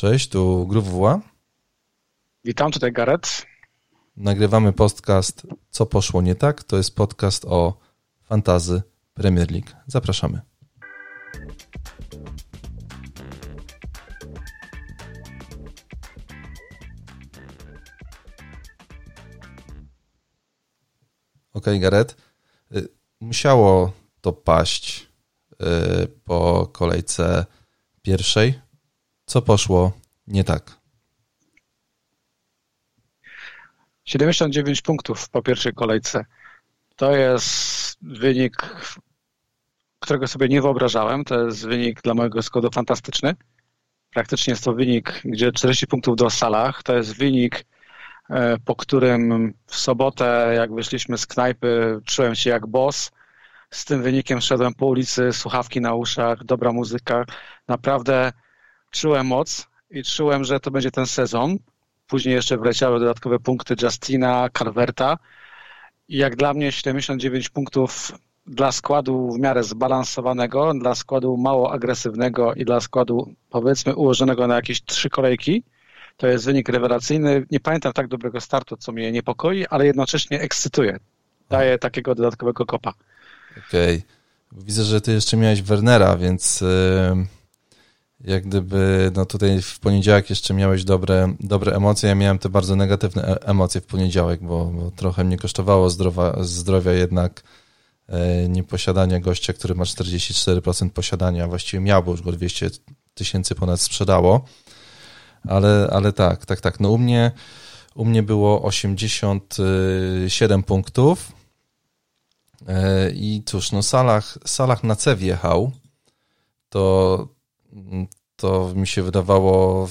Cześć, tu GruWWA. Witam, tutaj Gareth. Nagrywamy podcast Co poszło nie tak? To jest podcast o fantasy Premier League. Zapraszamy. Okej, Gareth. Musiało to paść po kolejce pierwszej. Co poszło nie tak? 79 punktów po pierwszej kolejce. To jest wynik, którego sobie nie wyobrażałem. To jest wynik dla mojego składu fantastyczny. Praktycznie jest to wynik, gdzie 40 punktów do Salah. To jest wynik, po którym w sobotę, jak wyszliśmy z knajpy, czułem się jak boss. Z tym wynikiem szedłem po ulicy, słuchawki na uszach, dobra muzyka. Naprawdę czułem moc i czułem, że to będzie ten sezon. Później jeszcze wleciały dodatkowe punkty Justina, Calverta. I jak dla mnie 79 punktów dla składu w miarę zbalansowanego, dla składu mało agresywnego i dla składu, powiedzmy, ułożonego na jakieś 3 kolejki, to jest wynik rewelacyjny. Nie pamiętam tak dobrego startu, co mnie niepokoi, ale jednocześnie ekscytuje. Daje takiego dodatkowego kopa. Okej. Widzę, że ty jeszcze miałeś Wernera, więc jak gdyby no tutaj w poniedziałek jeszcze miałeś dobre emocje. Ja miałem te bardzo negatywne emocje w poniedziałek, bo trochę mnie kosztowało zdrowia jednak nieposiadanie gościa, który ma 44% posiadania, właściwie miał, bo już go 200 000 ponad sprzedało. Ale tak. No u mnie było 87 punktów i cóż, no Salah na C wjechał, to mi się wydawało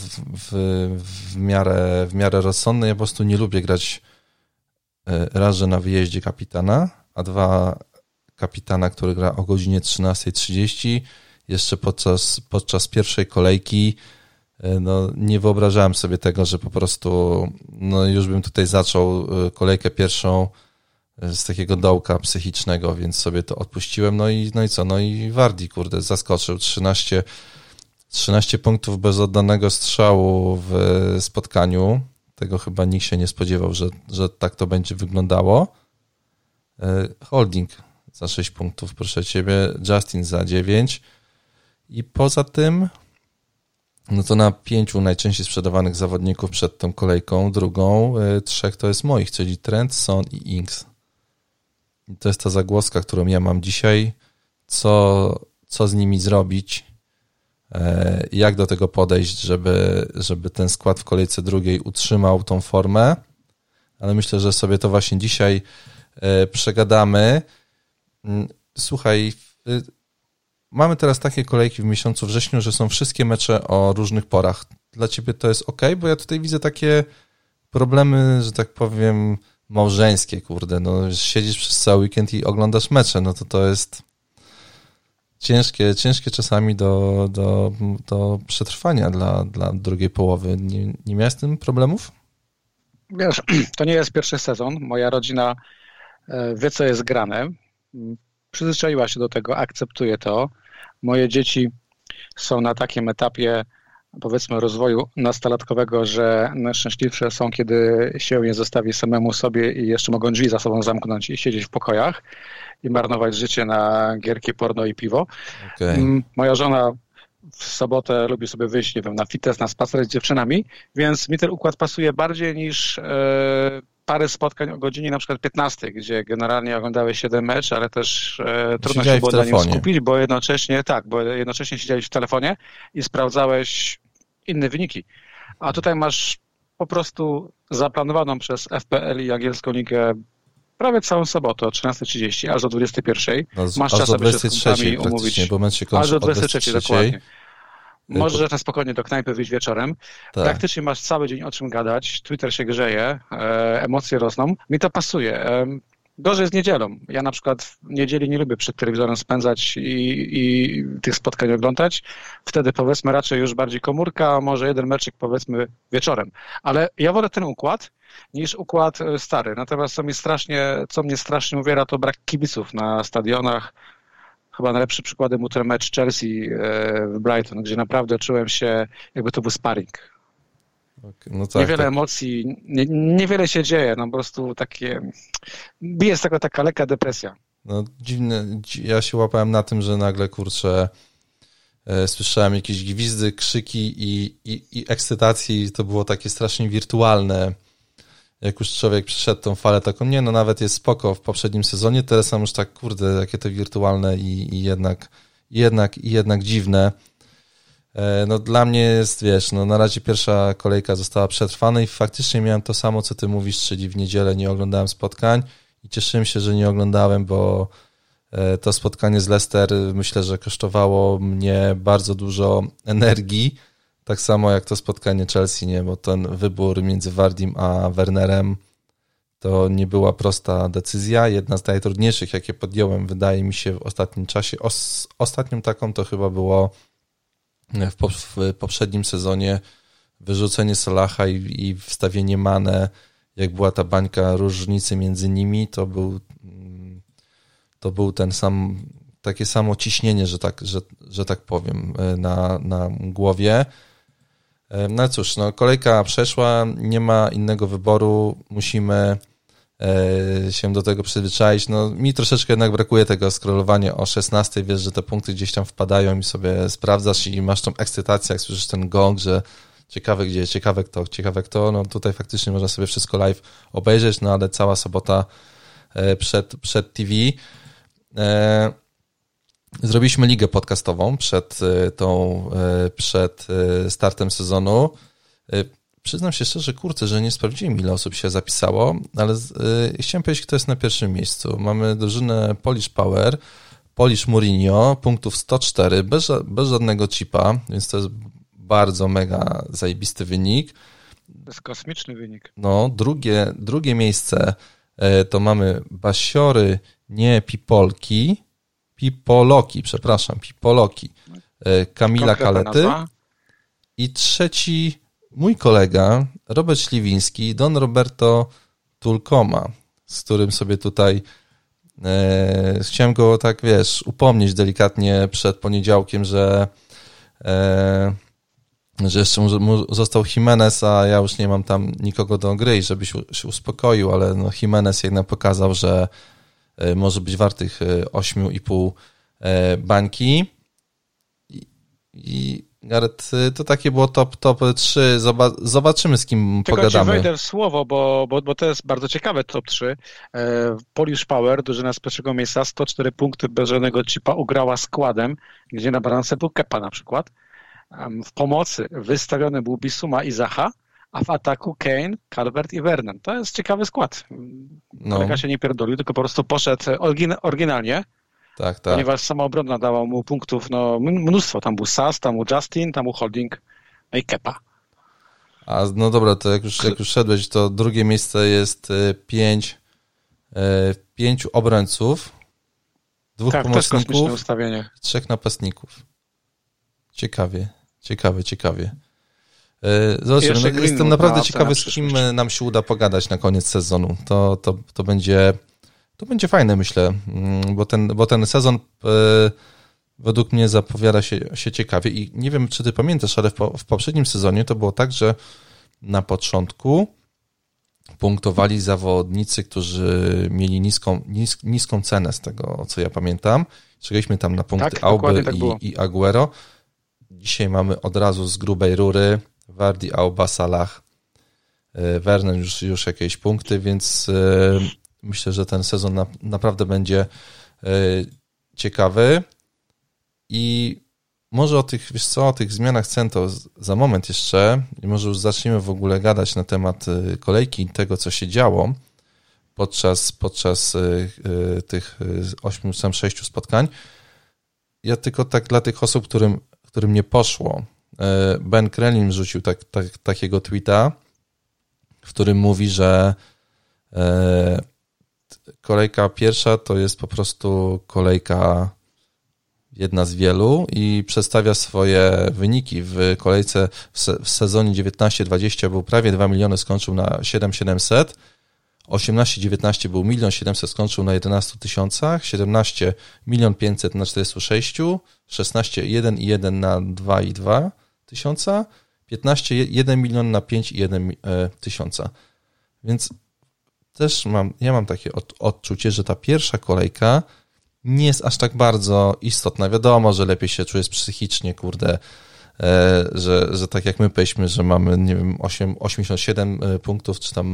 w miarę rozsądne. Ja po prostu nie lubię grać raz, że na wyjeździe kapitana, a dwa kapitana, który gra o godzinie 13:30, jeszcze podczas pierwszej kolejki. No, nie wyobrażałem sobie tego, że po prostu no, już bym tutaj zaczął kolejkę pierwszą z takiego dołka psychicznego, więc sobie to odpuściłem. No i co? No i Vardy, kurde, zaskoczył. 13 punktów bez oddanego strzału w spotkaniu. Tego chyba nikt się nie spodziewał, że tak to będzie wyglądało. Holding za 6 punktów, proszę ciebie. Justin za 9. I poza tym no to na 5 najczęściej sprzedawanych zawodników przed tą kolejką, drugą, 3 to jest moich, czyli Trent, Son i Ings. I to jest ta zagłoska, którą ja mam dzisiaj. Co z nimi zrobić? Jak do tego podejść, żeby ten skład w kolejce drugiej utrzymał tą formę? Ale myślę, że sobie to właśnie dzisiaj przegadamy. Słuchaj, mamy teraz takie kolejki w miesiącu wrześniu, że są wszystkie mecze o różnych porach. Dla ciebie to jest ok? Bo ja tutaj widzę takie problemy, że tak powiem, małżeńskie, kurde. No, siedzisz przez cały weekend i oglądasz mecze, no to jest ciężkie czasami do przetrwania dla drugiej połowy. Nie miałeś z tym problemów? Wiesz, to nie jest pierwszy sezon. Moja rodzina wie, co jest grane. Przyzwyczaiła się do tego, akceptuje to. Moje dzieci są na takim etapie, powiedzmy, rozwoju nastolatkowego, że najszczęśliwsze są, kiedy się je zostawi samemu sobie i jeszcze mogą drzwi za sobą zamknąć i siedzieć w pokojach i marnować życie na gierki, porno i piwo. Okay. Moja żona w sobotę lubi sobie wyjść, nie wiem, na fitness, na spacer z dziewczynami, więc mi ten układ pasuje bardziej niż parę spotkań o godzinie na przykład 15, gdzie generalnie oglądałeś 7 mecz, ale też trudno się było na nim skupić, bo jednocześnie siedziałeś w telefonie i sprawdzałeś inne wyniki. A tutaj masz po prostu zaplanowaną przez FPL i angielską ligę prawie całą sobotę o 13:30 aż do 21:00. Masz czas, aby się z kumplami umówić. Bo mecz się kończy aż do 23:00, dokładnie. Możesz na spokojnie do knajpy wyjść wieczorem. Tak. Praktycznie masz cały dzień o czym gadać. Twitter się grzeje, emocje rosną. Mi to pasuje. Gorzej z niedzielą. Ja na przykład w niedzieli nie lubię przed telewizorem spędzać i tych spotkań oglądać. Wtedy powiedzmy raczej już bardziej komórka, może jeden meczyk powiedzmy wieczorem. Ale ja wolę ten układ niż układ stary. Natomiast co mnie strasznie uwiera, to brak kibiców na stadionach. chyba najlepszy przykładem był ten mecz Chelsea w Brighton, gdzie naprawdę czułem się, jakby to był sparring. No tak, niewiele emocji, niewiele się dzieje, no po prostu takie, bije z tego taka lekka depresja. No dziwne, ja się łapałem na tym, że nagle, kurczę, słyszałem jakieś gwizdy, krzyki i ekscytacji i to było takie strasznie wirtualne. Jak już człowiek przeszedł tą falę taką, nie, no nawet jest spoko w poprzednim sezonie, teraz są już tak, kurde, jakie to wirtualne i jednak dziwne. No dla mnie jest, wiesz, no na razie pierwsza kolejka została przetrwana i faktycznie miałem to samo, co ty mówisz, czyli w niedzielę nie oglądałem spotkań i cieszyłem się, że nie oglądałem, bo to spotkanie z Leicester myślę, że kosztowało mnie bardzo dużo energii, tak samo jak to spotkanie Chelsea, nie, bo ten wybór między Wardim a Wernerem to nie była prosta decyzja, jedna z najtrudniejszych, jakie podjąłem, wydaje mi się, w ostatnim czasie. Ostatnią taką to chyba było w poprzednim sezonie wyrzucenie Salaha i wstawienie Mane, jak była ta bańka różnicy między nimi, to był ten sam, takie samo ciśnienie, że tak powiem, na głowie. No cóż, no kolejka przeszła, nie ma innego wyboru, musimy się do tego przyzwyczaić. No mi troszeczkę jednak brakuje tego scrollowania o 16, wiesz, że te punkty gdzieś tam wpadają i sobie sprawdzasz i masz tą ekscytację, jak słyszysz ten gong, że ciekawe gdzie, ciekawe kto, no tutaj faktycznie można sobie wszystko live obejrzeć, no ale cała sobota przed TV. Zrobiliśmy ligę podcastową przed startem sezonu. Przyznam się szczerze, kurczę, że nie sprawdziłem, ile osób się zapisało, ale chciałem powiedzieć, kto jest na pierwszym miejscu. Mamy drużynę Polish Power, Polish Mourinho, punktów 104, bez żadnego chipa, więc to jest bardzo mega zajebisty wynik. To jest kosmiczny wynik. No, drugie miejsce to mamy Basiory, nie Pipoloki, Kamila Kalety i trzeci mój kolega, Robert Śliwiński, Don Roberto Tulkoma, z którym sobie tutaj chciałem go tak, wiesz, upomnieć delikatnie przed poniedziałkiem, że jeszcze mu został Jimenez, a ja już nie mam tam nikogo do gry i żebyś się uspokoił, ale no Jimenez jednak pokazał, że może być wartych 8,5 bańki i Gareth, to takie było top 3. Zobaczymy, z kim tylko pogadamy. Tylko ci wejdę w słowo, bo to jest bardzo ciekawe top 3. Polish Power, drużyna z pierwszego miejsca, 104 punkty bez żadnego chipa, ugrała składem, gdzie na balance był Kepa na przykład. W pomocy wystawiony był Bissouma i Zaha, a w ataku Kane, Calvert i Werner. To jest ciekawy skład. Kolega się nie pierdolił, tylko po prostu poszedł oryginalnie. Tak. Ponieważ sama obrona dała mu punktów mnóstwo. Tam był Sas, tam był Justin, tam był Holding, no i Kepa. A no dobra, to jak już szedłeś, to drugie miejsce jest 5 obrońców, 2 pomocników, ustawienie. 3 napastników. Ciekawie. Zobaczymy, no, jestem naprawdę ciekawy, z kim nam się uda pogadać na koniec sezonu. To będzie fajne, myślę, bo ten sezon według mnie zapowiada się ciekawie i nie wiem, czy ty pamiętasz, ale w poprzednim sezonie to było tak, że na początku punktowali zawodnicy, którzy mieli niską cenę, z tego co ja pamiętam. Czekaliśmy tam na punkty Auby i Aguero. Dzisiaj mamy od razu z grubej rury Wardy, Auba, Salah, Werner już jakieś punkty, więc myślę, że ten sezon naprawdę będzie ciekawy i może o tych zmianach cen to za moment jeszcze i może już zaczniemy w ogóle gadać na temat kolejki, tego co się działo podczas tych 6 spotkań. Ja tylko tak dla tych osób, którym nie poszło. Ben Krelin rzucił takiego tweeta, w którym mówi, że kolejka pierwsza to jest po prostu kolejka jedna z wielu i przedstawia swoje wyniki. W kolejce w sezonie 19-20 był prawie 2 miliony, skończył na 7700. 18-19 był 1 700 000, skończył na 11 000, 17 1 500 000 na 46, 16 1,1 na 2,2 tysiąca, 15 1 milion na 5,1 tysiąca. Więc też mam takie odczucie, że ta pierwsza kolejka nie jest aż tak bardzo istotna. Wiadomo, że lepiej się czujesz psychicznie, kurde, że tak jak my powiedzmy, że mamy, nie wiem, 87 punktów, czy tam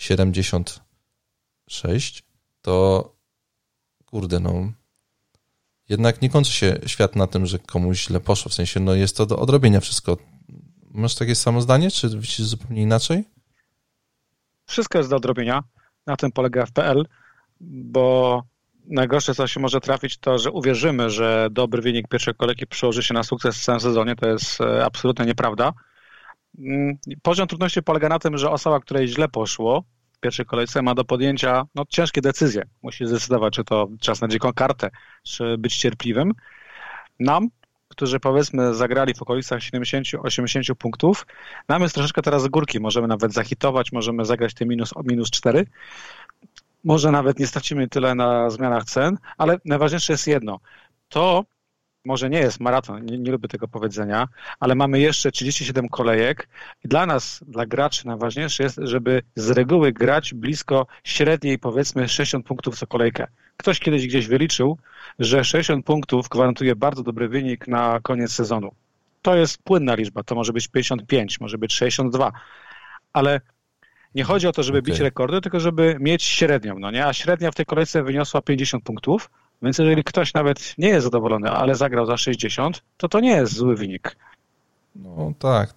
76, to kurde, no jednak nie kończy się świat na tym, że komuś źle poszło, w sensie, no jest to do odrobienia wszystko. Masz takie samo zdanie, czy widzisz zupełnie inaczej? Wszystko jest do odrobienia. Na tym polega FPL, bo najgorsze, co się może trafić, to, że uwierzymy, że dobry wynik pierwszej kolejki przełoży się na sukces w całym sezonie. To jest absolutnie nieprawda. Poziom trudności polega na tym, że osoba, której źle poszło w pierwszej kolejce, ma do podjęcia ciężkie decyzje. Musi zdecydować, czy to czas na dziką kartę, czy być cierpliwym. Nam, którzy powiedzmy zagrali w okolicach 70-80 punktów, nam jest troszeczkę teraz z górki. Możemy nawet zahitować, możemy zagrać te minus 4. Może nawet nie stracimy tyle na zmianach cen, ale najważniejsze jest jedno. To może nie jest maraton, nie lubię tego powiedzenia, ale mamy jeszcze 37 kolejek i dla nas, dla graczy najważniejsze jest, żeby z reguły grać blisko średniej, powiedzmy 60 punktów co kolejkę. Ktoś kiedyś gdzieś wyliczył, że 60 punktów gwarantuje bardzo dobry wynik na koniec sezonu. To jest płynna liczba, to może być 55, może być 62, ale nie chodzi o to, żeby bić rekordy, tylko żeby mieć średnią, no nie? A średnia w tej kolejce wyniosła 50 punktów, więc jeżeli ktoś nawet nie jest zadowolony, ale zagrał za 60, to nie jest zły wynik. No tak.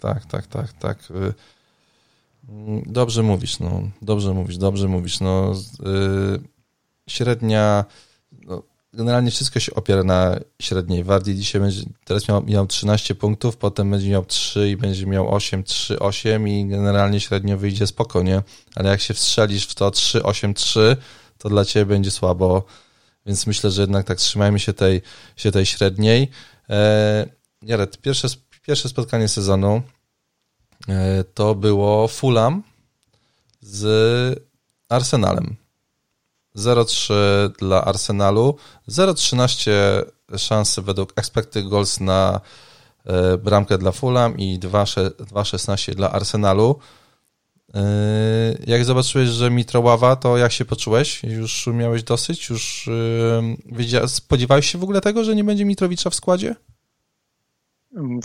Dobrze mówisz. Średnia, generalnie wszystko się opiera na średniej. Wardy dzisiaj teraz miał 13 punktów, potem będzie miał 3 i będzie miał 8, 3, 8 i generalnie średnio wyjdzie spokojnie, ale jak się wstrzelisz w to 3, 8, 3, to dla ciebie będzie słabo, więc myślę, że jednak tak trzymajmy się tej średniej. Jared, pierwsze spotkanie sezonu to było Fulham z Arsenalem. 0,3 dla Arsenalu, 0,13 szansy według expected goals na bramkę dla Fulham i 2,16 dla Arsenalu. Jak zobaczyłeś, że Mitroława, to jak się poczułeś? Już miałeś dosyć? Już spodziewałeś się w ogóle tego, że nie będzie Mitrowicza w składzie? W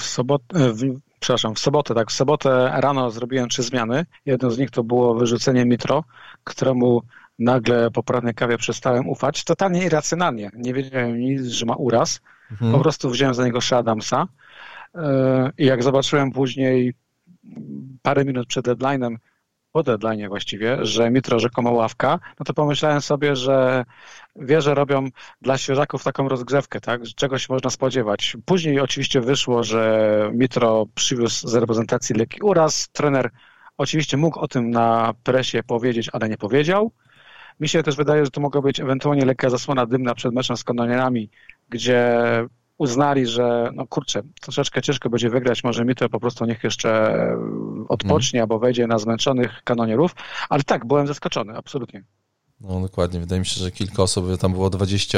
sobotę rano zrobiłem 3 zmiany. Jedną z nich to było wyrzucenie Mitro, któremu nagle po porannej kawie przestałem ufać. Totalnie irracjonalnie. Nie wiedziałem nic, że ma uraz. Po prostu wziąłem za niego Shea Adamsa. I jak zobaczyłem później parę minut przed deadline'em, po deadline'ie właściwie, że Mitro rzekomo ławka, no to pomyślałem sobie, że robią dla świeżaków taką rozgrzewkę, tak? Czegoś można spodziewać. Później oczywiście wyszło, że Mitro przywiózł z reprezentacji lekki uraz. Trener oczywiście mógł o tym na presie powiedzieć, ale nie powiedział. Mi się też wydaje, że to mogła być ewentualnie lekka zasłona dymna przed meczem z Kanonierami, gdzie uznali, że troszeczkę ciężko będzie wygrać, może Mitro po prostu niech jeszcze odpocznie albo wejdzie na zmęczonych Kanonierów, ale tak, byłem zaskoczony, absolutnie. No dokładnie, wydaje mi się, że kilka osób, tam było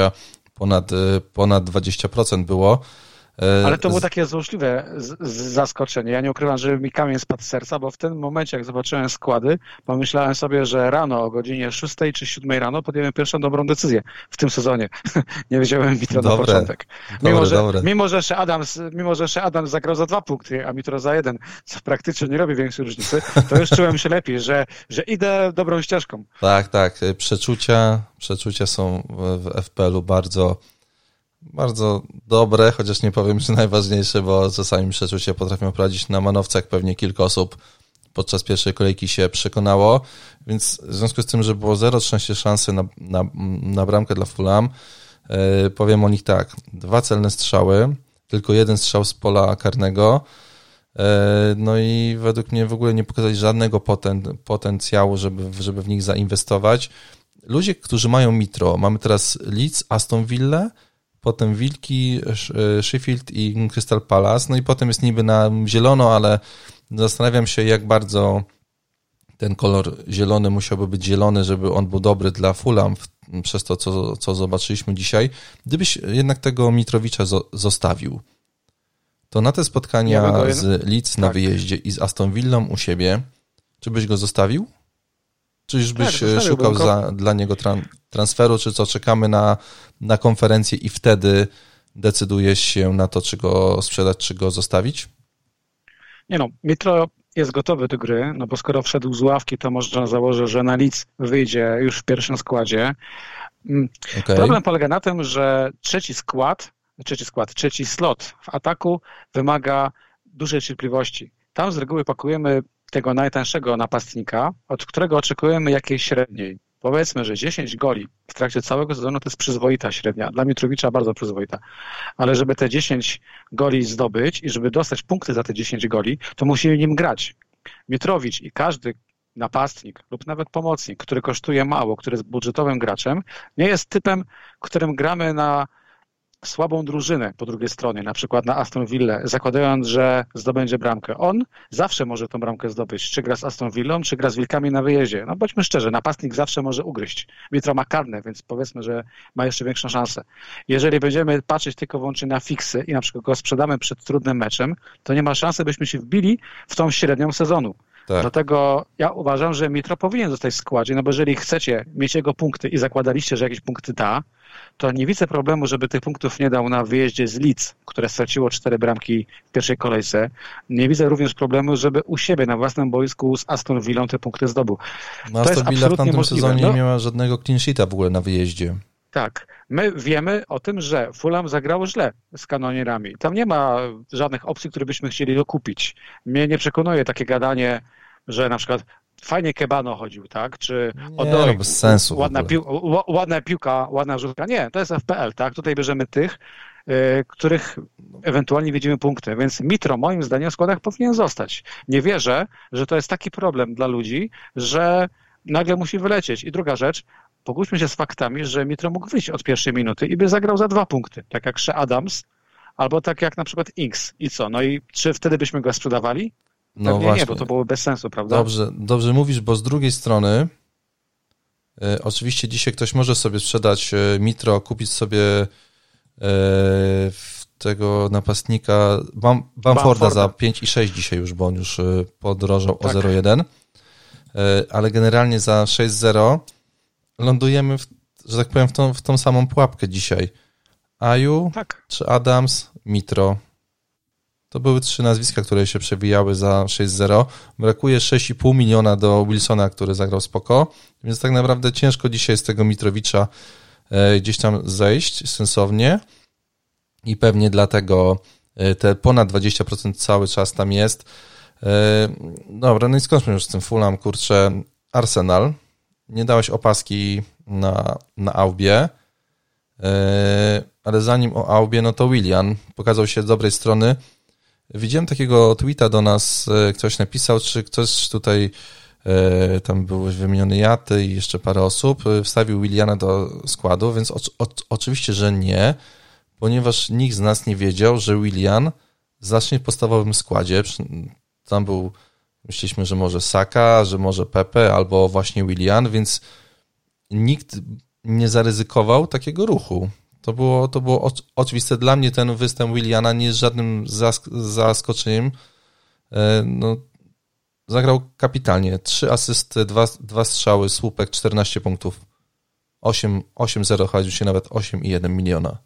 ponad 20% było. Ale to było takie złośliwe zaskoczenie. Ja nie ukrywam, że mi kamień spadł z serca, bo w tym momencie, jak zobaczyłem składy, pomyślałem sobie, że rano o godzinie 6 czy 7 rano podjąłem pierwszą dobrą decyzję w tym sezonie. Nie wziąłem Mitro na początek. Mimo, że Adams zagrał za 2 punkty, a Mitro za 1, co praktycznie nie robi większej różnicy, to już czułem się lepiej, że idę dobrą ścieżką. Tak. Przeczucia są w FPL-u bardzo dobre, chociaż nie powiem, że najważniejsze, bo czasami przeczucia potrafią prowadzić na manowcach. Pewnie kilka osób podczas pierwszej kolejki się przekonało, więc w związku z tym, że było 0,13 szansy na bramkę dla Fulham, powiem o nich tak. 2 celne strzały, tylko 1 strzał z pola karnego, no i według mnie w ogóle nie pokazali żadnego potencjału, żeby w nich zainwestować. Ludzie, którzy mają Mitro, mamy teraz Leeds, Aston Villa, potem Wilki, Sheffield i Crystal Palace, no i potem jest niby na zielono, ale zastanawiam się, jak bardzo ten kolor zielony musiałby być zielony, żeby on był dobry dla Fulham przez to, co zobaczyliśmy dzisiaj. Gdybyś jednak tego Mitrowicza zostawił, to na te spotkania z Leeds na wyjeździe i z Aston Villą u siebie, czy byś go zostawił? Czy już byś szukał dla niego transferu, czy co, czekamy na konferencję i wtedy decydujesz się na to, czy go sprzedać, czy go zostawić? Nie no, Mitro jest gotowy do gry, no bo skoro wszedł z ławki, to można założyć, że na Leeds wyjdzie już w pierwszym składzie. Okay. Problem polega na tym, że trzeci slot w ataku wymaga dużej cierpliwości. Tam z reguły pakujemy tego najtańszego napastnika, od którego oczekujemy jakiejś średniej. Powiedzmy, że 10 goli w trakcie całego sezonu to jest przyzwoita średnia. Dla Mitrowicza bardzo przyzwoita. Ale żeby te 10 goli zdobyć i żeby dostać punkty za te 10 goli, to musimy nim grać. Mitrowicz i każdy napastnik lub nawet pomocnik, który kosztuje mało, który jest budżetowym graczem, nie jest typem, którym gramy na słabą drużynę po drugiej stronie, na przykład na Aston Villę, zakładając, że zdobędzie bramkę. On zawsze może tą bramkę zdobyć, czy gra z Aston Villą, czy gra z Wilkami na wyjeździe. No bądźmy szczerzy, napastnik zawsze może ugryźć. Mitro ma karne, więc powiedzmy, że ma jeszcze większą szansę. Jeżeli będziemy patrzeć tylko wyłącznie na fiksy i na przykład go sprzedamy przed trudnym meczem, to nie ma szansy, byśmy się wbili w tą średnią sezonu. Tak. Dlatego ja uważam, że Mitro powinien zostać w składzie, no bo jeżeli chcecie mieć jego punkty i zakładaliście, że jakieś punkty da, to nie widzę problemu, żeby tych punktów nie dał na wyjeździe z Leeds, które straciło 4 bramki w pierwszej kolejce. Nie widzę również problemu, żeby u siebie na własnym boisku z Aston Villą te punkty zdobył. No Aston Villa w tamtym sezonie nie miała żadnego clean sheeta w ogóle na wyjeździe. Tak. My wiemy o tym, że Fulham zagrało źle z kanonierami. Tam nie ma żadnych opcji, które byśmy chcieli dokupić. Mnie nie przekonuje takie gadanie, że na przykład fajnie Kebano chodził, tak? Czy Odoi, bez sensu. Ładna piłka, ładna rzutka. Nie, to jest FPL, tak? Tutaj bierzemy tych, których ewentualnie widzimy punkty. Więc Mitro moim zdaniem w składach powinien zostać. Nie wierzę, że to jest taki problem dla ludzi, że nagle musi wylecieć. I druga rzecz, pogódźmy się z faktami, że Mitro mógł wyjść od pierwszej minuty i by zagrał za 2 punkty, tak jak Shea Adams, albo tak jak na przykład Ings. I co? No i czy wtedy byśmy go sprzedawali? No właśnie. Nie, bo to było bez sensu, prawda? Dobrze mówisz, bo z drugiej strony oczywiście dzisiaj ktoś może sobie sprzedać Mitro, kupić sobie tego napastnika Bamforda za 5,6 dzisiaj już, bo on już podrożał o 0,1, ale generalnie za 6,0 lądujemy, że tak powiem, w tą samą pułapkę dzisiaj. Aju, czy Adams, Mitro. To były 3 nazwiska, które się przewijały za 6-0. Brakuje 6,5 miliona do Wilsona, który zagrał spoko, więc tak naprawdę ciężko dzisiaj z tego Mitrowicza gdzieś tam zejść sensownie i pewnie dlatego te ponad 20% cały czas tam jest. Dobra, no i skończmy już z tym Fulham, kurczę. Arsenal. Nie dałeś opaski na Aubie, ale zanim o Aubie, no to Willian pokazał się z dobrej strony. Widziałem takiego tweeta do nas, ktoś napisał, czy ktoś tutaj, tam był wymieniony Jaty i jeszcze parę osób, wstawił Williana do składu, więc oczywiście, że nie, ponieważ nikt z nas nie wiedział, że Willian zacznie w podstawowym składzie. Tam myśleliśmy, że może Saka, że może Pepe albo właśnie Willian, więc nikt nie zaryzykował takiego ruchu. To było oczywiste. Dla mnie ten występ Williana nie jest żadnym zaskoczeniem. No, zagrał kapitalnie. 3 asysty, 2 strzały, słupek, 14 punktów. 8-0, chodził się nawet 8,1 miliona.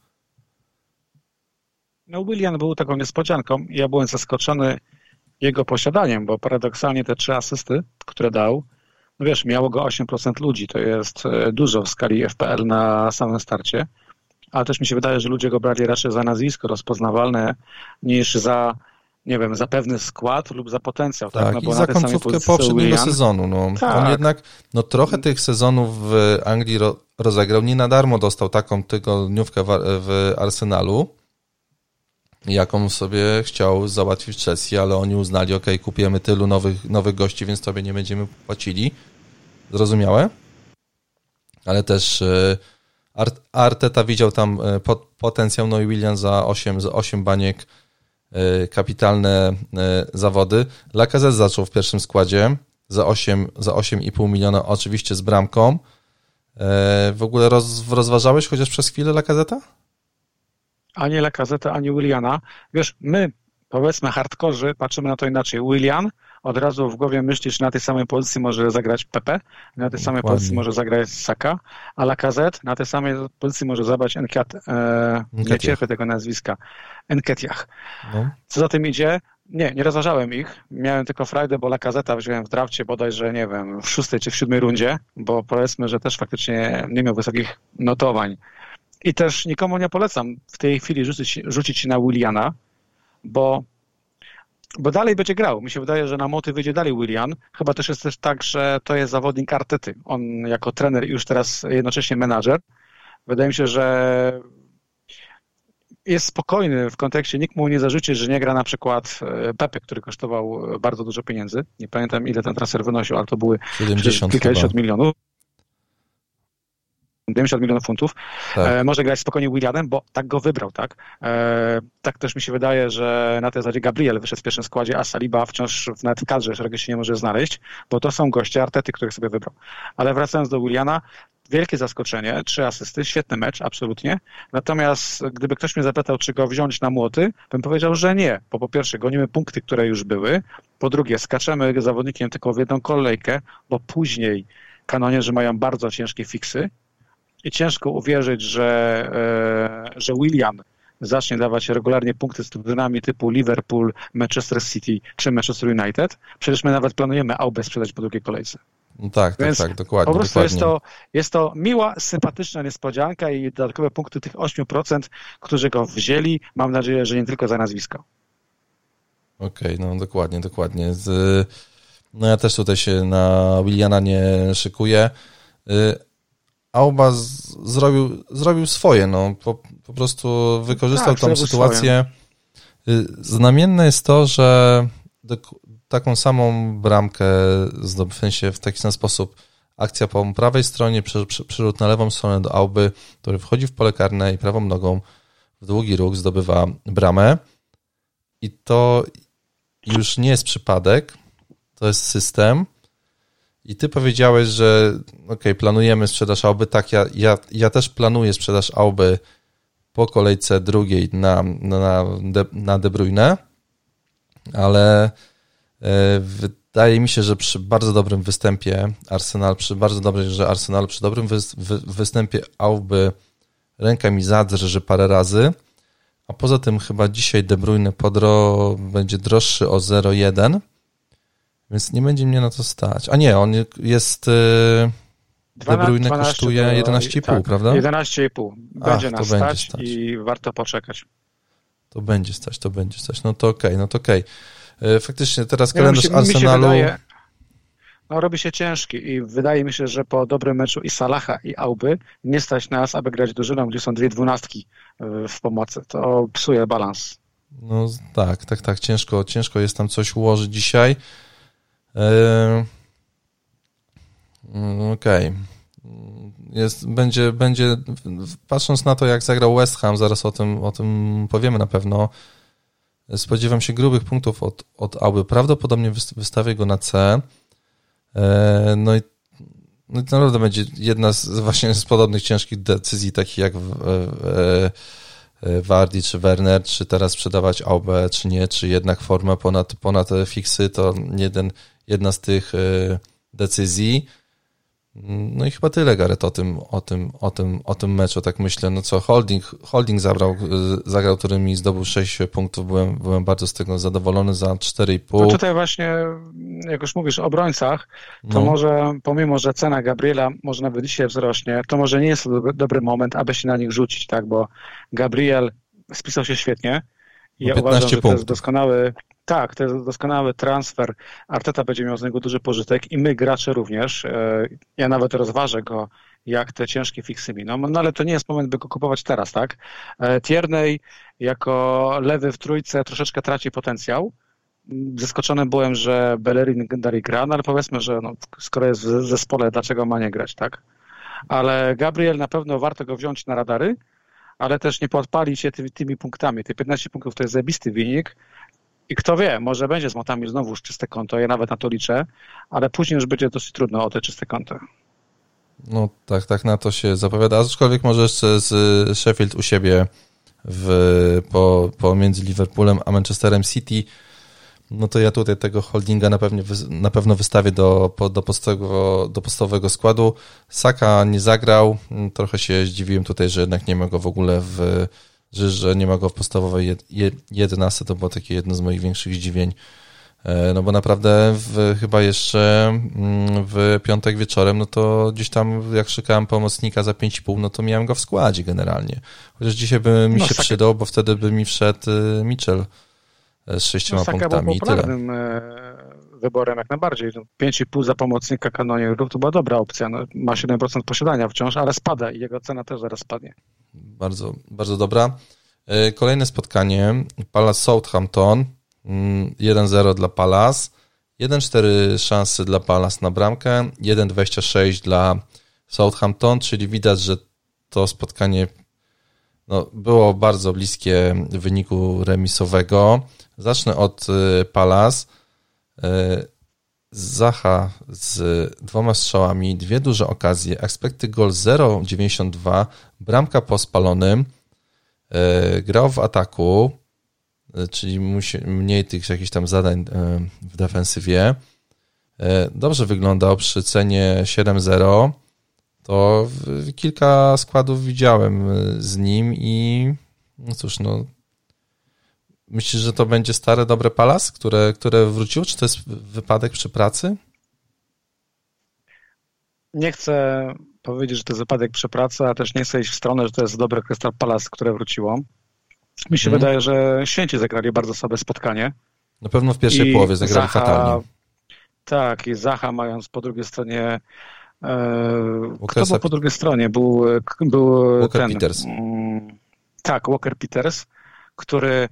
No Willian był taką niespodzianką. Ja byłem zaskoczony jego posiadaniem, bo paradoksalnie te 3 asysty, które dał, no wiesz, miało go 8% ludzi. To jest dużo w skali FPL na samym starcie. Ale też mi się wydaje, że ludzie go brali raczej za nazwisko rozpoznawalne niż za, nie wiem, za pewny skład lub za potencjał. Tak, no bo i za końcówkę poprzedniego sezonu. No. Tak. On jednak trochę tych sezonów w Anglii rozegrał. Nie na darmo dostał taką tygodniówkę w Arsenalu, jaką sobie chciał załatwić w Chelsea, ale oni uznali, kupujemy tylu nowych gości, więc tobie nie będziemy płacili. Zrozumiałe? Ale też Arteta widział tam potencjał, no i Willian za 8 baniek, kapitalne zawody. Lacazette zaczął w pierwszym składzie, za 8,5 miliona, oczywiście z bramką. W ogóle rozważałeś chociaż przez chwilę Lacazette'a? Ani Lacazette, ani Williana. Wiesz, my, powiedzmy hardkorzy, patrzymy na to inaczej. Willian, od razu w głowie myślisz, na tej samej pozycji może zagrać Pepe, na tej samej pozycji może zagrać Saka, a Lacazette na tej samej pozycji może zagrać nie cierpię tego nazwiska, Nketiah. No. Co za tym idzie? Nie rozważałem ich. Miałem tylko frajdę, bo Lacazette'a wziąłem w drafcie bodajże, nie wiem, w 6. czy w 7. rundzie, bo powiedzmy, że też faktycznie nie miał wysokich notowań. I też nikomu nie polecam w tej chwili rzucić się na Williana, bo dalej będzie grał. Mi się wydaje, że na moty wyjdzie dalej Willian. Chyba też jest tak, że to jest zawodnik Artety. On jako trener i już teraz jednocześnie menadżer. Wydaje mi się, że jest spokojny w kontekście, nikt mu nie zarzuci, że nie gra na przykład Pepe, który kosztował bardzo dużo pieniędzy. Nie pamiętam, ile ten transfer wynosił, ale to były kilkadziesiąt milionów. 50 milionów funtów. Tak. Może grać spokojnie Willianem, bo tak go wybrał, tak? Tak też mi się wydaje, że na tej zasadzie Gabriel wyszedł w pierwszym składzie, a Saliba wciąż nawet w kadrze szeregu się nie może znaleźć, bo to są goście Artety, których sobie wybrał. Ale wracając do Williana, wielkie zaskoczenie, 3 asysty, świetny mecz, absolutnie. Natomiast gdyby ktoś mnie zapytał, czy go wziąć na młoty, bym powiedział, że nie. Bo po pierwsze, gonimy punkty, które już były. Po drugie, skaczemy zawodnikiem tylko w jedną kolejkę, bo później kanonierzy mają bardzo ciężkie fiksy. I ciężko uwierzyć, że Willian zacznie dawać regularnie punkty z drużynami typu Liverpool, Manchester City czy Manchester United. Przecież my nawet planujemy Aubę sprzedać po drugiej kolejce. No tak, dokładnie. Po prostu jest to miła, sympatyczna niespodzianka i dodatkowe punkty tych 8%, którzy go wzięli. Mam nadzieję, że nie tylko za nazwisko. Okej, no dokładnie. No ja też tutaj się na Williana nie szykuję. Auba zrobił swoje, no po prostu wykorzystał tą sytuację. Swoje. Znamienne jest to, że taką samą bramkę zdobył, w sensie w taki sam sposób akcja po prawej stronie, przerzut na lewą stronę do Auby, który wchodzi w pole karne i prawą nogą w długi róg zdobywa bramę. I to już nie jest przypadek, to jest system. I ty powiedziałeś, że planujemy sprzedaż Auby. Tak, ja też planuję sprzedaż Auby po kolejce drugiej na De Bruyne, ale wydaje mi się, że przy bardzo dobrym występie Arsenal, przy dobrym występie Auby ręka mi zadrży parę razy, a poza tym chyba dzisiaj De Bruyne będzie droższy o 0,1, więc nie będzie mnie na to stać. A nie, on jest... De Bruyne kosztuje 11,5, tak, prawda? 11,5. Będzie nas stać i warto poczekać. To będzie stać. No to okej. Faktycznie teraz kalendarz Arsenalu... robi się ciężki i wydaje mi się, że po dobrym meczu i Salaha, i Auby nie stać nas, aby grać drużyną, gdzie są 2 dwunastki w pomocy. To psuje balans. No tak. Ciężko jest tam coś ułożyć dzisiaj. Okej. Będzie, patrząc na to, jak zagrał West Ham, zaraz o tym powiemy na pewno, spodziewam się grubych punktów od Auby. Prawdopodobnie wystawię go na C. No i naprawdę będzie jedna z podobnych ciężkich decyzji, takich jak Vardy czy Werner, czy teraz sprzedawać Aubę, czy nie, czy jednak formę ponad fiksy, to jedna z tych decyzji. No i chyba tyle, Gareth, o tym meczu, tak myślę. No co, Holding zagrał, który mi zdobył 6 punktów, byłem bardzo z tego zadowolony za 4,5. No tutaj właśnie, jak już mówisz o obrońcach, to może, pomimo że cena Gabriela może nawet dzisiaj wzrośnie, to może nie jest to dobry moment, aby się na nich rzucić, tak, bo Gabriel spisał się świetnie i ja uważam, że to jest doskonały... Tak, to jest doskonały transfer. Arteta będzie miał z niego duży pożytek i my, gracze również. Ja nawet rozważę go, jak te ciężkie fiksy miną. No ale to nie jest moment, by go kupować teraz, tak? Tierney jako lewy w trójce troszeczkę traci potencjał. Zaskoczony byłem, że Bellerin dalej gra, no ale powiedzmy, że skoro jest w zespole, dlaczego ma nie grać, tak? Ale Gabriel na pewno warto go wziąć na radary, ale też nie podpalić się tymi punktami. Te 15 punktów to jest zajebisty wynik. I kto wie, może będzie z Motami znowuż czyste konto, ja nawet na to liczę, ale później już będzie dosyć trudno o te czyste konto. No tak na to się zapowiada, aczkolwiek może jeszcze z Sheffield u siebie pomiędzy Liverpoolem a Manchesterem City, no to ja tutaj tego holdinga na pewno wystawię do podstawowego składu. Saka nie zagrał, trochę się zdziwiłem tutaj, że jednak nie ma go w ogóle że nie ma go w podstawowej 11, to było takie jedno z moich większych zdziwień. No bo naprawdę chyba jeszcze w piątek wieczorem, no to gdzieś tam jak szukałem pomocnika za 5,5, no to miałem go w składzie generalnie. Chociaż dzisiaj by mi się przydał, bo wtedy by mi wszedł Mitchell z 6 punktami i tyle. Wyborem jak najbardziej. 5,5 za pomocnika kanonierów to była dobra opcja. No, ma 7% posiadania wciąż, ale spada i jego cena też zaraz spadnie. Bardzo, bardzo dobra. Kolejne spotkanie. Palace Southampton. 1-0 dla Palace. 1,4 szansy dla Palace na bramkę. 1,26 dla Southampton, czyli widać, że to spotkanie było bardzo bliskie wyniku remisowego. Zacznę od Palace. Zaha z 2 strzałami, 2 duże okazje, expected goal 0,92, bramka po spalonym, grał w ataku, czyli mniej tych jakichś tam zadań w defensywie. Dobrze wyglądał przy cenie 7,0. To kilka składów widziałem z nim i no cóż, myślisz, że to będzie stare, dobre Palace, które wróciło? Czy to jest wypadek przy pracy? Nie chcę powiedzieć, że to jest wypadek przy pracy, a też nie chcę iść w stronę, że to jest dobre Crystal Palace, które wróciło. Mi się wydaje, że Święci zagrali bardzo słabe spotkanie. Na pewno w pierwszej połowie zagrali fatalnie. Tak, i Zaha mając po drugiej stronie kto był po drugiej stronie? Był Walker Peters. Tak, Walker Peters, który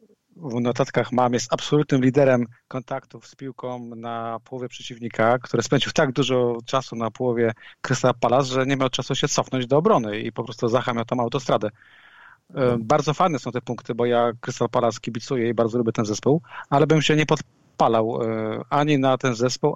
w notatkach jest absolutnym liderem kontaktów z piłką na połowie przeciwnika, który spędził tak dużo czasu na połowie Crystal Palace, że nie miał czasu się cofnąć do obrony i po prostu Zaha miał tam autostradę. Bardzo fajne są te punkty, bo ja Crystal Palace kibicuję i bardzo lubię ten zespół, ale bym się nie podpalał ani na ten zespół,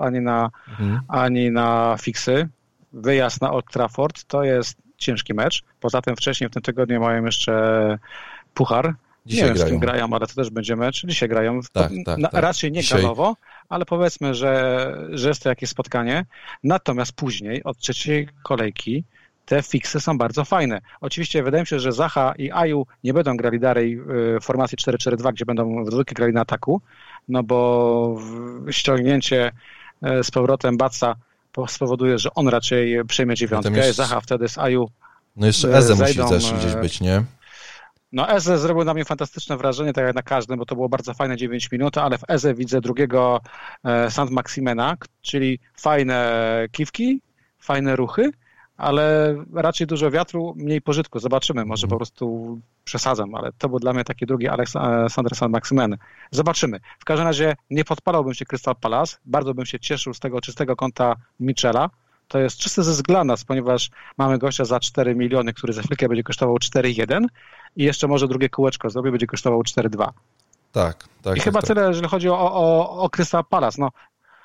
ani na fiksy. Wyjazd na Old Trafford to jest ciężki mecz. Poza tym wcześniej w tym tygodniu mają jeszcze puchar. Dzisiaj nie wiem, z kim grają, ale to też będzie mecz. Dzisiaj grają. Tak. Raczej nie galowo, ale powiedzmy, że jest to jakieś spotkanie. Natomiast później, od trzeciej kolejki, te fiksy są bardzo fajne. Oczywiście wydaje mi się, że Zaha i Aju nie będą grali dalej w formacji 4-4-2, gdzie będą w dwójkę grali na ataku, no bo ściągnięcie z powrotem Batsa spowoduje, że on raczej przejmie dziewiątkę. Zaha wtedy z Aju no jeszcze Eze musi też gdzieś być, nie? No Eze zrobił na mnie fantastyczne wrażenie, tak jak na każdym, bo to było bardzo fajne 9 minut, ale w Eze widzę drugiego Saint-Maximena, czyli fajne kiwki, fajne ruchy, ale raczej dużo wiatru, mniej pożytku. Zobaczymy, może po prostu przesadzam, ale to był dla mnie taki drugi Aleksander Saint-Maximen. Zobaczymy. W każdym razie nie podpalałbym się Crystal Palace, bardzo bym się cieszył z tego czystego konta Mitchella. To jest czysty zysk dla nas, ponieważ mamy gościa za 4 miliony, który za chwilkę będzie kosztował 4,1 i jeszcze może drugie kółeczko zrobi, będzie kosztował 4,2. Tak. I chyba tyle, jeżeli chodzi o Crystal Palace. No,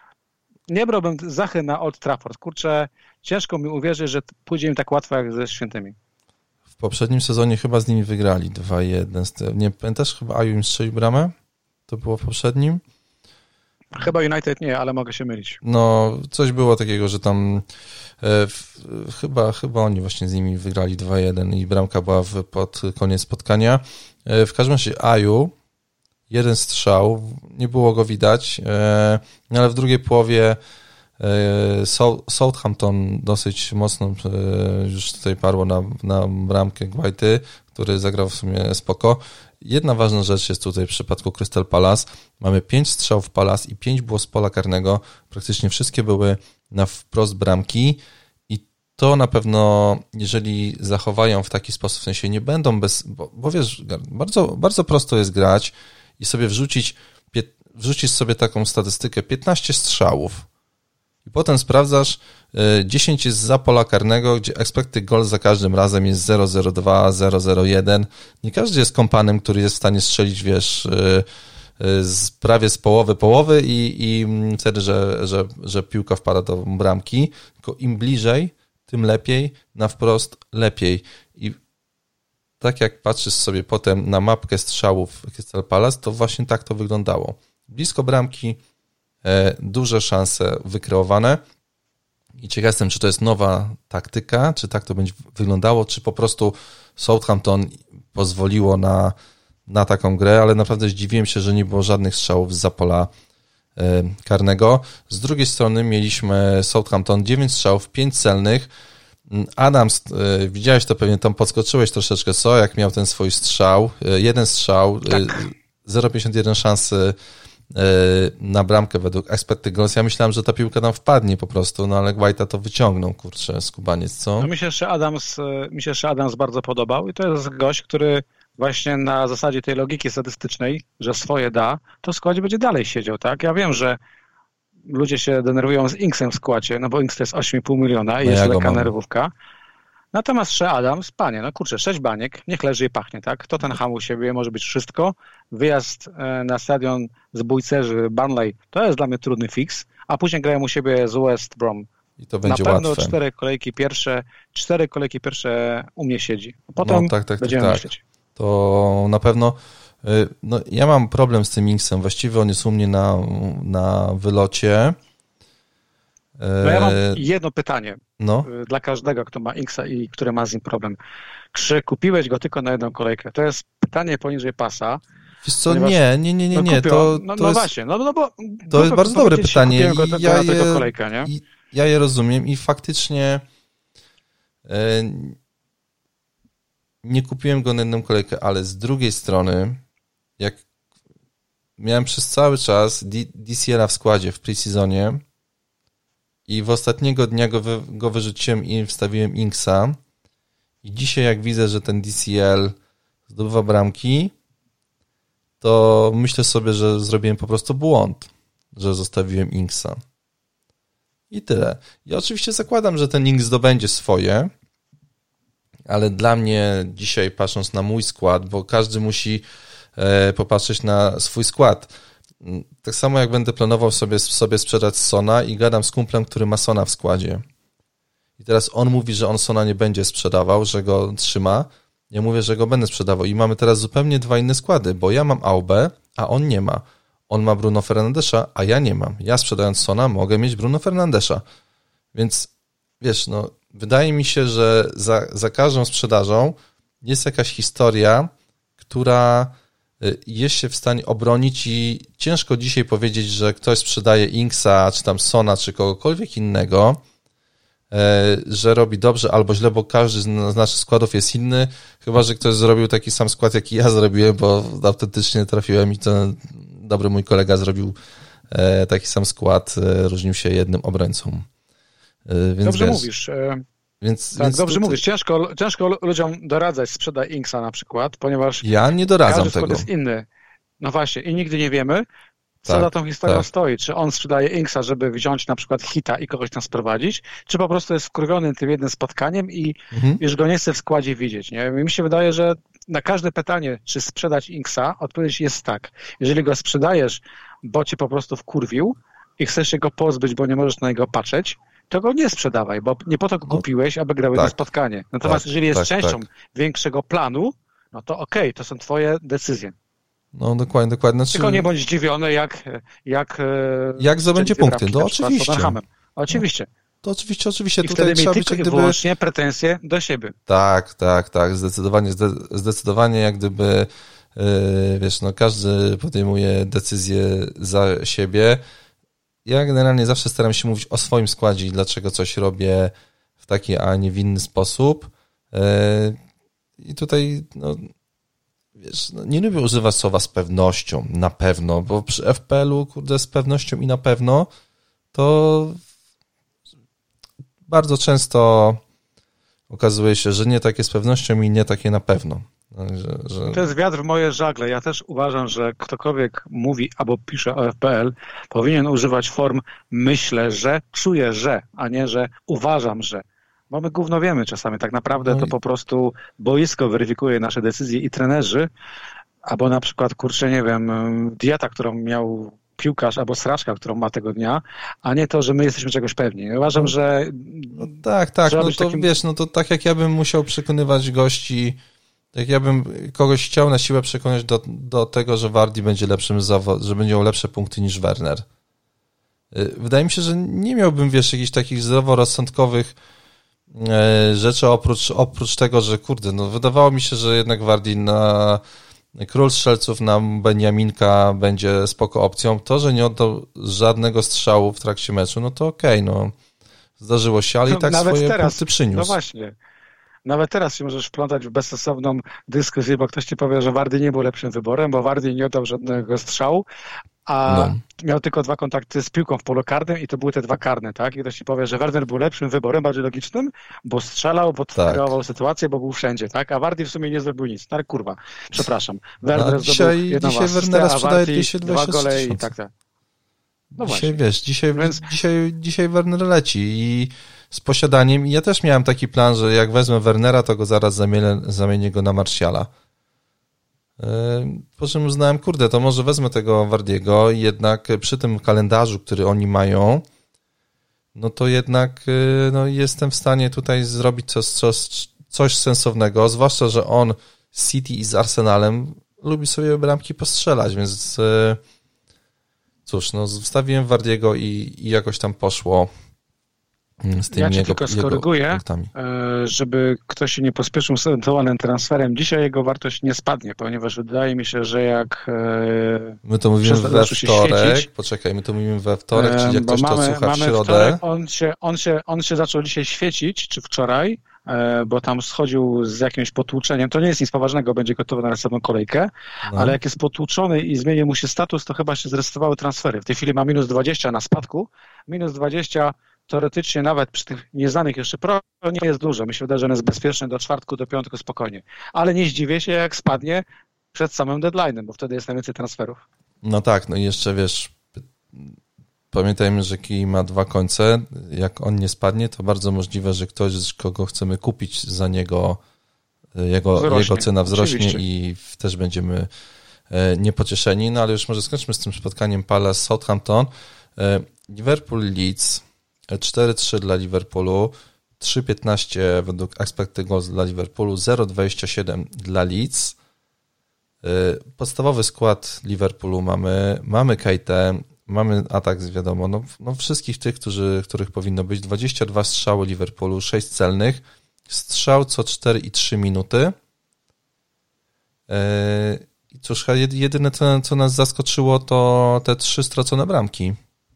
nie brałbym Zachy na Old Trafford. Kurczę, ciężko mi uwierzyć, że pójdzie im tak łatwo jak ze Świętymi. W poprzednim sezonie chyba z nimi wygrali 2-1. Nie pamiętasz, chyba Aju im strzelił bramę? To było w poprzednim? Chyba United nie, ale mogę się mylić. No, coś było takiego, że tam chyba oni właśnie z nimi wygrali 2-1 i bramka była pod koniec spotkania. W każdym razie Aju, jeden strzał, nie było go widać, ale w drugiej połowie Southampton dosyć mocno już tutaj parło na bramkę Guaity, który zagrał w sumie spoko. Jedna ważna rzecz jest tutaj w przypadku Crystal Palace. Mamy 5 strzałów Palace i 5 było z pola karnego. Praktycznie wszystkie były na wprost bramki i to na pewno, jeżeli zachowają w taki sposób, w sensie nie będą bo wiesz, bardzo, bardzo prosto jest grać i sobie wrzucić sobie taką statystykę 15 strzałów i potem sprawdzasz 10 jest za pola karnego, gdzie expected goal za każdym razem jest 0,02, 0,01. Nie każdy jest kompanem, który jest w stanie strzelić, wiesz, prawie z połowy i wtedy, że piłka wpada do bramki, tylko im bliżej, tym lepiej, na wprost lepiej. I tak jak patrzysz sobie potem na mapkę strzałów Crystal Palace, to właśnie tak to wyglądało. Blisko bramki, duże szanse wykreowane i ciekaw jestem, czy to jest nowa taktyka, czy tak to będzie wyglądało, czy po prostu Southampton pozwoliło na taką grę, ale naprawdę zdziwiłem się, że nie było żadnych strzałów zza pola karnego. Z drugiej strony mieliśmy Southampton 9 strzałów, 5 celnych. Adams, widziałeś to pewnie, tam podskoczyłeś troszeczkę, jak miał ten swój strzał. Jeden strzał, tak. 0,51 szansy na bramkę według expected goals. Ja myślałem, że ta piłka tam wpadnie po prostu, no ale White'a to wyciągnął, kurczę, skubaniec, co? No mi się jeszcze Adams bardzo podobał i to jest gość, który właśnie na zasadzie tej logiki statystycznej, że swoje da, to w składzie będzie dalej siedział, tak? Ja wiem, że ludzie się denerwują z Inksem w składzie, no bo Inks to jest 8,5 miliona i jest lekka nerwówka. Natomiast Che Adams, panie, 6 baniek, niech leży i pachnie, tak? Tottenham u siebie może być wszystko. Wyjazd na stadion z bójcerzy Burnley to jest dla mnie trudny fix, a później grają u siebie z West Brom. I to będzie na pewno łatwe. 4 kolejki pierwsze u mnie siedzi. Potem będziemy myśleć. To na pewno. No, ja mam problem z tym Inksem. Właściwie on jest u mnie na wylocie. No ja mam jedno pytanie dla każdego, kto ma Inksa i który ma z nim problem. Czy kupiłeś go tylko na jedną kolejkę? To jest pytanie poniżej pasa. Wiesz co, nie. To jest bardzo dobre pytanie. Ja je rozumiem i faktycznie nie kupiłem go na jedną kolejkę, ale z drugiej strony, jak miałem przez cały czas DCL-a w składzie w pre-seasonie i w ostatniego dnia go wyrzuciłem i wstawiłem Inksa i dzisiaj jak widzę, że ten DCL zdobywa bramki, to myślę sobie, że zrobiłem po prostu błąd, że zostawiłem Inksa. I tyle. Ja oczywiście zakładam, że ten Inks zdobędzie swoje, ale dla mnie dzisiaj, patrząc na mój skład, bo każdy musi popatrzeć na swój skład. Tak samo jak będę planował sobie sprzedać Sona i gadam z kumplem, który ma Sona w składzie. I teraz on mówi, że on Sona nie będzie sprzedawał, że go trzyma. Ja mówię, że go będę sprzedawał. I mamy teraz zupełnie dwa inne składy, bo ja mam Aubę, a on nie ma. On ma Bruno Fernandesza, a ja nie mam. Ja sprzedając Sona mogę mieć Bruno Fernandesza. Więc wiesz, wydaje mi się, że za każdą sprzedażą jest jakaś historia, która jest się w stanie obronić i ciężko dzisiaj powiedzieć, że ktoś sprzedaje Inksa, czy tam Sona, czy kogokolwiek innego, że robi dobrze albo źle, bo każdy z naszych składów jest inny, chyba że ktoś zrobił taki sam skład, jaki ja zrobiłem, bo autentycznie trafiłem i to dobry mój kolega zrobił taki sam skład, różnił się jednym obrońcą. Więc dobrze mówisz. Dobrze mówisz. Ciężko ludziom doradzać sprzedaj Inksa na przykład, ponieważ ja nie doradzam każdy skład tego. jest inny. No właśnie i nigdy nie wiemy, co za tą historią stoi. Czy on sprzedaje Inksa, żeby wziąć na przykład hita i kogoś tam sprowadzić, czy po prostu jest wkurwiony tym jednym spotkaniem i już go nie chce w składzie widzieć. Nie? Mi się wydaje, że na każde pytanie, czy sprzedać Inksa, odpowiedź jest tak. Jeżeli go sprzedajesz, bo cię po prostu wkurwił i chcesz się go pozbyć, bo nie możesz na niego patrzeć, to go nie sprzedawaj, bo nie po to go kupiłeś, aby grały to spotkanie. Natomiast jeżeli jest częścią większego planu, no to okej, to są twoje decyzje. No dokładnie. Znaczy, tylko nie bądź zdziwiony, jak zdobędzie punkty. No oczywiście. Oczywiście. To oczywiście. I tutaj wtedy miej tylko i wyłącznie pretensje do siebie. Tak. Zdecydowanie jak gdyby wiesz, każdy podejmuje decyzję za siebie. Ja generalnie zawsze staram się mówić o swoim składzie i dlaczego coś robię w taki, a nie w inny sposób. I tutaj, wiesz, nie lubię używać słowa z pewnością, na pewno, bo przy FPL-u, z pewnością i na pewno, to bardzo często okazuje się, że nie takie z pewnością i nie takie na pewno. To jest wiatr w moje żagle. Ja też uważam, że ktokolwiek mówi albo pisze o FPL, powinien używać form myślę, że, czuję, że, a nie, że uważam, że. Bo my gówno wiemy czasami. Tak naprawdę to po prostu boisko weryfikuje nasze decyzje i trenerzy, albo na przykład, kurczę, nie wiem, dieta, którą miał piłkarz albo strażka, którą ma tego dnia, a nie to, że my jesteśmy czegoś pewni. Uważam, że... No tak, no to takim... wiesz, no to tak jak ja bym musiał przekonywać gości, jak ja bym kogoś chciał na siłę przekonać do tego, że Vardy będzie lepszym że będzie miał lepsze punkty niż Werner. Wydaje mi się, że nie miałbym, wiesz, jakichś takich zdroworozsądkowych rzeczy oprócz tego, że kurde, no wydawało mi się, że jednak Vardy na król strzelców na Beniaminka będzie spoko opcją. To, że nie oddał żadnego strzału w trakcie meczu, no to okej, no zdarzyło się, ale i tak swoje punkty przyniósł. No właśnie. Nawet teraz się możesz wplątać w bezsensowną dyskusję, bo ktoś ci powie, że Vardy nie był lepszym wyborem, bo Vardy nie oddał żadnego strzału, a miał tylko 2 kontakty z piłką w polu karnym i to były te 2 karne, tak? I ktoś ci powie, że Werner był lepszym wyborem, bardziej logicznym, bo strzelał, bo kreował sytuację, bo był wszędzie, tak? A Vardy w sumie nie zrobił nic. No ale kurwa, przepraszam. Werner zdobył jedną asystę, a Vardy 2 gole i tak. No dzisiaj, wiesz, dzisiaj Werner leci i z posiadaniem. I ja też miałem taki plan, że jak wezmę Wernera, to go zaraz zamienię go na Martiala. Po czym uznałem, kurde, to może wezmę tego Vardiego i jednak przy tym kalendarzu, który oni mają, no to jednak no, jestem w stanie tutaj zrobić coś sensownego, zwłaszcza, że on z City i z Arsenalem lubi sobie bramki postrzelać, więc cóż, no wstawiłem Vardiego i jakoś tam poszło z tymi ja cię tylko skoryguję, żeby ktoś się nie pospieszył z ewentualnym transferem. Dzisiaj jego wartość nie spadnie, ponieważ wydaje mi się, że jak my to mówimy we wtorek, poczekaj, my to mówimy we wtorek, czyli jak ktoś to słucha w środę. Wtorek, on się zaczął dzisiaj świecić, czy wczoraj, bo tam schodził z jakimś potłuczeniem. To nie jest nic poważnego, będzie gotowy na następną kolejkę, ale jak jest potłuczony i zmieni mu się status, to chyba się zresetowały transfery. W tej chwili ma minus 20 na spadku, minus 20 teoretycznie nawet przy tych nieznanych jeszcze nie jest dużo. Mi się wydaje, że on jest bezpieczny do czwartku, do piątku spokojnie. Ale nie zdziwię się, jak spadnie przed samym deadline'em, bo wtedy jest najwięcej transferów. No tak, no i jeszcze wiesz, pamiętajmy, że kij ma 2 końce. Jak on nie spadnie, to bardzo możliwe, że ktoś, kogo chcemy kupić za niego, jego cena wzrośnie. Oczywiście. I też będziemy niepocieszeni. No ale już może skończmy z tym spotkaniem Palace Southampton. Liverpool-Leeds 4-3 dla Liverpoolu, 3-15 według expected goals dla Liverpoolu, 0-27 dla Leeds. Podstawowy skład Liverpoolu mamy Keitę, mamy atak, wiadomo, no wszystkich tych, których powinno być. 22 strzały Liverpoolu, 6 celnych, strzał co 4,3 minuty. I cóż, jedyne co nas zaskoczyło, to te 3 stracone bramki.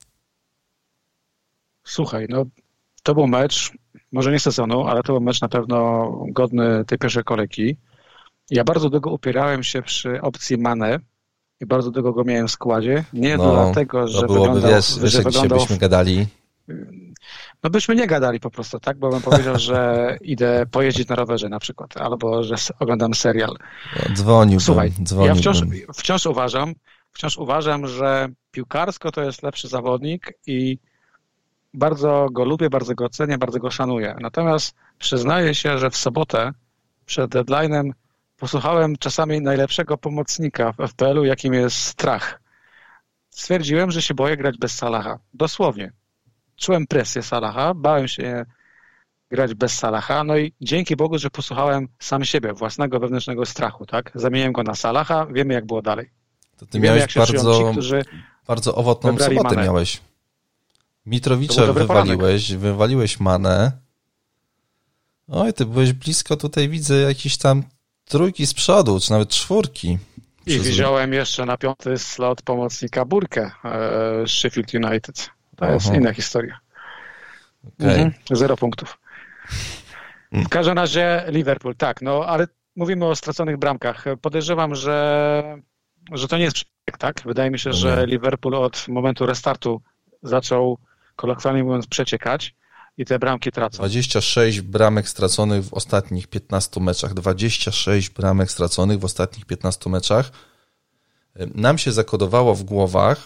Słuchaj, no to był mecz, może nie sezonu, ale to był mecz na pewno godny tej pierwszej kolejki. Ja bardzo długo upierałem się przy opcji Mane i bardzo długo go miałem w składzie. Nie dlatego, że wyglądał... Wiesz, jak dzisiaj byśmy gadali. No byśmy nie gadali po prostu, tak? Bo bym powiedział, że idę pojeździć na rowerze na przykład, albo że oglądam serial. Dzwoniłbym. Słuchaj, ja wciąż uważam, że piłkarsko to jest lepszy zawodnik i bardzo go lubię, bardzo go cenię, bardzo go szanuję. Natomiast przyznaję się, że w sobotę przed deadline'em posłuchałem czasami najlepszego pomocnika w FPL-u, jakim jest strach. Stwierdziłem, że się boję grać bez Salaha. Dosłownie. Czułem presję Salaha, bałem się grać bez Salaha, no i dzięki Bogu, że posłuchałem sam siebie, własnego wewnętrznego strachu, tak? Zamieniłem go na Salaha, wiemy jak było dalej. To ty miałeś bardzo owocną sobotę miałeś. Mitrowicza wywaliłeś Manę. Oj, ty byłeś blisko, tutaj widzę jakieś tam 3 z przodu, czy nawet 4. I wziąłem jeszcze na 5. slot pomocnika Burkę z Sheffield United. To jest inna historia. Okay. 0 punktów. W każdym razie Liverpool, tak, no ale mówimy o straconych bramkach. Podejrzewam, że to nie jest przypadek, tak? Wydaje mi się, że Liverpool od momentu restartu zaczął, kolokwialnie mówiąc, przeciekać i te bramki tracą. 26 bramek straconych w ostatnich 15 meczach. 26 bramek straconych w ostatnich 15 meczach. Nam się zakodowało w głowach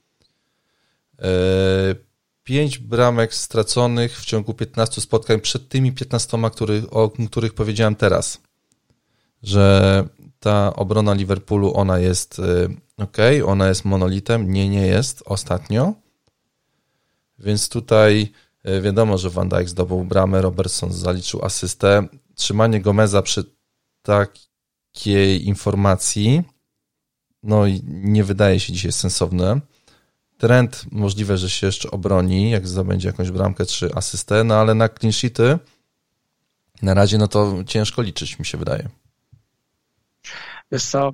5 bramek straconych w ciągu 15 spotkań przed tymi 15, o których powiedziałem teraz. Że ta obrona Liverpoolu, ona jest okej, ona jest monolitem. Nie jest ostatnio. Więc tutaj wiadomo, że Van Dijk zdobył bramę, Robertson zaliczył asystę. Trzymanie Gomeza przy takiej informacji no i nie wydaje się dzisiaj sensowne. Trent możliwe, że się jeszcze obroni, jak zdobędzie jakąś bramkę czy asystę, no ale na clean sheety na razie no to ciężko liczyć, mi się wydaje. Wiesz co,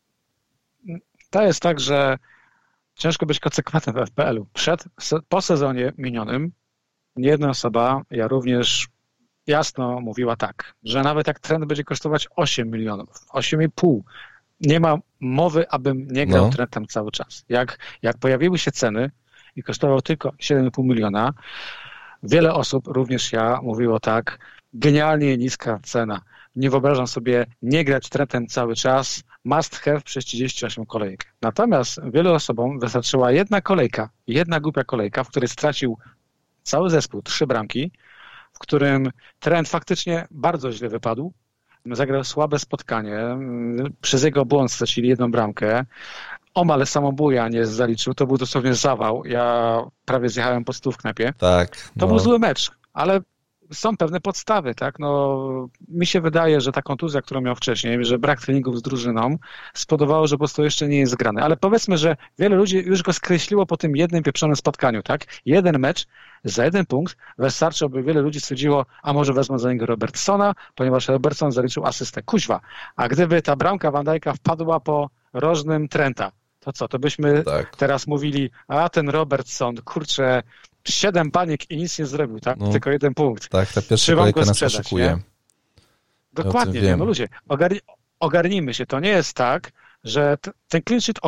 to jest tak, że ciężko być konsekwentnym w FPL-u. Po sezonie minionym jedna osoba, ja również jasno mówiła tak, że nawet jak Trent będzie kosztować 8 milionów, 8,5, nie ma mowy, abym nie grał Trentem cały czas. Jak pojawiły się ceny i kosztował tylko 7,5 miliona, wiele osób, również ja, mówiło tak, genialnie niska cena. Nie wyobrażam sobie nie grać Trentem cały czas, must have przez 38 kolejek. Natomiast wielu osobom wystarczyła jedna głupia kolejka, w której stracił cały zespół 3 bramki, w którym Trent faktycznie bardzo źle wypadł, zagrał słabe spotkanie, przez jego błąd stracili 1 bramkę, omal samobuja nie zaliczył, to był dosłownie zawał, ja prawie zjechałem po stół w knajpie. Tak. To był zły mecz, ale są pewne podstawy, tak? No, mi się wydaje, że ta kontuzja, którą miał wcześniej, że brak treningów z drużyną spowodowało, że po prostu jeszcze nie jest grany. Ale powiedzmy, że wiele ludzi już go skreśliło po tym jednym pieprzonym spotkaniu, tak? Jeden mecz za 1 punkt wystarczy, aby wiele ludzi stwierdziło, a może wezmą za niego Robertsona, ponieważ Robertson zaliczył asystę. Kuźwa. A gdyby ta bramka Van Dijk'a wpadła po rożnym Trenta, to co? To byśmy teraz mówili, a ten Robertson, kurczę, 7 baniek i nic nie zrobił, tak? No, tylko 1 punkt. Tak, ta pierwsza kolejka nas oszukuje. Dokładnie, nie? No ludzie, ogarnijmy się. To nie jest tak, że ten clean sheet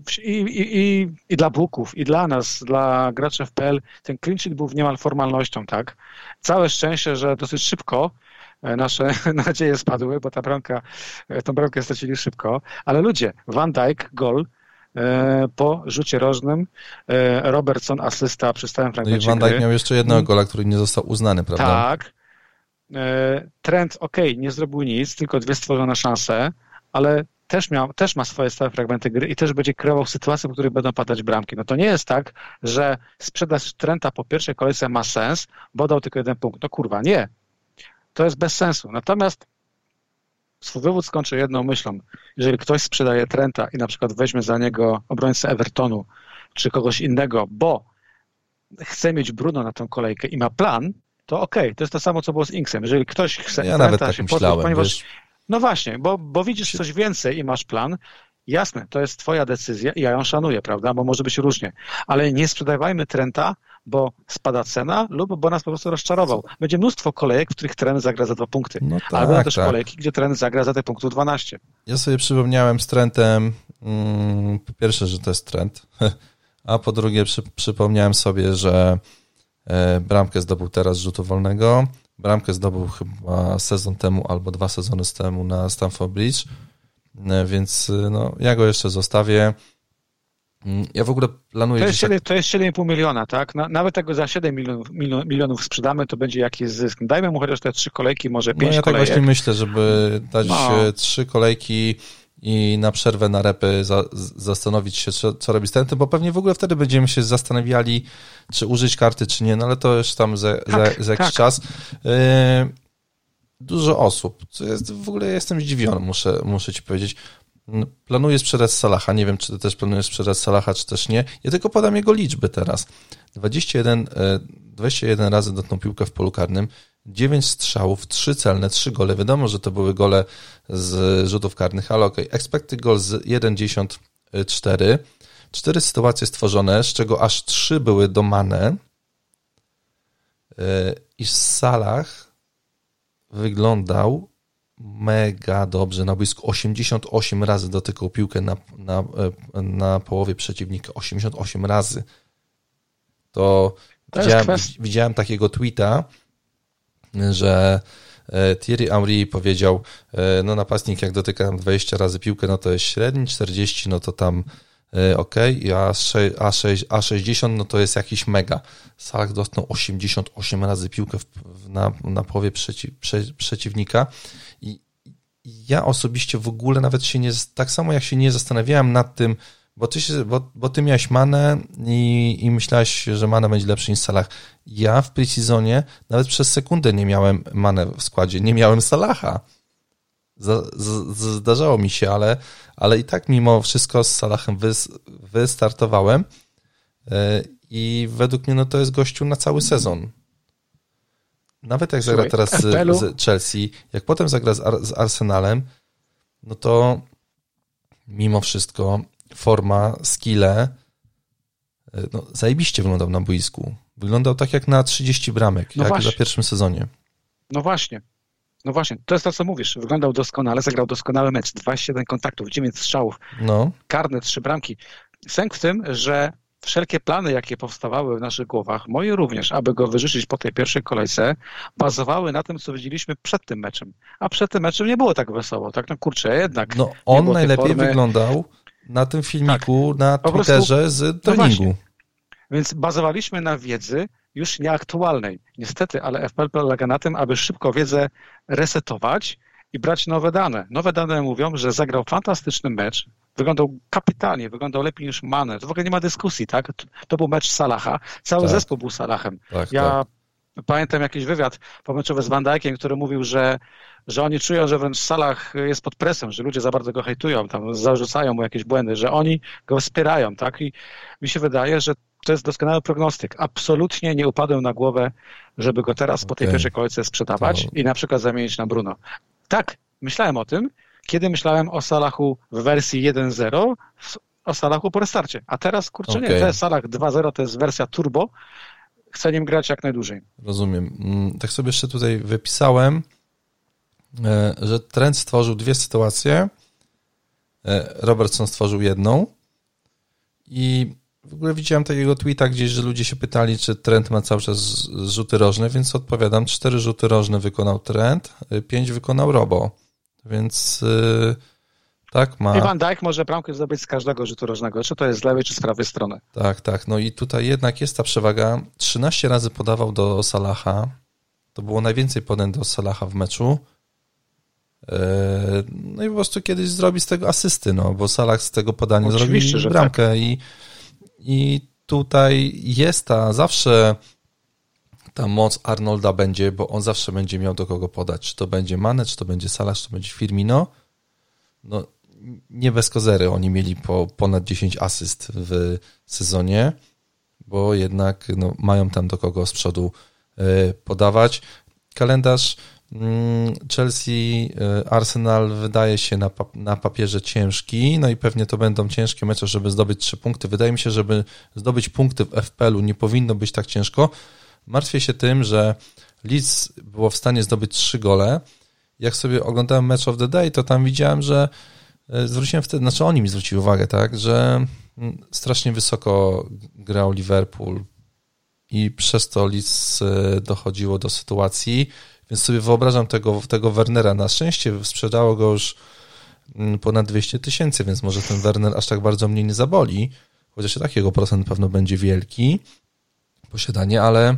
i dla booków, i dla nas, dla graczy FPL, ten clean sheet był niemal formalnością, tak? Całe szczęście, że dosyć szybko nasze nadzieje spadły, bo tą bramkę stracili szybko, ale ludzie, Van Dijk, gol, po rzucie rożnym, Robertson asysta przy stałym fragmencie Van Dijk miał jeszcze jednego gola, który nie został uznany, prawda? Tak. Trent, nie zrobił nic, tylko 2 stworzone szanse, ale też ma swoje stałe fragmenty gry i też będzie kreował sytuacje, w których będą padać bramki. No to nie jest tak, że sprzedaż Trenta po pierwszej kolejce ma sens, bo dał tylko 1 punkt. No kurwa, nie. To jest bez sensu. Natomiast swój wywód skończę jedną myślą. Jeżeli ktoś sprzedaje Trenta i na przykład weźmie za niego obrońcę Evertonu czy kogoś innego, bo chce mieć Bruno na tą kolejkę i ma plan, to okej, to jest to samo, co było z Inksem. Jeżeli ktoś chce ja nawet tak myślałem, ponieważ... No właśnie, bo widzisz coś więcej i masz plan, jasne, to jest twoja decyzja i ja ją szanuję, prawda, bo może być różnie, ale nie sprzedawajmy Trenta, bo spada cena lub bo nas po prostu rozczarował. Będzie mnóstwo kolejek, w których Trent zagra za 2 punkty. No tak, albo też kolejki, gdzie Trent zagra za tych punktów 12. Ja sobie przypomniałem z Trentem, po pierwsze, że to jest Trent, a po drugie przypomniałem sobie, że bramkę zdobył teraz z rzutu wolnego, bramkę zdobył chyba sezon temu albo 2 sezony temu na Stamford Bridge, więc no, ja go jeszcze zostawię. Ja w ogóle planuję... To jest 7,5 miliona, tak? Nawet tego za 7 milionów sprzedamy, to będzie jakiś zysk. Dajmy mu chociaż te 3 kolejki, może 5 kolejek. Ja tak właśnie myślę, żeby dać 3 kolejki i na przerwę, na repy zastanowić się, co robić z Trentem, bo pewnie w ogóle wtedy będziemy się zastanawiali, czy użyć karty, czy nie, no ale to już tam za jakiś czas. Dużo osób, co jest, w ogóle jestem zdziwiony, muszę ci powiedzieć. Planuję sprzedać Salaha, nie wiem, czy ty też planujesz sprzedać Salaha, czy też nie. Ja tylko podam jego liczby teraz. 21 razy dotknął piłkę w polu karnym, 9 strzałów, 3 celne, 3 gole. Wiadomo, że to były gole z rzutów karnych, ale okej. Expected goal z 1,4. 4 sytuacje stworzone, z czego aż 3 były do Mane. I Salah wyglądał mega dobrze. Na boisku 88 razy dotykał piłkę na połowie przeciwnika. 88 razy. To widziałem takiego tweeta, że Thierry Henry powiedział, no napastnik jak dotyka 20 razy piłkę, no to jest średni, 40, no to tam okej, a 60, no to jest jakiś mega. Salah dotknął 88 razy piłkę na połowie przeciwnika i ja osobiście w ogóle nawet się nie, tak samo jak się nie zastanawiałem nad tym, bo ty miałeś Manę i myślałeś, że Mana będzie lepszy niż Salah. Ja w pre-seasonie nawet przez sekundę nie miałem Manę w składzie, nie miałem Salaha. Zdarzało mi się, ale i tak mimo wszystko z Salahem wystartowałem i według mnie to jest gościu na cały sezon. Nawet jak zagra teraz z Chelsea, jak potem zagra z Arsenalem, no to mimo wszystko forma, skille, no zajebiście wyglądał na boisku. Wyglądał tak jak na 30 bramek, jak w pierwszym sezonie. No właśnie, to jest to, co mówisz. Wyglądał doskonale, zagrał doskonały mecz, 27 kontaktów, 9 strzałów, karne 3 bramki. Sęk w tym, że wszelkie plany, jakie powstawały w naszych głowach, moje również, aby go wyrzucić po tej pierwszej kolejce, bazowały na tym, co widzieliśmy przed tym meczem. A przed tym meczem nie było tak wesoło. Tak, no kurczę, jednak. No on najlepiej wyglądał na tym filmiku, na Twitterze z treningu. No więc bazowaliśmy na wiedzy już nieaktualnej. Niestety, ale FPL polega na tym, aby szybko wiedzę resetować i brać nowe dane. Nowe dane mówią, że zagrał fantastyczny mecz, wyglądał kapitalnie, wyglądał lepiej niż Mane. To w ogóle nie ma dyskusji, tak? To był mecz Salaha. Cały zespół był Salahem. Pamiętam jakiś wywiad pomeczowy z Van Dijkiem, który mówił, że oni czują, że wręcz Salah jest pod presją, że ludzie za bardzo go hejtują, tam zarzucają mu jakieś błędy, że oni go wspierają, tak? I mi się wydaje, że to jest doskonały prognostyk. Absolutnie nie upadłem na głowę, żeby go teraz po tej pierwszej kolejce sprzedawać i na przykład zamienić na Bruno. Tak, myślałem o tym, kiedy myślałem o Salahu w wersji 1.0, o Salahu po restarcie. A teraz, kurczę, nie, to jest Salah 2.0, to jest wersja turbo. Chcę nim grać jak najdłużej. Rozumiem. Tak sobie jeszcze tutaj wypisałem, że Trent stworzył 2 sytuacje, Robertson stworzył 1 i w ogóle widziałem takiego tweeta gdzieś, że ludzie się pytali, czy Trent ma cały czas rzuty rożne, więc odpowiadam, 4 rzuty rożne wykonał Trent, 5 wykonał Robo, więc tak ma. I Van Dijk może bramkę zdobyć z każdego rzutu rożnego, czy to jest z lewej, czy z prawej strony. Tak. No i tutaj jednak jest ta przewaga. 13 razy podawał do Salaha. To było najwięcej podań do Salaha w meczu. No i po prostu kiedyś zrobi z tego asysty, bo Salah z tego podania zrobi bramkę. Tak. I tutaj jest zawsze ta moc Arnolda będzie, bo on zawsze będzie miał do kogo podać. Czy to będzie Mane, czy to będzie Salah, czy to będzie Firmino. No nie bez kozery oni mieli ponad 10 asyst w sezonie, bo jednak mają tam do kogo z przodu podawać. Kalendarz Chelsea, Arsenal wydaje się na papierze ciężki, no i pewnie to będą ciężkie mecze, żeby zdobyć 3 punkty. Wydaje mi się, żeby zdobyć punkty w FPL-u nie powinno być tak ciężko. Martwię się tym, że Leeds było w stanie zdobyć 3 gole. Jak sobie oglądałem Match of the Day, to tam widziałem, że zwróciłem wtedy, oni mi zwrócili uwagę, tak, że strasznie wysoko grał Liverpool i przez to Leeds dochodziło do sytuacji, więc sobie wyobrażam tego Wernera. Na szczęście sprzedało go już ponad 200 000, więc może ten Werner aż tak bardzo mnie nie zaboli, chociaż i takiego procent pewno będzie wielki posiadanie, ale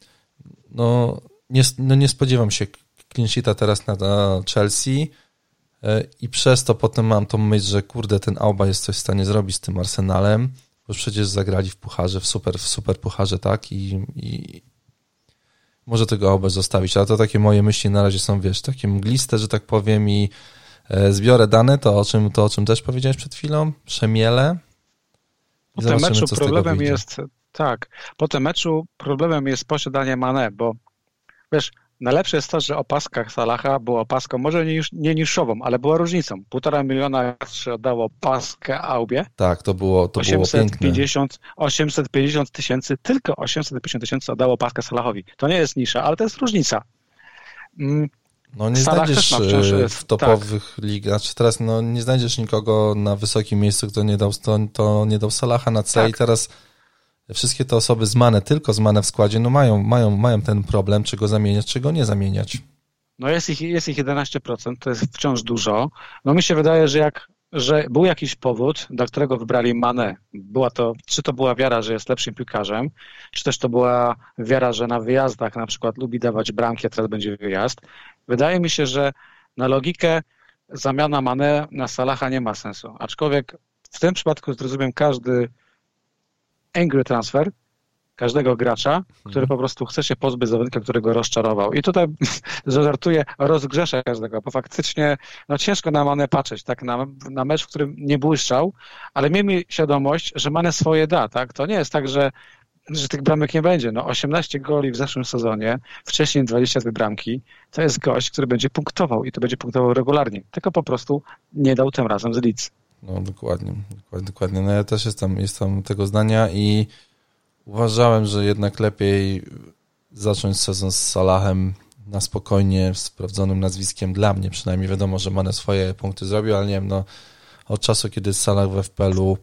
nie spodziewam się clean sheeta teraz na Chelsea i przez to potem mam tą myśl, że kurde, ten Auba jest coś w stanie zrobić z tym Arsenalem, bo przecież zagrali w pucharze, w super pucharze, tak? I może tego Aubę zostawić, ale to takie moje myśli na razie są, takie mgliste, że tak powiem, i zbiorę dane, to o czym też powiedziałeś przed chwilą, przemielę. Po tym meczu problemem jest, po tym meczu problemem jest posiadanie Mané, bo najlepsze jest to, że opaska Salaha była opaską, może nie niższową, ale była różnicą. 1,5 miliona oddało opaskę Aubie. Tak, to było piękne. 850 000, tylko 850 000 oddało opaskę Salahowi. To nie jest nisza, ale to jest różnica. Nie znajdziesz w topowych ligach, teraz nie znajdziesz nikogo na wysokim miejscu, kto nie dał Salaha na C i teraz wszystkie te osoby z Mane, tylko z Mane w składzie, mają ten problem, czy go zamieniać, czy go nie zamieniać. Jest ich 11%, to jest wciąż dużo. Mi się wydaje, że był jakiś powód, dla którego wybrali Mane. Czy to była wiara, że jest lepszym piłkarzem, czy też to była wiara, że na wyjazdach na przykład lubi dawać bramki, a teraz będzie wyjazd. Wydaje mi się, że na logikę zamiana Mane na Salaha nie ma sensu. Aczkolwiek w tym przypadku zrozumiem każdy angry transfer, każdego gracza, który po prostu chce się pozbyć zawodnika, którego rozczarował. I tutaj, że żartuję, rozgrzeszę każdego, bo faktycznie ciężko na Mane patrzeć, tak, na mecz, w którym nie błyszczał, ale miejmy świadomość, że Mane swoje da, tak? To nie jest tak, że tych bramek nie będzie. 18 goli w zeszłym sezonie, wcześniej 22 bramki, to jest gość, który będzie punktował i to będzie punktował regularnie. Tylko po prostu nie dał tym razem z Leeds. No dokładnie. No ja też jestem tego zdania i uważałem, że jednak lepiej zacząć sezon z Salahem na spokojnie, sprawdzonym nazwiskiem dla mnie. Przynajmniej wiadomo, że Mane swoje punkty zrobił, ale nie wiem, od czasu, kiedy Salah w FPL-u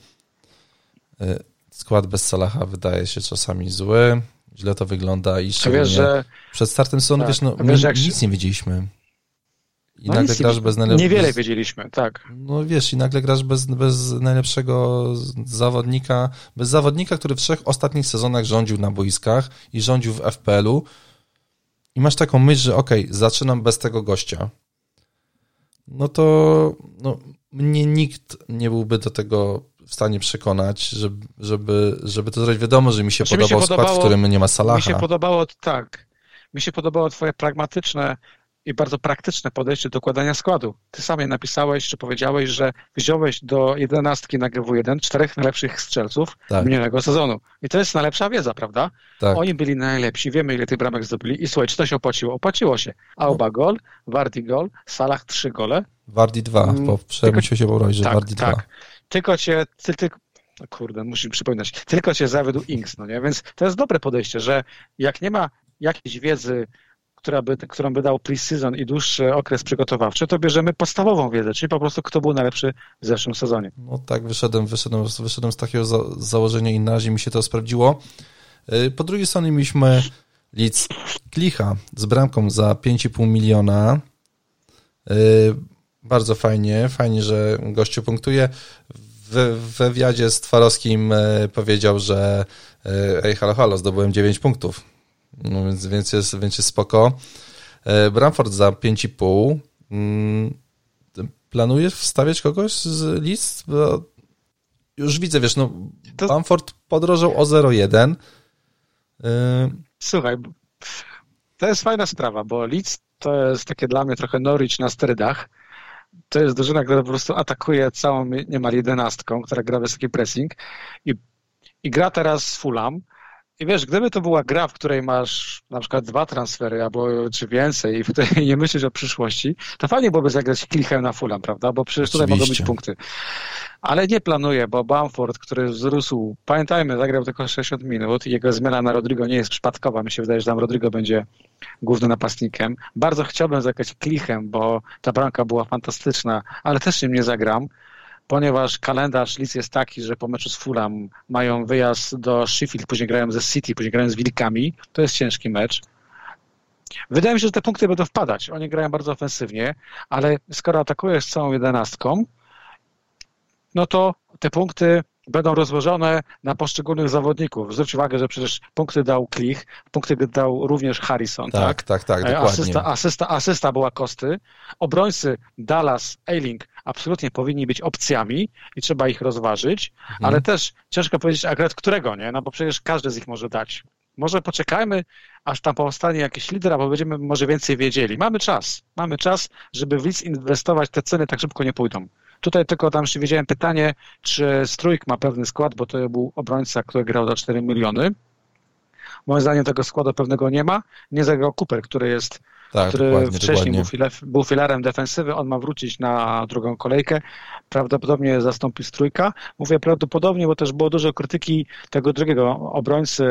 skład bez Salaha wydaje się czasami zły, źle to wygląda i szczególnie że przed startem sezonu, tak, nic nie wiedzieliśmy. I nagle grasz bez niewiele wiedzieliśmy, tak. No wiesz, i nagle grasz bez najlepszego zawodnika, bez zawodnika, który w 3 ostatnich sezonach rządził na boiskach i rządził w FPL-u i masz taką myśl, że zaczynam bez tego gościa. No to mnie nikt nie byłby do tego w stanie przekonać, żeby to zrobić. Wiadomo, że mi się podobał skład, w którym nie ma Salaha. Mi się podobało twoje pragmatyczne i bardzo praktyczne podejście do układania składu. Ty sam je napisałeś, czy powiedziałeś, że wziąłeś do 11 na GW1 4 najlepszych strzelców minionego sezonu. I to jest najlepsza wiedza, prawda? Tak. Oni byli najlepsi, wiemy ile tych bramek zdobyli i słuchaj, czy to się opłaciło? Opłaciło się. Auba gol, Vardy gol, Salah 3 gole. Vardy 2, bo musiał się pobrać, że Vardy 2. Tak. Muszę przypominać. Tylko cię zawiódł Ings, no nie? Więc to jest dobre podejście, że jak nie ma jakiejś wiedzy, którą by dał pre-season i dłuższy okres przygotowawczy, to bierzemy podstawową wiedzę, czyli po prostu kto był najlepszy w zeszłym sezonie. No tak, wyszedłem z takiego założenia i na razie mi się to sprawdziło. Po drugiej stronie mieliśmy Leeds Klicha z bramką za 5,5 miliona. Bardzo fajnie, że gościu punktuje. W wywiadzie z Twarowskim powiedział, że halo, zdobyłem 9 punktów. No więc jest spoko. Bramford za 5,5. Planujesz wstawiać kogoś z list? Bo już widzę, Bamford podrożał o 0,1. Słuchaj, to jest fajna sprawa, bo Leeds to jest takie dla mnie trochę Norwich na sterydach. To jest drużyna, która po prostu atakuje całą niemal 11, która gra wysoki pressing i gra teraz z Fulham. I wiesz, gdyby to była gra, w której masz na przykład 2 transfery albo czy więcej i w której nie myślisz o przyszłości, to fajnie byłoby zagrać Klichem na Fulham, prawda? Bo przecież tutaj mogą być punkty. Ale nie planuję, bo Bamford, który wzrósł, pamiętajmy, zagrał tylko 60 minut i jego zmiana na Rodrigo nie jest przypadkowa. Mi się wydaje, że tam Rodrigo będzie głównym napastnikiem. Bardzo chciałbym zagrać Klichem, bo ta bramka była fantastyczna, ale też nim nie zagram, ponieważ kalendarz Leeds jest taki, że po meczu z Fulham mają wyjazd do Sheffield, później grają ze City, później grają z Wilkami. To jest ciężki mecz. Wydaje mi się, że te punkty będą wpadać. Oni grają bardzo ofensywnie, ale skoro atakujesz całą 11, no to te punkty będą rozłożone na poszczególnych zawodników. Zwróć uwagę, że przecież punkty dał Klich, punkty dał również Harrison. Tak, dokładnie. Asysta była Kosty. Obrońcy Dallas, Ayling absolutnie powinni być opcjami i trzeba ich rozważyć, ale też ciężko powiedzieć akurat którego, nie? No bo przecież każdy z nich może dać. Może poczekajmy, aż tam powstanie jakiś lider, bo będziemy może więcej wiedzieli. Mamy czas, żeby w Leeds inwestować, te ceny tak szybko nie pójdą. Tutaj tylko tam jeszcze wiedziałem pytanie, czy Strójk ma pewny skład, bo to był obrońca, który grał za 4 miliony. Moim zdaniem tego składu pewnego nie ma. Nie zagrał Cooper, który wcześniej był filarem defensywy. On ma wrócić na drugą kolejkę. Prawdopodobnie zastąpi Strójka. Mówię prawdopodobnie, bo też było dużo krytyki tego drugiego obrońcy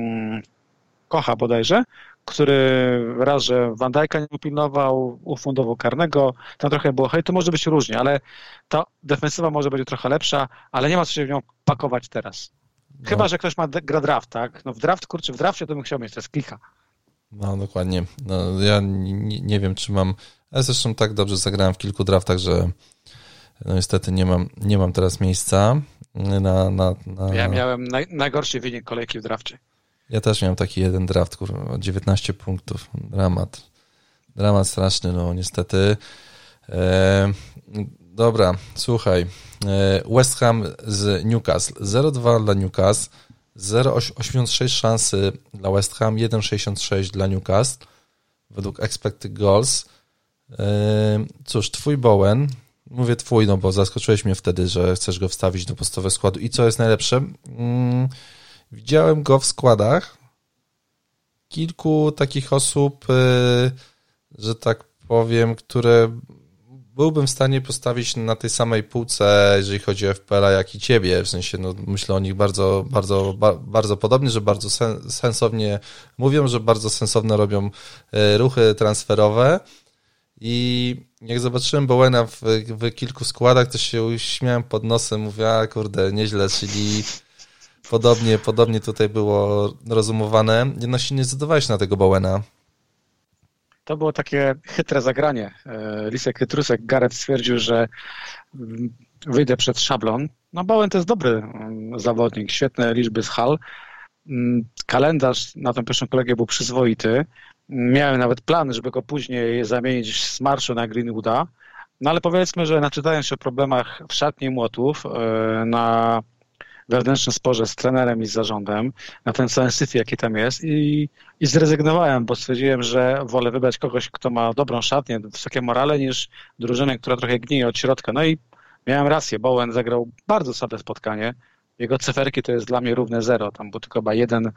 Kocha bodajże, który raz, że Van Dijk'a nie upilnował, ufundował karnego, tam trochę było to może być różnie, ale ta defensywa może być trochę lepsza, ale nie ma co się w nią pakować teraz. Chyba, że ktoś gra draft, tak? No w drafcie to bym chciał mieć, to jest Klicha. No dokładnie. No, ja nie wiem, czy mam, ale zresztą tak dobrze zagrałem w kilku draftach, że no niestety nie mam teraz miejsca na... Ja miałem najgorszy wynik kolejki w drafcie. Ja też miałem taki jeden draft, 19 punktów. Dramat straszny, no niestety. Dobra, słuchaj. West Ham z Newcastle. 0,2 dla Newcastle, 0,86 szansy dla West Ham, 1,66 dla Newcastle według expected goals. Cóż, twój Bowen, mówię twój, no bo zaskoczyłeś mnie wtedy, że chcesz go wstawić do podstawowego składu. I co jest najlepsze? Widziałem go w składach kilku takich osób, że tak powiem, które byłbym w stanie postawić na tej samej półce, jeżeli chodzi o FPL-a, jak i ciebie. W sensie, no, myślę o nich bardzo podobnie, że bardzo sensownie mówią, że bardzo sensowne robią ruchy transferowe. I jak zobaczyłem Bowena w kilku składach, to się uśmiałem pod nosem, mówię, a kurde, nieźle, czyli podobnie tutaj było rozumowane. Jednak się nie zdecydowałeś na tego Bowena. To było takie chytre zagranie. Lisek Chytrusek, Gareth stwierdził, że wyjdę przed szablon. No Bowen to jest dobry zawodnik, świetne liczby z Hull. Kalendarz na tą pierwszą kolegę był przyzwoity. Miałem nawet plan, żeby go później zamienić z marszu na Greenwooda. No ale powiedzmy, że naczytałem się o problemach w szatni Młotów, na wewnętrznym sporze z trenerem i z zarządem, na ten całym syfie, jaki tam jest i zrezygnowałem, bo stwierdziłem, że wolę wybrać kogoś, kto ma dobrą szatnię, wysokie morale, niż drużynę, która trochę gnije od środka. No i miałem rację, Bowen zagrał bardzo słabe spotkanie. Jego cyferki to jest dla mnie równe 0. Tam był tylko chyba jeden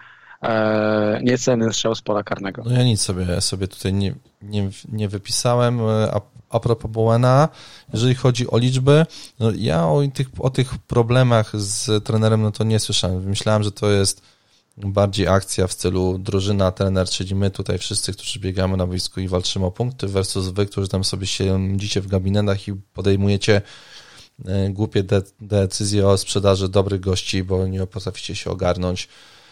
niecelny strzał z pola karnego. No ja nic sobie tutaj nie wypisałem. A propos Bowena, jeżeli chodzi o liczby, no ja o tych problemach z trenerem no to nie słyszałem. Myślałem, że to jest bardziej akcja w stylu drużyna, trener, czyli my tutaj wszyscy, którzy biegamy na boisku i walczymy o punkty versus wy, którzy tam sobie siedzicie w gabinetach i podejmujecie głupie decyzje o sprzedaży dobrych gości, bo nie potraficie się ogarnąć.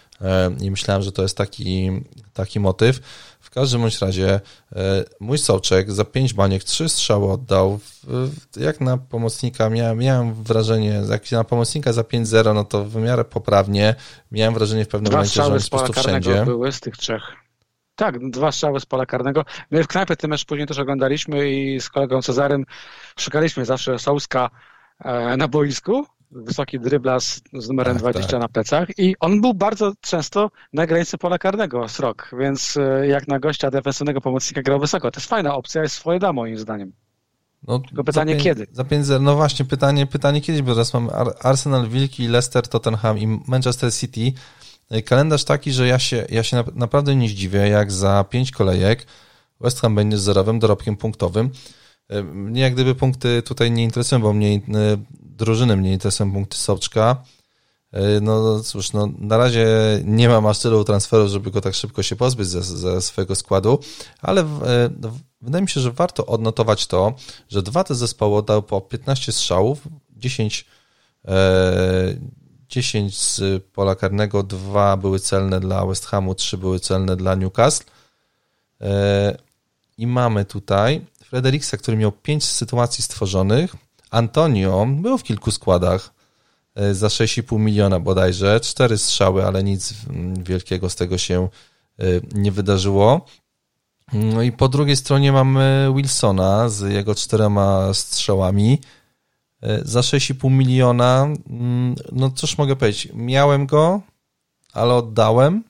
I myślałem, że to jest taki motyw. W każdym bądź razie mój Sołczek za 5 baniek 3 strzały oddał. Jak na pomocnika miałem wrażenie, jak na pomocnika za 5-0, no to w miarę poprawnie. Miałem wrażenie w pewnym momencie, że on jest po prostu wszędzie. Były z tych 3. Tak, 2 strzały z pola karnego. My w knajpie ten mecz później też oglądaliśmy i z kolegą Cezarym szukaliśmy zawsze Sołska na boisku. Wysoki dryblas z numerem 20 na plecach i on był bardzo często na granicy pola karnego Srok, więc jak na gościa defensywnego pomocnika grał wysoko. To jest fajna opcja, jest swoje da moim zdaniem. No, tylko pytanie kiedy? Za 5-0, no właśnie, pytanie kiedy, bo teraz mamy Arsenal, Wilki, Leicester, Tottenham i Manchester City. Kalendarz taki, że ja się naprawdę nie zdziwię, jak za 5 kolejek West Ham będzie z zerowym dorobkiem punktowym. Mnie jak gdyby punkty tutaj nie interesują, bo drużyny mnie interesują punkty Sołczka. No cóż, no na razie nie mam aż tylu transferów, żeby go tak szybko się pozbyć ze swojego składu, ale wydaje mi się, że warto odnotować to, że 2 te zespoły oddały po 15 strzałów, 10 z pola karnego, 2 były celne dla West Hamu, 3 były celne dla Newcastle. I mamy tutaj Frederiksa, który miał 5 sytuacji stworzonych. Antonio był w kilku składach za 6,5 miliona bodajże. 4 strzały, ale nic wielkiego z tego się nie wydarzyło. No i po drugiej stronie mamy Wilsona z jego 4 strzałami za 6,5 miliona. No cóż mogę powiedzieć, miałem go, ale oddałem,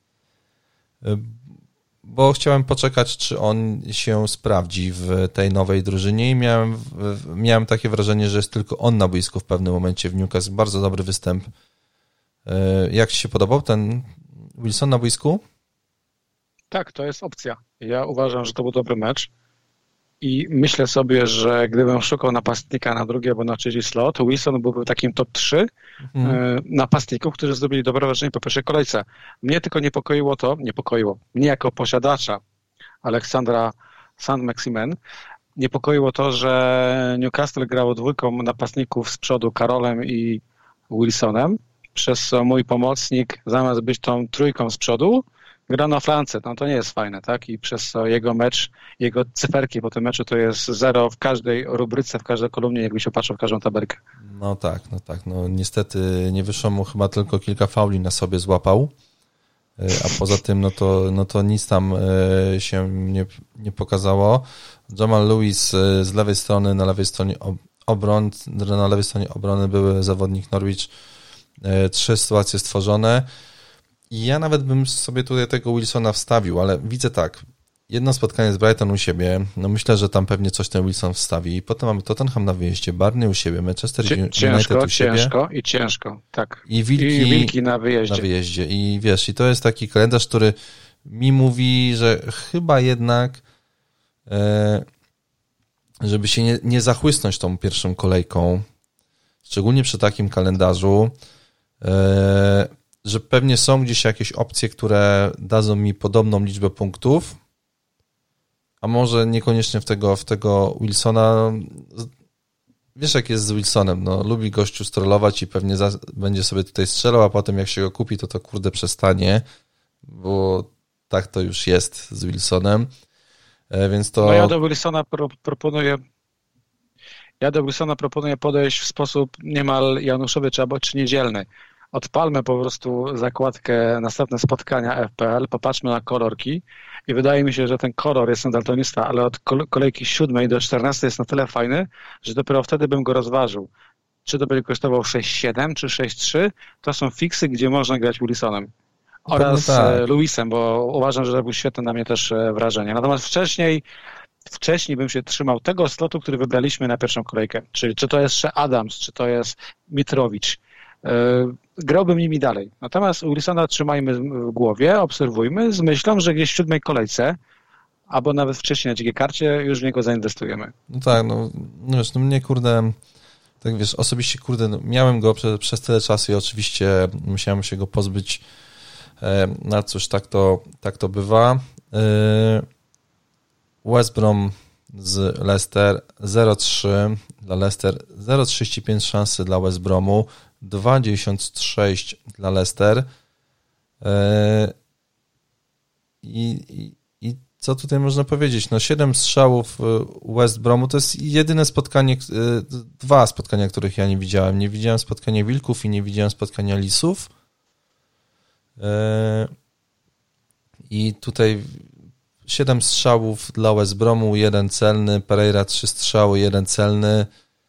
bo chciałem poczekać, czy on się sprawdzi w tej nowej drużynie i miałem takie wrażenie, że jest tylko on na boisku w pewnym momencie w Newcastle. Bardzo dobry występ. Jak Ci się podobał ten Wilson na boisku? Tak, to jest opcja. Ja uważam, że to był dobry mecz i myślę sobie, że gdybym szukał napastnika na drugi albo na trzeci slot, to Wilson byłby takim top 3 napastników, którzy zrobili dobre wrażenie po pierwszej kolejce. Mnie tylko niepokoiło mnie jako posiadacza Aleksandra Saint-Maximin, niepokoiło to, że Newcastle grało 2 napastników z przodu, Karolem i Wilsonem, przez co mój pomocnik zamiast być tą 3 z przodu, gra na flance, no to nie jest fajne, tak? I przez to jego mecz, jego cyferki po tym meczu to jest 0 w każdej rubryce, w każdej kolumnie, jakby się patrzył w każdą tabelkę. No tak. No niestety nie wyszło mu, chyba tylko kilka fauli na sobie złapał. a poza tym no to nic tam się nie pokazało. Jamal Lewis z lewej strony, na lewej stronie obrony były zawodnik Norwich, 3 sytuacje stworzone i ja nawet bym sobie tutaj tego Wilsona wstawił, ale widzę tak, jedno spotkanie z Brighton u siebie, no myślę, że tam pewnie coś ten Wilson wstawi, potem mamy Tottenham na wyjeździe, Burnley u siebie, Manchester United u siebie. Ciężko, tak. I Wilki na wyjeździe. I wiesz, i to jest taki kalendarz, który mi mówi, że chyba jednak żeby się nie zachłysnąć tą pierwszą kolejką, szczególnie przy takim kalendarzu, że pewnie są gdzieś jakieś opcje, które dadzą mi podobną liczbę punktów, a może niekoniecznie w tego Wilsona. Wiesz, jak jest z Wilsonem, no lubi gościu strollować i pewnie będzie sobie tutaj strzelał, a potem jak się go kupi, to kurde przestanie, bo tak to już jest z Wilsonem. Więc to... No ja do Wilsona proponuję podejść w sposób niemal januszowy czy niedzielny. Odpalmy po prostu zakładkę następne spotkania FPL, popatrzmy na kolorki i wydaje mi się, że ten kolor jest daltonista, ale od kolejki 7 do 14 jest na tyle fajny, że dopiero wtedy bym go rozważył. Czy to będzie kosztował 6,7 czy 6,3, to są fiksy, gdzie można grać Wilsonem. Oraz tak. Lewisem, bo uważam, że to był świetne na mnie też wrażenie. Natomiast wcześniej bym się trzymał tego slotu, który wybraliśmy na pierwszą kolejkę. Czyli czy to jest Shea Adams, czy to jest Mitrowicz. Grałbym nimi dalej. Natomiast Wilsona trzymajmy w głowie, obserwujmy z myślą, że gdzieś w 7 kolejce albo nawet wcześniej na dzikiej karcie już w niego zainwestujemy. No tak, no wiesz, no mnie kurde, tak wiesz, osobiście kurde, no, miałem go przez tyle czasu i oczywiście musiałem się go pozbyć. No cóż, tak to bywa. West Brom z Leicester 0,3 dla Leicester, 0,35 szansy dla West Bromu, 2,96 dla Leicester. I co tutaj można powiedzieć? No 7 strzałów West Bromu to jest jedyne spotkanie, 2 spotkania, których ja nie widziałem. Nie widziałem spotkania Wilków i nie widziałem spotkania Lisów. I tutaj 7 strzałów dla West Bromu, 1 celny, Pereira 3 strzały, 1 celny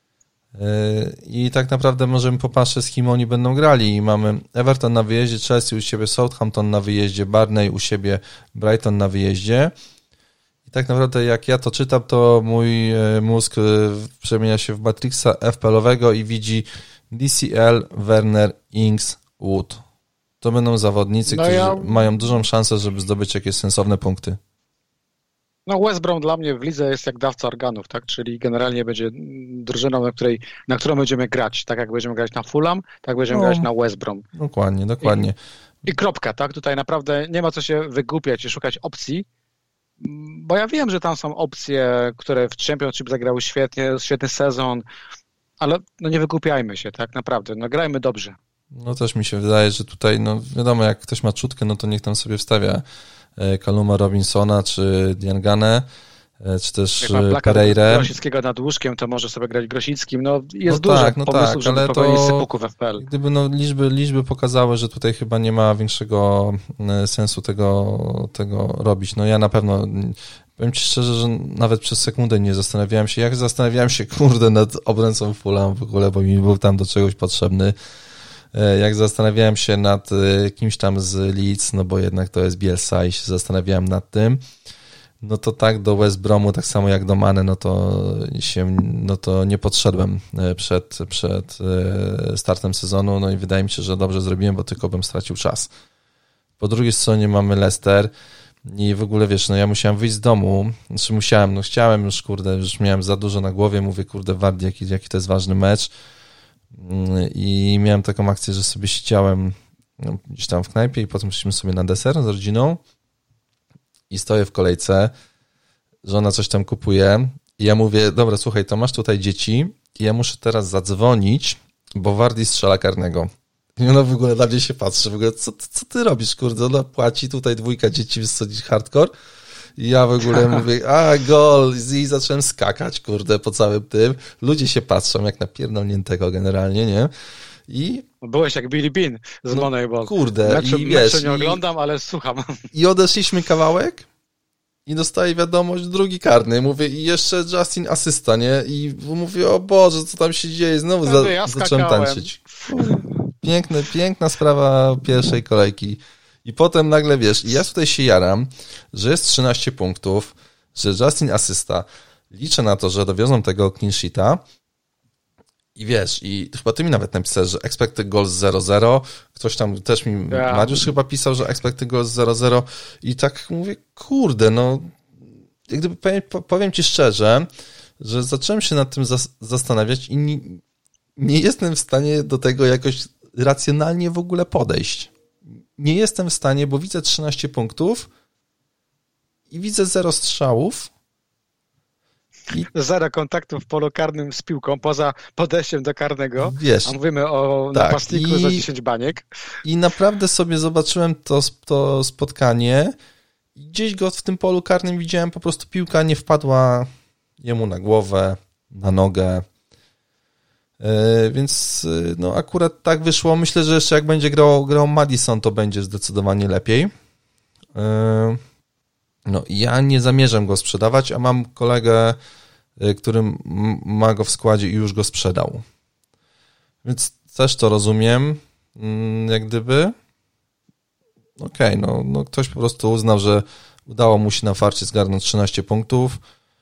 i tak naprawdę możemy popatrzeć, z kim oni będą grali. I mamy Everton na wyjeździe, Chelsea u siebie, Southampton na wyjeździe, Burnley u siebie, Brighton na wyjeździe. I tak naprawdę jak ja to czytam, to mój mózg przemienia się w Matrixa FPL-owego i widzi DCL, Werner, Ings, Wood. To będą zawodnicy, którzy mają dużą szansę, żeby zdobyć jakieś sensowne punkty. No West Brom dla mnie w lidze jest jak dawca organów, tak? Czyli generalnie będzie drużyną, na którą będziemy grać. Tak jak będziemy grać na Fulham, tak będziemy grać na West Brom. Dokładnie. I kropka, tak? Tutaj naprawdę nie ma co się wygłupiać i szukać opcji, bo ja wiem, że tam są opcje, które w Championship zagrały świetny sezon, ale no nie wygłupiajmy się, tak? Naprawdę, no grajmy dobrze. No też mi się wydaje, że tutaj, no wiadomo, jak ktoś ma czutkę, no to niech tam sobie wstawia Calluma Robinsona, czy Diangane, czy też Pereirę. Grosickiego nad łóżkiem, to może sobie grać Grosickim. No jest dużo pomysłów, żeby popełnić sypuku w FPL. Gdyby liczby pokazały, że tutaj chyba nie ma większego sensu tego robić. No ja na pewno, powiem ci szczerze, że nawet przez sekundę nie zastanawiałem się, kurde, nad obrońcą Fulham w ogóle, bo mi był tam do czegoś potrzebny. Jak zastanawiałem się nad kimś tam z Leeds, no bo jednak to jest Bielsa i się zastanawiałem nad tym, no to tak do West Bromu, tak samo jak do Mane, no to nie podszedłem przed startem sezonu, no i wydaje mi się, że dobrze zrobiłem, bo tylko bym stracił czas. Po drugiej stronie mamy Leicester i w ogóle wiesz, no ja musiałem wyjść z domu, chciałem już, kurde, już miałem za dużo na głowie, mówię, kurde, Wardy, jaki to jest ważny mecz. I miałem taką akcję, że sobie siedziałem gdzieś tam w knajpie i potem szliśmy sobie na deser z rodziną i stoję w kolejce, żona coś tam kupuje i ja mówię, dobra, słuchaj, to masz tutaj dzieci i ja muszę teraz zadzwonić, bo Wardy strzela karnego. I ona w ogóle na mnie się patrzy, w ogóle, co ty robisz, kurde, ona płaci, tutaj 2 dzieci wysadzić hardcore. I ja w ogóle mówię, gol, i zacząłem skakać, kurde, po całym tym. Ludzie się patrzą jak na pierdolniętego generalnie, nie? I byłeś jak Billy Bean z Moneyball. Kurde, meczu nie oglądam, ale słucham. I odeszliśmy kawałek i dostaję wiadomość, drugi karny. Mówię, i jeszcze Justin asysta, nie? I mówię, o Boże, co tam się dzieje? Znowu zacząłem tańczyć. Piękna sprawa pierwszej kolejki. I potem nagle, wiesz, i ja tutaj się jaram, że jest 13 punktów, że Justin asysta. Liczę na to, że dowiozą tego clean sheeta. I wiesz, i chyba ty mi nawet napisałeś, że expected goals 0-0, ktoś tam też mi, Mariusz chyba pisał, że expected goals 0-0 i tak mówię, kurde, no jak gdyby powiem ci szczerze, że zacząłem się nad tym zastanawiać i nie jestem w stanie do tego jakoś racjonalnie w ogóle podejść. Nie jestem w stanie, bo widzę 13 punktów i widzę 0 strzałów. Zero kontaktów w polu karnym z piłką, poza podejściem do karnego, wiesz, a mówimy o napastniku za 10 baniek. I naprawdę sobie zobaczyłem to spotkanie i gdzieś go w tym polu karnym widziałem, po prostu piłka nie wpadła jemu na głowę, na nogę, więc no akurat tak wyszło. Myślę, że jeszcze jak będzie grał Madison, to będzie zdecydowanie lepiej. No ja nie zamierzam go sprzedawać, a mam kolegę, który ma go w składzie i już go sprzedał. Więc też to rozumiem, jak gdyby. Okej, no ktoś po prostu uznał, że udało mu się na farcie zgarnąć 13 punktów.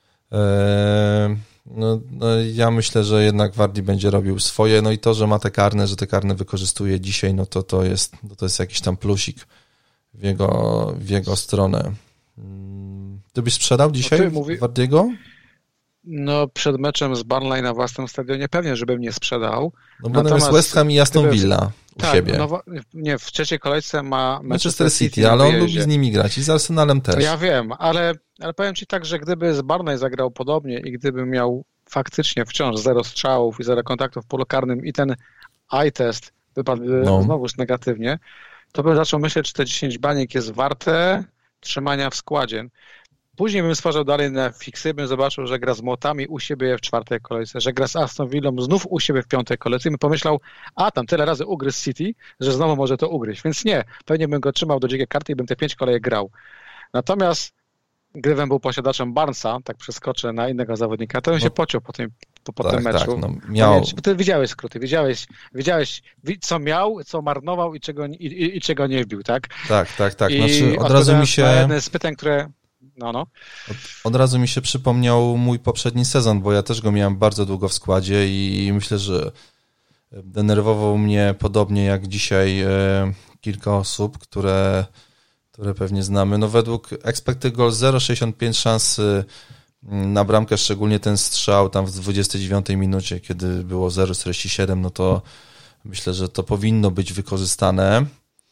No ja myślę, że jednak Vardy będzie robił swoje, no i to, że ma te karne, że te karne wykorzystuje dzisiaj, no to jest jakiś tam plusik w jego stronę. Ty byś sprzedał dzisiaj Vardy'ego? No przed meczem z Burnley na własnym stadionie pewnie, żebym nie sprzedał. No bo tam jest West Ham i Aston Villa u siebie. No, nie, w trzeciej kolejce ma Manchester City, ale on lubi z nimi grać i z Arsenalem też. Ja wiem, ale powiem ci tak, że gdyby z Burnley zagrał podobnie i gdyby miał faktycznie wciąż 0 strzałów i 0 kontaktów w polu karnym i ten eye test wypadł znowuż negatywnie, to bym zaczął myśleć, czy te 10 baniek jest warte trzymania w składzie. Później bym stwarzał dalej na fiksy, bym zobaczył, że gra z Młotami u siebie w 4. kolejce, że gra z Aston Villą znów u siebie w 5. kolejce i bym pomyślał, tam tyle razy ugryzł City, że znowu może to ugryźć. Więc nie, pewnie bym go trzymał do dzikiej karty i bym te 5 kolejek grał. Natomiast gdybym był posiadaczem Barnesa, tak przeskoczę na innego zawodnika, to bym się pociął po tym meczu. Tak, ty widziałeś skróty, widziałeś co miał, co marnował i czego nie wbił, tak? Tak. Znaczy, od razu mi się... jedne z pytań, które... Od razu mi się przypomniał mój poprzedni sezon, bo ja też go miałem bardzo długo w składzie i myślę, że denerwował mnie podobnie jak dzisiaj kilka osób, które pewnie znamy. No według expected goal 0,65 szans na bramkę, szczególnie ten strzał tam w 29 minucie, kiedy było 0,47, no to myślę, że to powinno być wykorzystane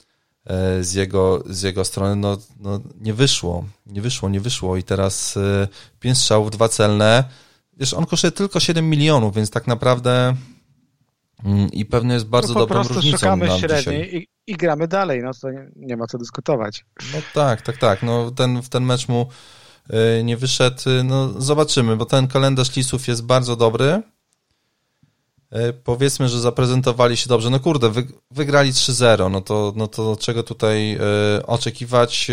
z jego strony. No nie wyszło i teraz 5 strzałów, 2 celne. Wiesz, on kosztuje tylko 7 milionów, więc tak naprawdę i pewnie jest bardzo dobrą różnicą. Po prostu szukamy średniej i gramy dalej, no to nie ma co dyskutować. No tak, no ten mecz mu nie wyszedł, no zobaczymy, bo ten kalendarz Lisów jest bardzo dobry. Powiedzmy, że zaprezentowali się dobrze. No kurde, wygrali 3-0, no to czego tutaj oczekiwać?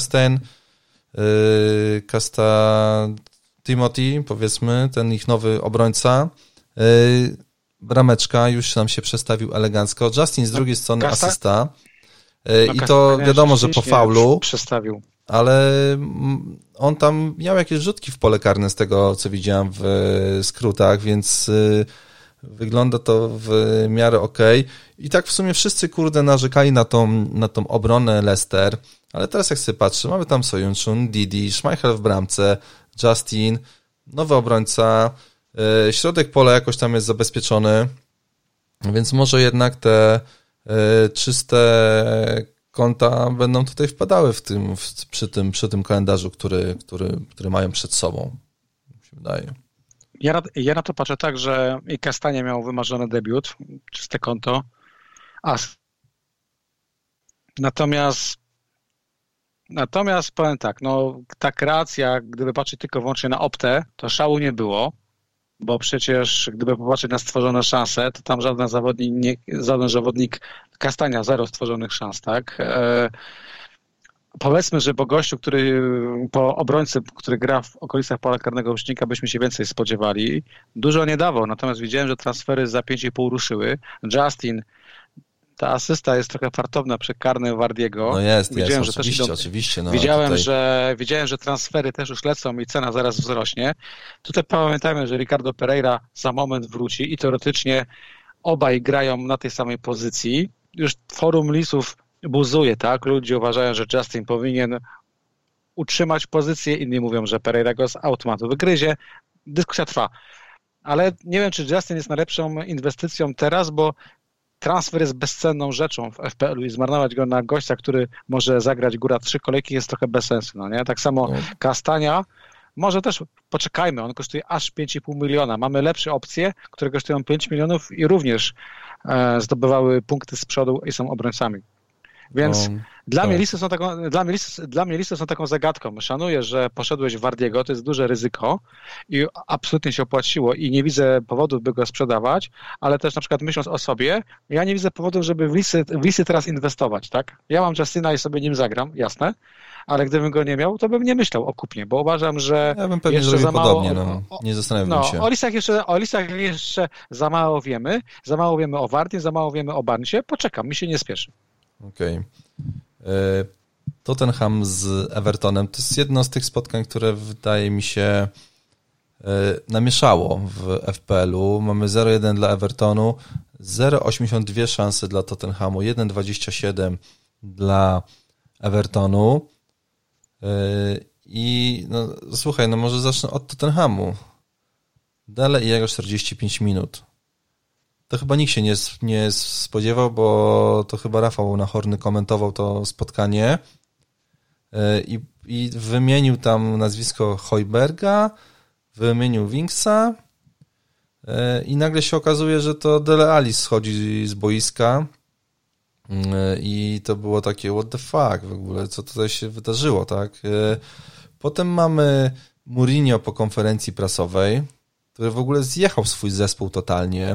Timothy, powiedzmy, ten ich nowy obrońca. Brameczka już nam się przestawił elegancko. Justin z drugiej strony asysta. I to wiadomo, że po faulu. Przestawił. Ale on tam miał jakieś rzutki w pole karne z tego, co widziałem w skrótach, więc wygląda to w miarę okej. I tak w sumie wszyscy, narzekali na tą obronę Leicester, ale teraz jak sobie patrzę, mamy tam Soyuncu, Didi, Schmeichel w bramce, Justin, nowy obrońca, środek pola jakoś tam jest zabezpieczony, więc może jednak te czyste konta będą tutaj wpadały przy tym kalendarzu, który mają przed sobą, mi się wydaje. Ja na to patrzę tak, że i Kastanie miał wymarzony debiut, czyste konto, Natomiast powiem tak, no ta kreacja, gdyby patrzeć tylko wyłącznie na optę, to szału nie było. bo przecież gdyby popatrzeć na stworzone szanse, to tam żaden zawodnik Kastania, 0 stworzonych szans, tak? Powiedzmy, że po gościu, po obrońcy, który gra w okolicach pola karnego łucznika, byśmy się więcej spodziewali. Dużo nie dawał, natomiast widziałem, że transfery za 5,5 ruszyły. Justin, ta asysta jest trochę fartowna przy karnym Wardiego. No jest, oczywiście. No, Widziałem, że transfery też już lecą i cena zaraz wzrośnie. Tutaj pamiętajmy, że Ricardo Pereira za moment wróci i teoretycznie obaj grają na tej samej pozycji. Już forum lisów buzuje, tak? Ludzie uważają, że Justin powinien utrzymać pozycję, inni mówią, że Pereira go z automatu wygryzie. Dyskusja trwa. Ale nie wiem, czy Justin jest najlepszą inwestycją teraz, bo transfer jest bezcenną rzeczą w FPL-u i zmarnować go na gościa, który może zagrać góra 3 kolejki jest trochę bez sensu. No nie? Tak samo Kastania, może też poczekajmy, on kosztuje aż 5,5 miliona. Mamy lepsze opcje, które kosztują 5 milionów i również zdobywały punkty z przodu i są obrońcami. Więc dla mnie listy są taką zagadką. Szanuję, że poszedłeś w Wardiego, to jest duże ryzyko i absolutnie się opłaciło i nie widzę powodów, by go sprzedawać, ale też na przykład myśląc o sobie, ja nie widzę powodów, żeby w listy teraz inwestować, tak? Ja mam Justina i sobie nim zagram, jasne, ale gdybym go nie miał, to bym nie myślał o kupnie, bo uważam, że ja bym pewnie jeszcze za mało... Podobnie, nie zastanawiam się. O listach jeszcze za mało wiemy o Wardzie, za mało wiemy o Barnesie, poczekam, mi się nie spieszy. Okej. Tottenham z Evertonem to jest jedno z tych spotkań, które wydaje mi się namieszało w FPL-u. Mamy 0,1 dla Evertonu, 0,82 szanse dla Tottenhamu, 1,27 dla Evertonu. I no, słuchaj, no może zacznę od Tottenhamu. Dele i jego 45 minut. To chyba nikt się nie spodziewał, bo to chyba Rafał Nachorny komentował to spotkanie i wymienił tam nazwisko Hojberga, wymienił Winksa i nagle się okazuje, że to Dele Alli schodzi z boiska i to było takie what the fuck w ogóle, co tutaj się wydarzyło, tak? Potem mamy Mourinho po konferencji prasowej, który w ogóle zjechał swój zespół totalnie.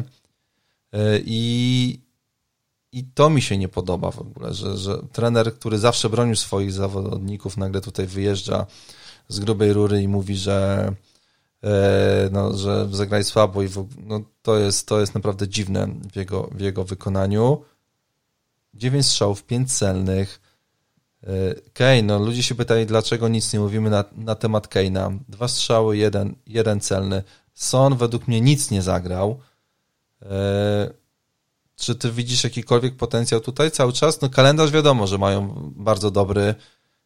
I to mi się nie podoba w ogóle, że trener, który zawsze bronił swoich zawodników, nagle tutaj wyjeżdża z grubej rury i mówi, że zagrali słabo i to jest naprawdę dziwne w jego wykonaniu. 9 strzałów, 5 celnych. Kane, no ludzie się pytali, dlaczego nic nie mówimy na temat Kane'a. 2 strzały, jeden celny. Son według mnie nic nie zagrał. Czy ty widzisz jakikolwiek potencjał tutaj cały czas? No kalendarz wiadomo, że mają bardzo dobry.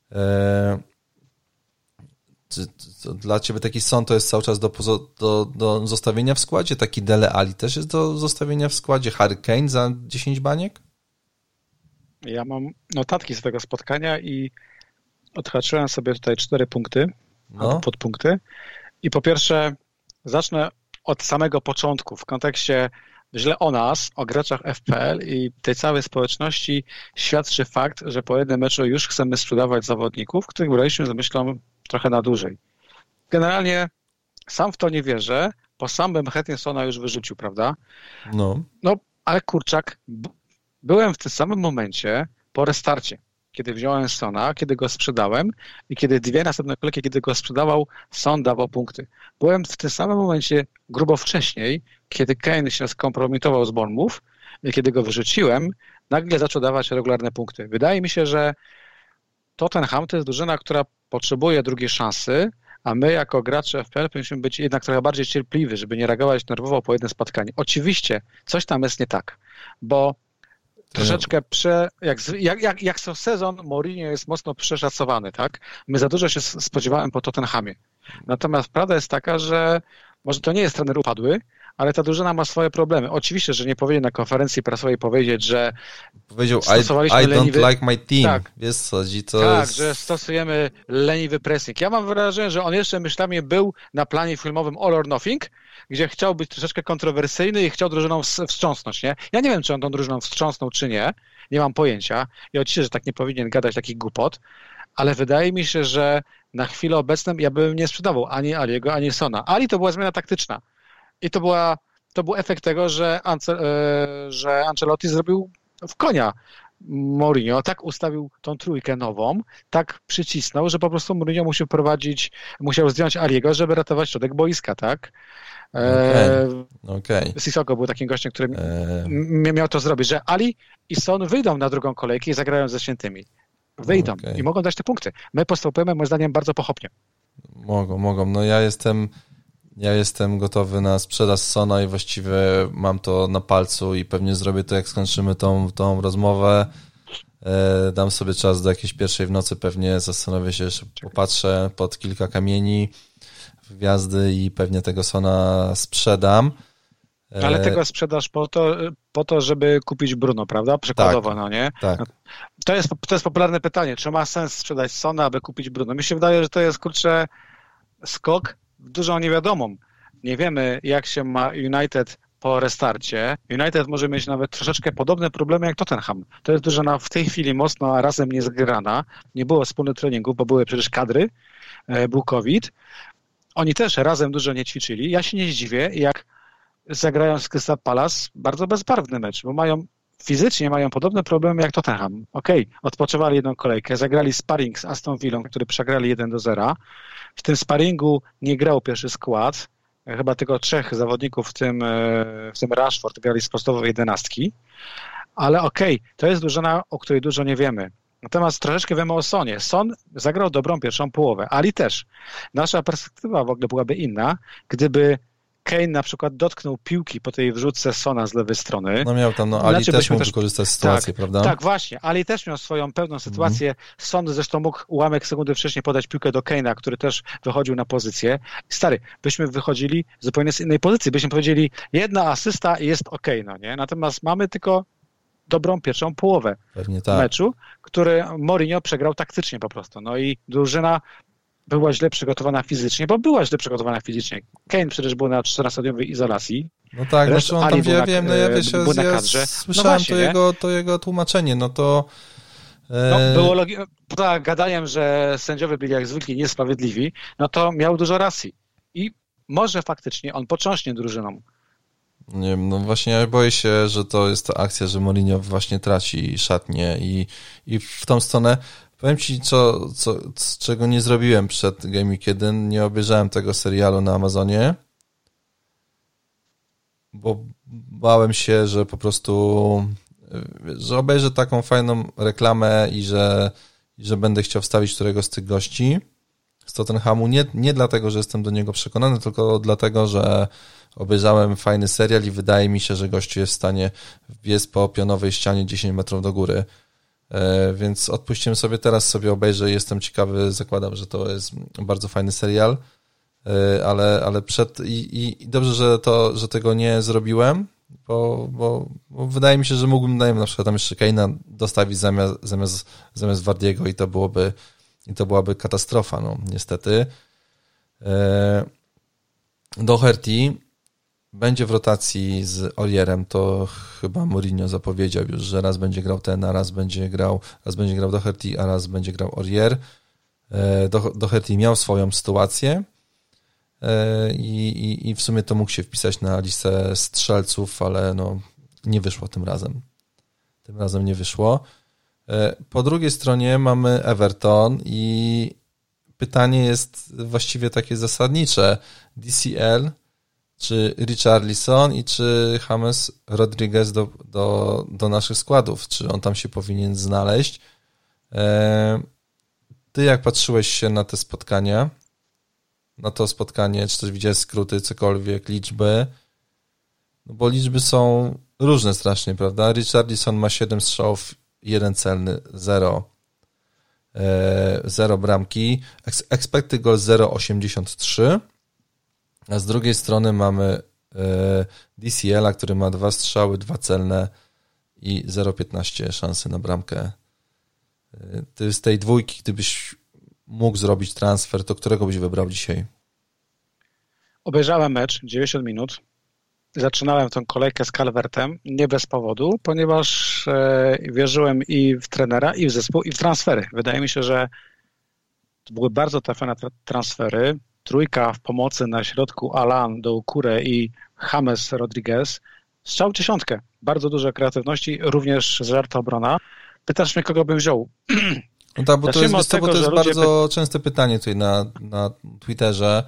Czy dla ciebie taki Son to jest cały czas do zostawienia w składzie? Taki Dele Alli też jest do zostawienia w składzie? Harry Kane za 10 baniek? Ja mam notatki z tego spotkania i odhaczyłem sobie tutaj 4 punkty, albo podpunkty. I po pierwsze zacznę od samego początku w kontekście źle o nas, o graczach FPL i tej całej społeczności świadczy fakt, że po jednym meczu już chcemy sprzedawać zawodników, których braliśmy z myślą trochę na dłużej. Generalnie sam w to nie wierzę, bo sam bym chętnie Sona już wyrzucił, prawda? No, ale kurczak, byłem w tym samym momencie po restarcie, kiedy wziąłem Sona, kiedy go sprzedałem i kiedy 2 następne kolejki, kiedy go sprzedawał, Son dawał punkty. Byłem w tym samym momencie grubo wcześniej, kiedy Kane się skompromitował z Bournemouth i kiedy go wyrzuciłem, nagle zaczął dawać regularne punkty. Wydaje mi się, że Tottenham to jest drużyna, która potrzebuje drugiej szansy, a my jako gracze FPL powinniśmy być jednak trochę bardziej cierpliwi, żeby nie reagować nerwowo po jednym spotkaniu. Oczywiście coś tam jest nie tak, bo troszeczkę jak co sezon Mourinho jest mocno przeszacowany, tak? My za dużo się spodziewałem po Tottenhamie. Natomiast prawda jest taka, że może to nie jest trener upadły, ale ta drużyna ma swoje problemy. Oczywiście, że nie powinien na konferencji prasowej powiedzieć, że powiedział I don't like my team. Tak, wiesz co, że stosujemy leniwy pressing. Ja mam wrażenie, że on jeszcze myślami był na planie filmowym All or Nothing, gdzie chciał być troszeczkę kontrowersyjny i chciał drużyną wstrząsnąć, nie? Ja nie wiem, czy on tą drużyną wstrząsnął, czy nie. Nie mam pojęcia. I oczywiście, że tak nie powinien gadać takich głupot, ale wydaje mi się, że na chwilę obecną ja bym nie sprzedawał ani Aliego, ani Sona. Ali to była zmiana taktyczna. I to był efekt tego, że Ancelotti zrobił w konia Mourinho, tak ustawił tą trójkę nową, tak przycisnął, że po prostu Mourinho musiał zdjąć Aliego, żeby ratować środek boiska, tak? Okay. Sissoko był takim gościem, który miał to zrobić, że Ali i Son wyjdą na drugą kolejkę i zagrają ze Świętymi. Wyjdą i mogą dać te punkty. My postępujemy, moim zdaniem, bardzo pochopnie. Mogą. No ja jestem gotowy na sprzedaż Sona i właściwie mam to na palcu i pewnie zrobię to, jak skończymy tą rozmowę. Dam sobie czas do jakiejś pierwszej w nocy, pewnie zastanowię się, jeszcze popatrzę pod kilka kamieni w gwiazdy i pewnie tego Sona sprzedam. Ale tego sprzedasz po to, żeby kupić Bruno, prawda? Przykładowo, tak, no nie? Tak. To jest popularne pytanie, czy ma sens sprzedać Sona, aby kupić Bruno? Mi się wydaje, że to jest, kurczę, skok w dużą niewiadomą. Nie wiemy, jak się ma United po restarcie. United może mieć nawet troszeczkę podobne problemy jak Tottenham. To jest drużyna w tej chwili mocno razem niezgrana. Nie było wspólnych treningów, bo były przecież kadry, był COVID. Oni też razem dużo nie ćwiczyli. Ja się nie zdziwię, jak zagrają z Crystal Palace bardzo bezbarwny mecz, bo fizycznie mają podobne problemy jak Tottenham. Odpoczywali jedną kolejkę, zagrali sparring z Aston Villą, który przegrali 1-0. W tym sparingu nie grał pierwszy skład. Chyba tylko 3 zawodników, w tym Rashford, grali z podstawowej 11. Ale to jest drużyna, o której dużo nie wiemy. Natomiast troszeczkę wiemy o Sonie. Son zagrał dobrą pierwszą połowę, Ali też. Nasza perspektywa w ogóle byłaby inna, gdyby Kane na przykład dotknął piłki po tej wrzutce Sona z lewej strony. No miał tam, Ali też mógł wykorzystać sytuację, prawda? Tak, właśnie. Ali też miał swoją pełną sytuację. Son zresztą mógł ułamek sekundy wcześniej podać piłkę do Kane'a, który też wychodził na pozycję. Stary, byśmy wychodzili zupełnie z innej pozycji. Byśmy powiedzieli, jedna asysta i jest no nie? Natomiast mamy tylko dobrą pierwszą połowę meczu, który Mourinho przegrał taktycznie po prostu. No i drużyna była źle przygotowana fizycznie, bo była źle przygotowana fizycznie. Kane przecież był na 14-dniowej izolacji. No tak, on tam słyszałem to jego tłumaczenie, było gadaniem, że sędziowie byli jak zwykle niesprawiedliwi, no to miał dużo racji. I może faktycznie on potrząśnie drużyną. Nie wiem, no właśnie ja boję się, że to jest ta akcja, że Mourinho właśnie traci szatnię i w tą stronę. Powiem ci, czego nie zrobiłem przed Game Week 1. Nie obejrzałem tego serialu na Amazonie, bo bałem się, że po prostu że obejrzę taką fajną reklamę i że będę chciał wstawić któregoś z tych gości z Tottenhamu. Nie dlatego, że jestem do niego przekonany, tylko dlatego, że obejrzałem fajny serial i wydaje mi się, że gościu jest w stanie wbiec po pionowej ścianie 10 metrów do góry. Więc odpuściłem sobie, teraz sobie obejrzę i jestem ciekawy, zakładam, że to jest bardzo fajny serial, ale i dobrze, że tego nie zrobiłem, bo wydaje mi się, że mógłbym na przykład tam jeszcze Kane'a dostawić zamiast Wardiego i to byłaby katastrofa, no niestety. Doherty będzie w rotacji z Olierem, to chyba Mourinho zapowiedział już, że raz będzie grał ten, a raz będzie grał Doherty, a raz będzie grał Aurier. Doherty miał swoją sytuację i w sumie to mógł się wpisać na listę strzelców, ale no nie wyszło tym razem. Tym razem nie wyszło. Po drugiej stronie mamy Everton i pytanie jest właściwie takie zasadnicze. DCL czy Richarlison i czy James Rodriguez do naszych składów, czy on tam się powinien znaleźć. Ty jak patrzyłeś się na te spotkania, na to spotkanie, czy też widziałeś skróty, cokolwiek, liczby, no bo liczby są różne strasznie, prawda? Richarlison ma 7 strzałów, 1 celny, 0 bramki, expected goal 0,83, a z drugiej strony mamy DCL-a, który ma 2 strzały, 2 celne i 0,15 szansy na bramkę. Ty z tej dwójki, gdybyś mógł zrobić transfer, to którego byś wybrał dzisiaj? Obejrzałem mecz, 90 minut. Zaczynałem tą kolejkę z Calvertem, nie bez powodu, ponieważ wierzyłem i w trenera, i w zespół, i w transfery. Wydaje mi się, że to były bardzo trafione transfery. trójka w pomocy na środku, Alan, Doucouré i James Rodriguez, strzał 10. Bardzo dużo kreatywności, również żarta obrona. Pytasz mnie, kogo bym wziął? No tak, bo to jest bardzo częste pytanie tutaj na Twitterze.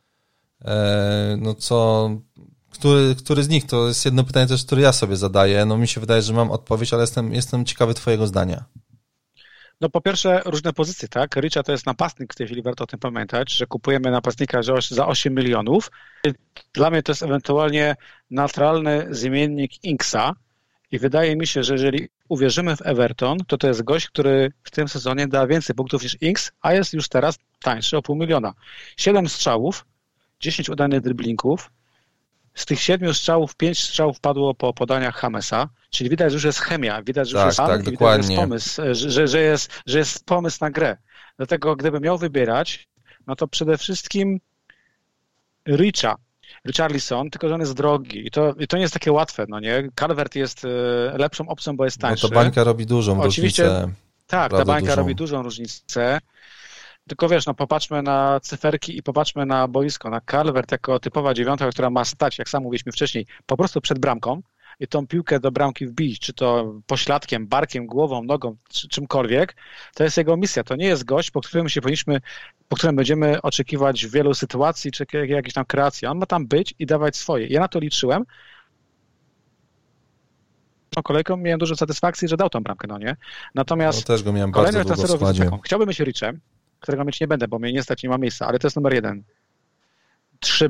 No co, który z nich? To jest jedno pytanie też, które ja sobie zadaję. No mi się wydaje, że mam odpowiedź, ale jestem ciekawy twojego zdania. No po pierwsze różne pozycje, tak? Richa to jest napastnik w tej chwili, warto o tym pamiętać, że kupujemy napastnika za 8 milionów. Dla mnie to jest ewentualnie naturalny zmiennik Inksa i wydaje mi się, że jeżeli uwierzymy w Everton, to jest gość, który w tym sezonie da więcej punktów niż Inks, a jest już teraz tańszy o 0,5 miliona. 7 strzałów, 10 udanych driblingów. Z tych 7 strzałów 5 strzałów padło po podaniach Jamesa, czyli widać, że już jest chemia, widać, że już jest plan, widać, że jest pomysł, że jest pomysł na grę. Dlatego gdybym miał wybierać, no to przede wszystkim Richarlison, tylko że on jest drogi i to nie jest takie łatwe, no nie? Calvert jest lepszą opcją, bo jest tańszy. No to bańka robi dużą różnicę. Tak, ta bańka robi dużą różnicę. Tylko wiesz, no popatrzmy na cyferki i popatrzmy na boisko, na Calvert jako typowa dziewiątka, która ma stać, jak sam mówiliśmy wcześniej, po prostu przed bramką i tą piłkę do bramki wbić, czy to pośladkiem, barkiem, głową, nogą, czy czymkolwiek, to jest jego misja. To nie jest gość, po którym będziemy oczekiwać wielu sytuacji, czy jakiejś tam kreacji. On ma tam być i dawać swoje. Ja na to liczyłem. Kolejką miałem dużo satysfakcji, że dał tą bramkę, no nie? Natomiast no, też go miałem bardzo długo w składzie. Chciałbym mieć Richem, którego mieć nie będę, bo mnie nie stać, nie ma miejsca, ale to jest numer 1. Czy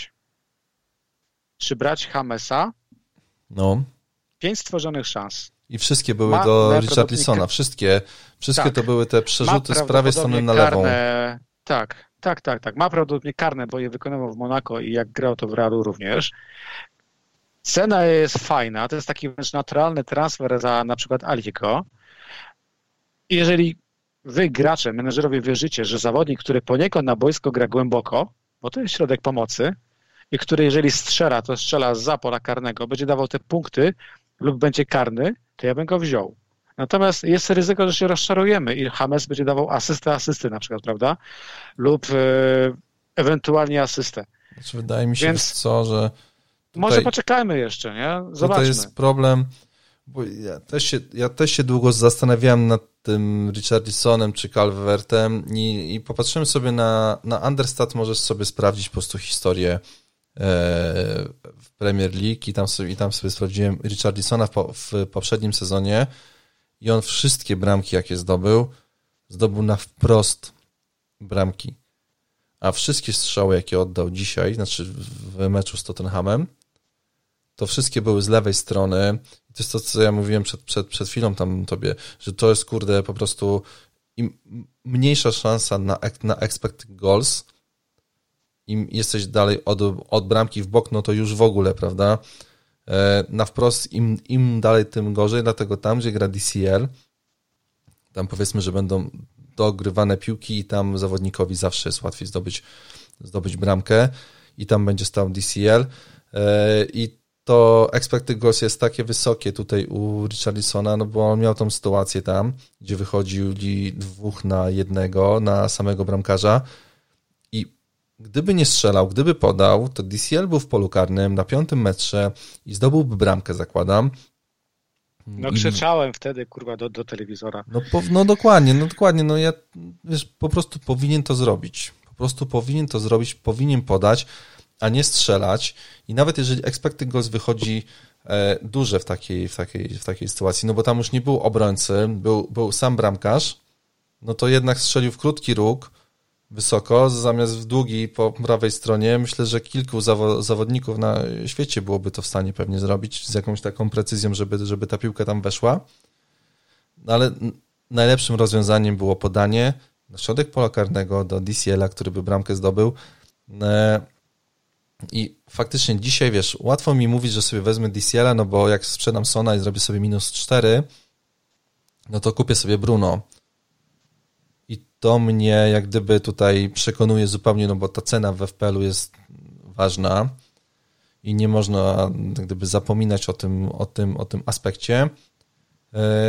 brać Jamesa? No. 5 stworzonych szans. I wszystkie były do Richarlisona. Wszystkie tak. To były te przerzuty z prawej strony na lewą. Tak. Ma prawdopodobnie karne, bo je wykonywał w Monako i jak grał to w Realu również. Cena jest fajna, to jest taki wręcz naturalny transfer za na przykład Aliego. I jeżeli wy gracze, menedżerowie wierzycie, że zawodnik, który poniekąd na boisko gra głęboko, bo to jest środek pomocy i który jeżeli strzela, to strzela zza pola karnego, będzie dawał te punkty lub będzie karny, to ja bym go wziął. Natomiast jest ryzyko, że się rozczarujemy i James będzie dawał asysty na przykład, prawda? Lub ewentualnie asystę. Znaczy, wydaje mi się, że tutaj, może poczekajmy jeszcze, nie? Zobaczmy. To jest problem, bo ja też się długo zastanawiałem nad tym Richarlisonem czy Calvertem i popatrzyłem sobie na Understat, możesz sobie sprawdzić po prostu historię w Premier League i tam sobie sprawdziłem Richarlisona w poprzednim sezonie i on wszystkie bramki, jakie zdobył na wprost bramki. A wszystkie strzały, jakie oddał dzisiaj, znaczy w meczu z Tottenhamem, to wszystkie były z lewej strony. To jest to, co ja mówiłem przed chwilą tam tobie, że to jest, kurde, po prostu im mniejsza szansa na expected goals, im jesteś dalej od bramki w bok, no to już w ogóle, prawda? Na wprost im dalej, tym gorzej, dlatego tam, gdzie gra DCL, tam powiedzmy, że będą dogrywane piłki i tam zawodnikowi zawsze jest łatwiej zdobyć bramkę i tam będzie stał DCL i to expected goals jest takie wysokie tutaj u Richarlisona, no bo on miał tą sytuację tam, gdzie wychodzili 2 na 1 na samego bramkarza i gdyby nie strzelał, gdyby podał, to DCL był w polu karnym na 5. metrze i zdobyłby bramkę, zakładam. No krzyczałem wtedy, kurwa, do telewizora. No dokładnie, no ja, wiesz, po prostu powinien to zrobić. Powinien podać, a nie strzelać. I nawet jeżeli expected goals wychodzi duże w takiej sytuacji, no bo tam już nie był obrońcy, był sam bramkarz, no to jednak strzelił w krótki róg, wysoko, zamiast w długi po prawej stronie. Myślę, że kilku zawodników na świecie byłoby to w stanie pewnie zrobić z jakąś taką precyzją, żeby ta piłka tam weszła. No ale najlepszym rozwiązaniem było podanie na środek pola karnego do DCL-a, który by bramkę zdobył. I faktycznie dzisiaj, wiesz, łatwo mi mówić, że sobie wezmę DCL-a, no bo jak sprzedam Sona i zrobię sobie -4, no to kupię sobie Bruno. I to mnie jak gdyby tutaj przekonuje zupełnie, no bo ta cena w FPL-u jest ważna i nie można jak gdyby zapominać o tym aspekcie.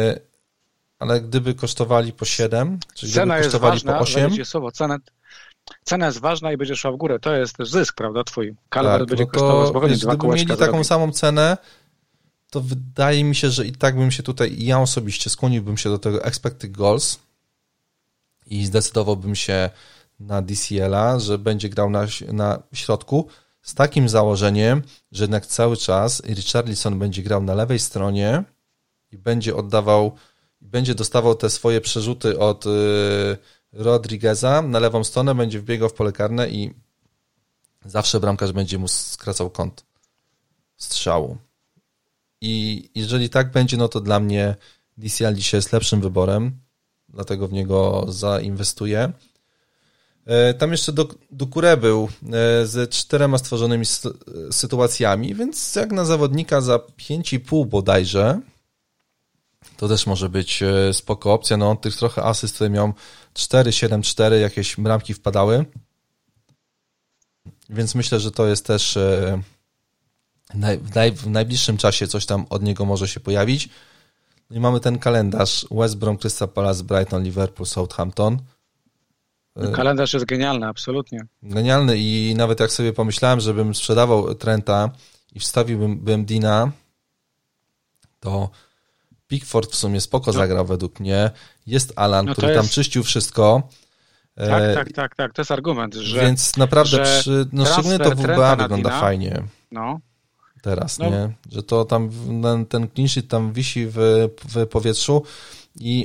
Ale gdyby kosztowali po 7, czy cena gdyby kosztowali jest ważna, po 8... słowo, cena jest ważna i będzie szła w górę. To jest też zysk, prawda, twój. Calvert Tak, będzie no kosztował to spokojnie wiesz, 2 gdyby kółeczka mieli taką zrobi. samą cenę, to wydaje mi się, że i tak bym się tutaj, ja osobiście skłoniłbym się do tego expected goals i zdecydowałbym się na DCL-a, że będzie grał na środku z takim założeniem, że jednak cały czas Richarlison będzie grał na lewej stronie i będzie dostawał te swoje przerzuty od Rodrigueza na lewą stronę, będzie wbiegał w pole karne i zawsze bramkarz będzie mu skracał kąt strzału. I jeżeli tak będzie, no to dla mnie DCL dzisiaj jest lepszym wyborem, dlatego w niego zainwestuję. Tam jeszcze Doucouré był ze 4 stworzonymi sytuacjami, więc jak na zawodnika za 5,5 bodajże, to też może być spoko opcja. No on tych trochę asyst tutaj miał 4, 7, 4, jakieś bramki wpadały. Więc myślę, że to jest też w najbliższym czasie coś tam od niego może się pojawić. No i mamy ten kalendarz West Brom, Crystal Palace, Brighton, Liverpool, Southampton. Kalendarz jest genialny, absolutnie. Genialny i nawet jak sobie pomyślałem, żebym sprzedawał Trenta i wstawiłbym Deana, to Pickford w sumie spoko zagrał według mnie. Jest Alan, który tam czyścił wszystko. Tak. To jest argument, że... Więc naprawdę, szczególnie to WBA wygląda fajnie. No. Teraz, nie? Że to tam, ten clean sheet tam wisi w powietrzu i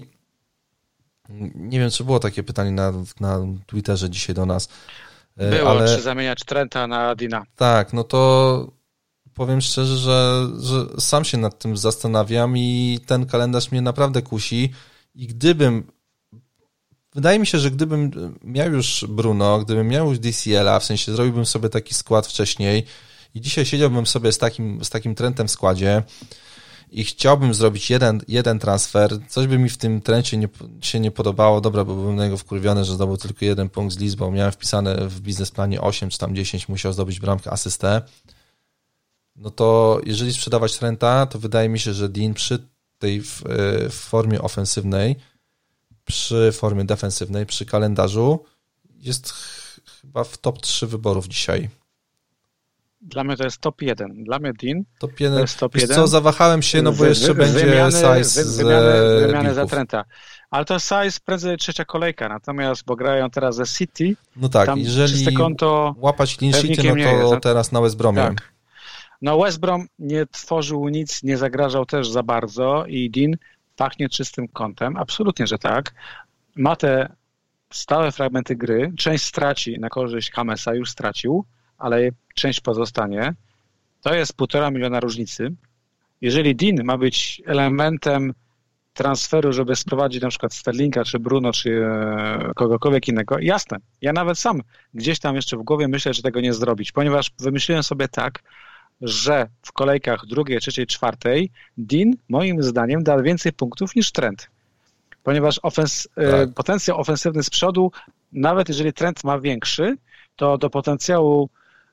nie wiem, czy było takie pytanie na Twitterze dzisiaj do nas. Było, czy zamieniać Trenta na Deana. Tak, no to powiem szczerze, że sam się nad tym zastanawiam i ten kalendarz mnie naprawdę kusi i wydaje mi się, że gdybym miał już Bruno, gdybym miał już DCL-a, w sensie zrobiłbym sobie taki skład wcześniej i dzisiaj siedziałbym sobie z takim Trentem w składzie i chciałbym zrobić jeden transfer, coś by mi w tym Trencie się nie podobało, dobra, bo byłem na niego wkurwiony, że zdobył tylko 1 punkt z list, bo miałem wpisane w biznesplanie 8 czy tam 10, musiał zdobyć bramkę, asystę. No to jeżeli sprzedawać Trenta, to wydaje mi się, że Dean przy tej formie ofensywnej, przy formie defensywnej, przy kalendarzu jest chyba w top 3 wyborów dzisiaj. Dla mnie to jest top 1. Dla mnie Dean top 1. To jest top 1. Co, zawahałem się, no bo jeszcze będzie Size wymiany za Trenta. Ale to Size prędzej trzecia kolejka, natomiast, bo grają teraz ze City, no tak, tam jeżeli konto łapać clean sheety, no to teraz na West Bromie. Tak. No West Brom nie tworzył nic, nie zagrażał też za bardzo i Dean pachnie czystym kątem. Absolutnie, że tak. Ma te stałe fragmenty gry. Część straci na korzyść Jamesa, już stracił, ale część pozostanie. To jest 1,5 miliona różnicy. Jeżeli Dean ma być elementem transferu, żeby sprowadzić na przykład Sterlinga, czy Bruno, czy kogokolwiek innego, jasne. Ja nawet sam gdzieś tam jeszcze w głowie myślę, że tego nie zrobić, ponieważ wymyśliłem sobie tak, że w kolejkach 2., 3., 4. Dean moim zdaniem da więcej punktów niż Trent. Ponieważ potencjał ofensywny z przodu, nawet jeżeli Trent ma większy, to do potencjału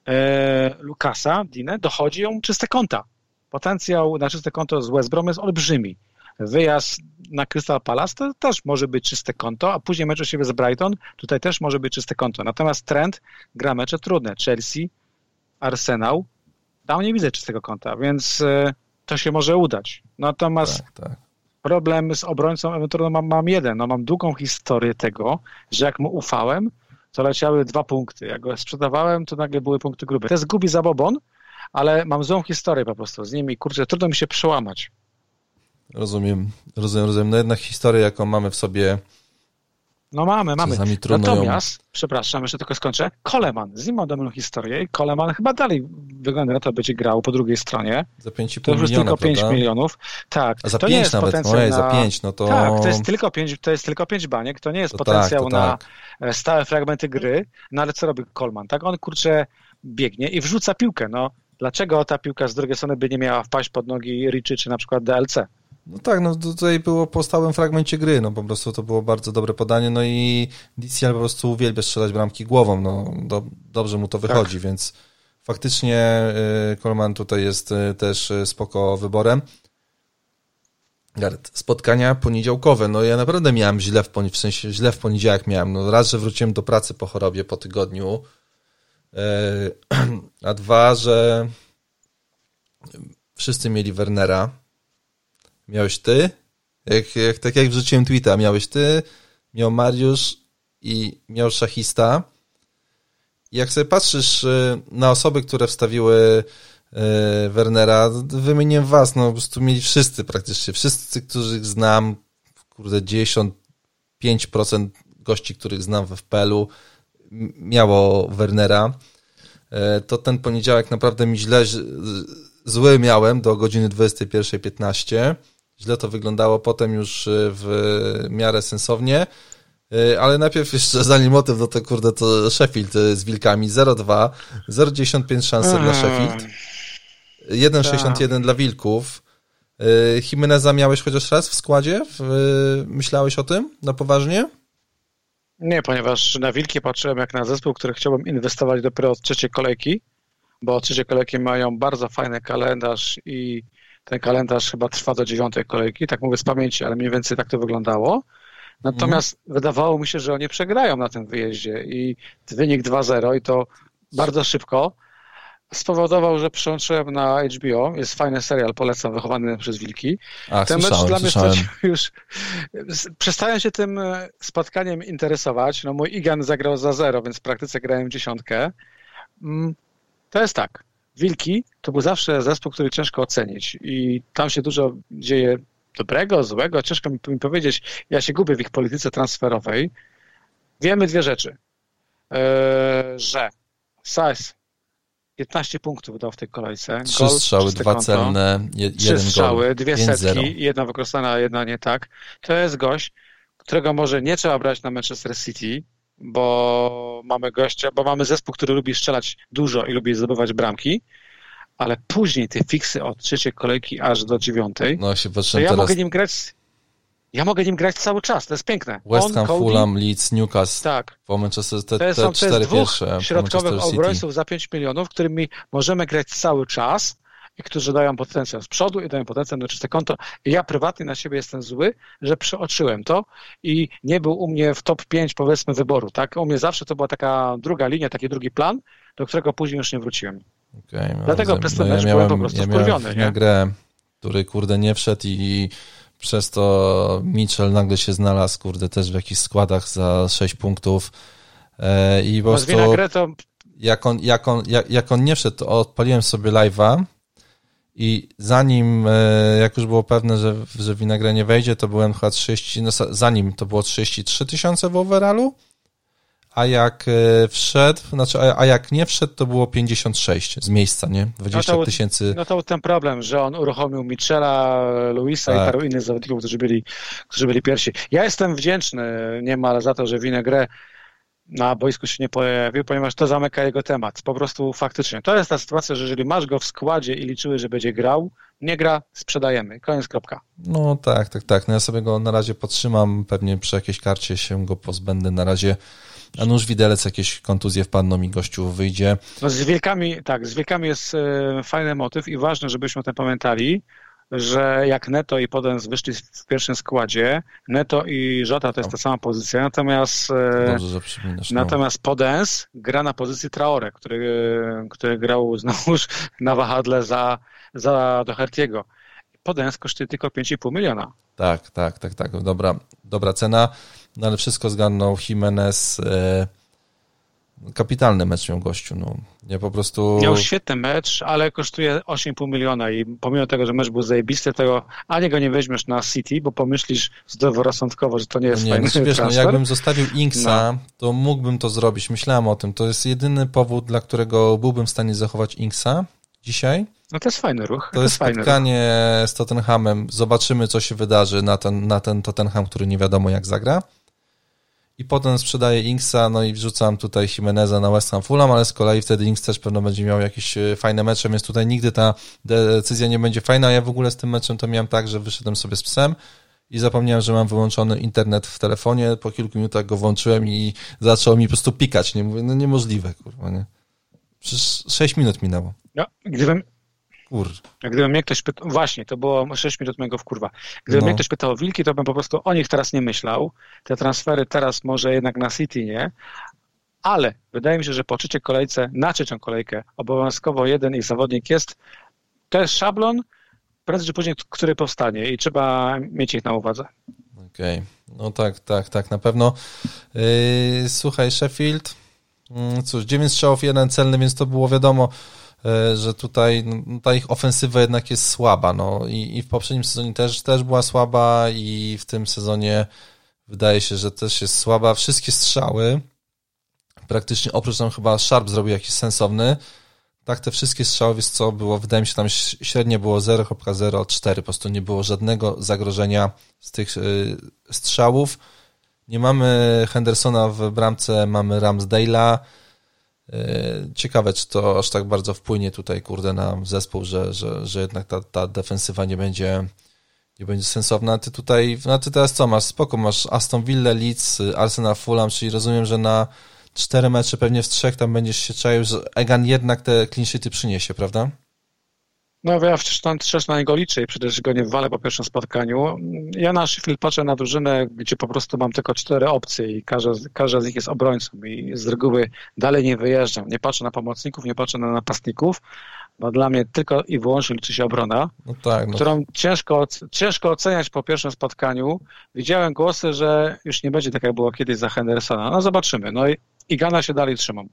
Lucasa, Deana, dochodzi ją czyste konta. Potencjał na czyste konto z West Brom jest olbrzymi. Wyjazd na Crystal Palace to też może być czyste konto, a później mecz u siebie z Brighton, tutaj też może być czyste konto. Natomiast Trent gra mecze trudne. Chelsea, Arsenal, tam nie widzę czystego konta, więc to się może udać. Natomiast problem z obrońcą ewentualnie mam jeden. No, mam długą historię tego, że jak mu ufałem, to leciały 2 punkty. Jak go sprzedawałem, to nagle były punkty grube. To jest gubi zabobon, ale mam złą historię po prostu z nimi. Kurczę, trudno mi się przełamać. Rozumiem. No jednak historię, jaką mamy w sobie. No mamy. Natomiast, przepraszam, jeszcze tylko skończę. Coleman, z nim mam dobrą historię i Coleman chyba dalej wygląda na to, będzie grał po drugiej stronie. Za 5,5 to już jest miliona, tylko 5 prawda? milionów. Tak. A za to 5 nie jest nawet, potencjał za 5, no to... Tak, to jest tylko 5 baniek, to nie jest potencjał na stałe fragmenty gry, no ale co robi Coleman? Tak, on kurczę biegnie i wrzuca piłkę, no. Dlaczego ta piłka z drugiej strony by nie miała wpaść pod nogi Richie czy na przykład DLC? No tak, no tutaj było po stałym fragmencie gry, no po prostu to było bardzo dobre podanie, no i DCL po prostu uwielbia strzelać bramki głową, no dobrze mu to wychodzi, więc faktycznie Coleman tutaj jest też spoko wyborem. spotkania poniedziałkowe. No ja naprawdę miałem w sensie źle w poniedziałek miałem. No raz, że wróciłem do pracy po chorobie, po tygodniu, a dwa, że wszyscy mieli Wernera. Miałeś ty? Tak jak wrzuciłem tweeta, miałeś ty, miał Mariusz i miał szachista. I jak sobie patrzysz na osoby, które wstawiły Wernera, wymieniłem was, no po prostu mieli wszyscy praktycznie, wszyscy, których znam, kurde 95% gości, których znam w FPL-u miało Wernera. To ten poniedziałek naprawdę mi zły miałem do godziny 21:15. Źle to wyglądało, potem już w miarę sensownie, ale najpierw jeszcze zanim o tym, no to kurde, to Sheffield z Wilkami 0,2, 0,95 szansy dla Sheffield, 1,61 dla Wilków. Jimeneza miałeś chociaż raz w składzie? Myślałeś o tym na poważnie? Nie, ponieważ na Wilki patrzyłem jak na zespół, który chciałbym inwestować dopiero od trzeciej kolejki, bo trzecie kolejki mają bardzo fajny kalendarz i ten kalendarz chyba trwa do 9. kolejki, tak mówię z pamięci, ale mniej więcej tak to wyglądało. Natomiast wydawało mi się, że oni przegrają na tym wyjeździe i wynik 2-0 i to bardzo szybko spowodował, że przełączyłem na HBO. Jest fajny serial, polecam, Wychowany przez Wilki. Ten mecz dla mnie już przestałem się tym spotkaniem interesować. No mój Igan zagrał za 0, więc w praktyce grałem 10. To jest tak. Wilki to był zawsze zespół, który ciężko ocenić i tam się dużo dzieje dobrego, złego, ciężko mi powiedzieć. Ja się gubię w ich polityce transferowej. Wiemy dwie rzeczy. Że Saïs 15 punktów dał w tej kolejce. 3 strzały, 2 celne, 3 strzały, gol, 2 setki, jedna wykorzystana, jedna nie tak. To jest gość, którego może nie trzeba brać na Manchester City, bo mamy zespół, który lubi strzelać dużo i lubi zdobywać bramki, ale później te fiksy od trzeciej kolejki aż do 9. No się to ja mogę nim grać cały czas, to jest piękne. West Ham, Fulham, Leeds, Newcastle. Tak. Po Manchester, to jest 4 pierwsze. Środkowych obrońców za 5 milionów, którymi możemy grać cały czas i którzy dają potencjał z przodu i dają potencjał na czyste konto. I ja prywatnie na siebie jestem zły, że przeoczyłem to i nie był u mnie w top 5 powiedzmy wyboru. Tak? U mnie zawsze to była taka druga linia, taki drugi plan, do którego później już nie wróciłem. Okay, dlatego przez ten mecz byłem po prostu wkurwiony. Ja grę, który kurde nie wszedł i przez to Mitchell nagle się znalazł, kurde, też w jakichś składach za 6 punktów i po prostu jak on nie wszedł, to odpaliłem sobie live'a i zanim, jak już było pewne, że Vinagre nie wejdzie, to byłem chyba 30, no zanim to było 33 000 w overallu, a jak wszedł, a jak nie wszedł, to było 56 z miejsca, nie? 20 000. No to był ten problem, że on uruchomił Michela, Luisa i paru innych zawodników, którzy byli pierwsi. Ja jestem wdzięczny niemal za to, że Vinagre na boisku się nie pojawił, ponieważ to zamyka jego temat. Po prostu faktycznie. To jest ta sytuacja, że jeżeli masz go w składzie i liczyły, że będzie grał, nie gra, sprzedajemy. Koniec, kropka. No tak. No ja sobie go na razie podtrzymam, pewnie przy jakiejś karcie się go pozbędę na razie. A nuż widelec, jakieś kontuzje wpadną i gościu wyjdzie. No z Wilkami jest fajny motyw i ważne, żebyśmy o tym pamiętali, że jak Neto i Podence wyszli w pierwszym składzie, Neto i Jota to jest ta sama pozycja, natomiast dobrze, że przypominasz, natomiast Podence gra na pozycji Traore, który grał znowuż na wahadle za Doherty'ego. Podence kosztuje tylko 5,5 miliona. Tak. Dobra cena, no ale wszystko zgarnął Jimenez. Kapitalny mecz miał gościu. No. Ja po prostu... Miał świetny mecz, ale kosztuje 8,5 miliona i pomimo tego, że mecz był zajebisty, to ani go nie weźmiesz na City, bo pomyślisz zdroworozsądkowo, że to nie jest fajny transfer. Jakbym zostawił Inksa, to mógłbym to zrobić. Myślałem o tym. To jest jedyny powód, dla którego byłbym w stanie zachować Inksa dzisiaj. No to jest fajny ruch. To jest spotkanie z Tottenhamem. Zobaczymy, co się wydarzy na ten Tottenham, który nie wiadomo jak zagra. I potem sprzedaję Inksa, no i wrzucam tutaj Jimeneza na West Ham Fulham, ale z kolei wtedy Inks też pewno będzie miał jakieś fajne mecze, więc tutaj nigdy ta decyzja nie będzie fajna. Ja w ogóle z tym meczem to miałem tak, że wyszedłem sobie z psem i zapomniałem, że mam wyłączony internet w telefonie. Po kilku minutach go włączyłem i zaczął mi po prostu pikać. Nie mówię, no niemożliwe, kurwa, nie? Przecież 6 minut minęło. No, Gdyby mnie ktoś pytał, właśnie, to było 6 minut mojego wkurwa. Gdyby mnie ktoś pytał o Wilki, to bym po prostu o nich teraz nie myślał. Te transfery teraz może jednak na City nie, ale wydaje mi się, że po trzeciej kolejce, na trzecią kolejkę obowiązkowo jeden ich zawodnik jest. To jest szablon, prędzej czy później, który powstanie i trzeba mieć ich na uwadze. Okej. No tak, na pewno. Słuchaj, Sheffield, cóż, 9 strzałów, 1 celny, więc to było wiadomo, że tutaj ta ich ofensywa jednak jest słaba, no i w poprzednim sezonie też była słaba i w tym sezonie wydaje się, że też jest słaba. Wszystkie strzały, praktycznie oprócz tam chyba Sharp zrobił jakiś sensowny, tak te wszystkie strzały, wiesz co, było, wydaje mi się, tam średnie było 0,04, po prostu nie było żadnego zagrożenia z tych strzałów. Nie mamy Hendersona w bramce, mamy Ramsdale'a. Ciekawe, czy to aż tak bardzo wpłynie tutaj, na zespół, że jednak ta defensywa nie będzie sensowna. Ty tutaj, ty teraz co masz? Spoko, masz Aston Villa, Leeds, Arsenal, Fulham, czyli rozumiem, że na 4 mecze pewnie w 3 tam będziesz się czaił, że Egan jednak te clean sheety przyniesie, prawda? No ja przecież na niego liczę i przecież go nie wwalę po pierwszym spotkaniu. Ja na Sheffield patrzę na drużynę, gdzie po prostu mam tylko 4 opcje i każda z nich jest obrońcą i z reguły dalej nie wyjeżdżam. Nie patrzę na pomocników, nie patrzę na napastników, bo dla mnie tylko i wyłącznie liczy się obrona, którą ciężko oceniać po pierwszym spotkaniu. Widziałem głosy, że już nie będzie tak, jak było kiedyś za Hendersona. No zobaczymy. No i Gana się dalej trzymam.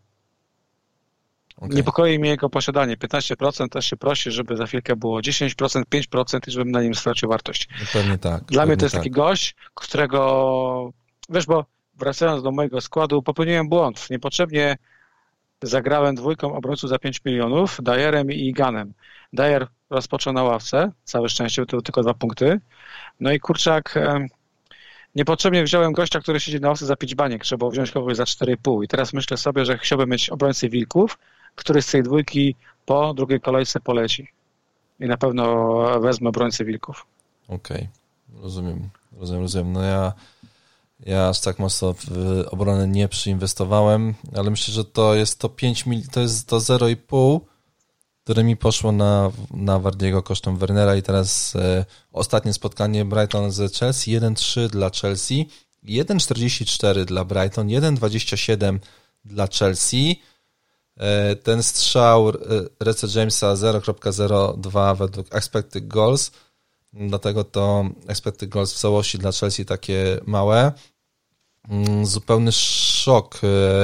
Okay. Niepokoi mnie jego posiadanie. 15% też się prosi, żeby za chwilkę było 10%, 5% i żebym na nim stracił wartość. No pewnie tak. Dla mnie to jest taki gość, którego... Wiesz, bo wracając do mojego składu, popełniłem błąd. Niepotrzebnie zagrałem 2 obrońców za 5 milionów, Dyerem i Ganem. Dyer rozpoczął na ławce, całe szczęście, to tylko 2 punkty. No i kurczak... Niepotrzebnie wziąłem gościa, który siedzi na ławce za 5 baniek, trzeba było wziąć kogoś za 4,5. I teraz myślę sobie, że chciałbym mieć obrońcę Wilków, który z tej 2 po drugiej kolejce poleci. I na pewno wezmę obrońcę Wilków. Okej. Rozumiem. No ja aż tak mocno w obronę nie przyinwestowałem, ale myślę, że to jest to 5 to jest to 0,5, które mi poszło na Wardiego kosztem Wernera i teraz ostatnie spotkanie Brighton z Chelsea, 1-3 dla Chelsea, 1,44 dla Brighton, 1,27 dla Chelsea. Ten strzał Reece Jamesa 0,02 według expected goals, dlatego to expected goals w całości dla Chelsea takie małe. Zupełny szok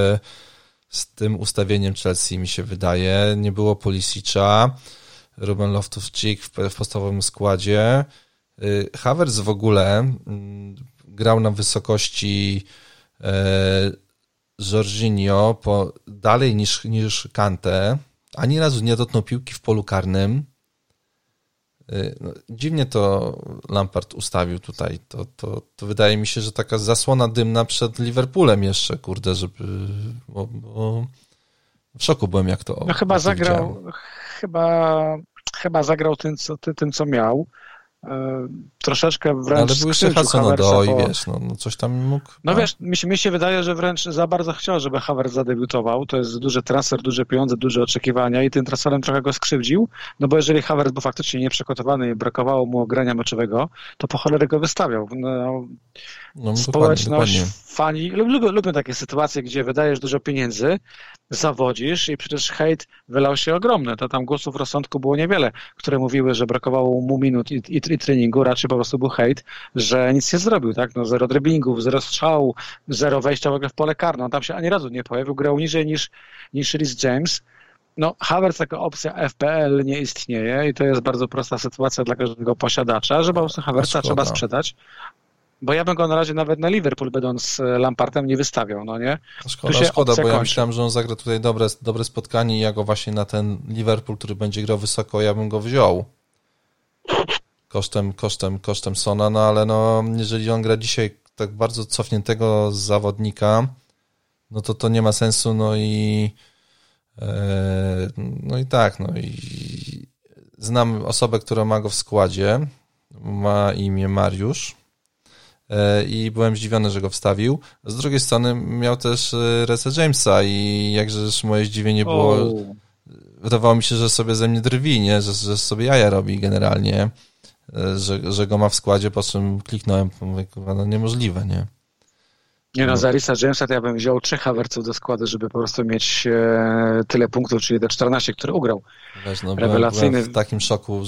z tym ustawieniem Chelsea mi się wydaje. Nie było Pulisicza, Ruben Loftus-Cheek w podstawowym składzie. Havertz w ogóle grał na wysokości Jorginho dalej niż Kante. Ani razu nie dotknął piłki w polu karnym. No, dziwnie to Lampard ustawił tutaj. To wydaje mi się, że taka zasłona dymna przed Liverpoolem jeszcze, żeby... Bo w szoku byłem, jak to... No chyba zagrał, chyba zagrał tym, co miał. Troszeczkę wręcz ale był jeszcze Hudson-Odoi, wiesz, no coś tam mógł... No wiesz, mi się wydaje, że wręcz za bardzo chciał, żeby Havertz zadebiutował. To jest duży transfer, duże pieniądze, duże oczekiwania i tym transferem trochę go skrzywdził, no bo jeżeli Havertz był faktycznie nieprzygotowany i brakowało mu grania meczowego, to po cholerę go wystawiał. Społeczność, dokładnie. Fani lubią takie sytuacje, gdzie wydajesz dużo pieniędzy, zawodzisz i przecież hejt wylał się ogromny. To tam głosów rozsądku było niewiele, które mówiły, że brakowało mu minut i treningu, raczej po prostu był hejt, że nic nie zrobił, tak? No, 0 driblingów, 0 strzału, 0 wejścia w ogóle w pole karne. On tam się ani razu nie pojawił, grał niżej niż Reece James. No, Havertz jako opcja FPL nie istnieje i to jest bardzo prosta sytuacja dla każdego posiadacza, że po prostu Havertza trzeba sprzedać. Bo ja bym go na razie nawet na Liverpool, będąc Lampardem, nie wystawiał, no nie? Szkoda, bo ja myślałem, że on zagra tutaj dobre spotkanie i ja go właśnie na ten Liverpool, który będzie grał wysoko, ja bym go wziął. Kosztem Sona, no ale no, jeżeli on gra dzisiaj tak bardzo cofniętego zawodnika, no to nie ma sensu, no i znam osobę, która ma go w składzie, ma imię Mariusz, i byłem zdziwiony, że go wstawił. Z drugiej strony miał też Reece Jamesa i jakżeż moje zdziwienie było wydawało mi się, że sobie ze mnie drwi, nie? Że sobie jaja robi generalnie, że go ma w składzie, po czym kliknąłem, mówię, kurwa, no niemożliwe, nie? Nie no, za Risa Jamesa to ja bym wziął 3 Havertzów do składu, żeby po prostu mieć tyle punktów, czyli te 14, które ugrał. Wiesz, no, rewelacyjny. Byłem w takim szoku,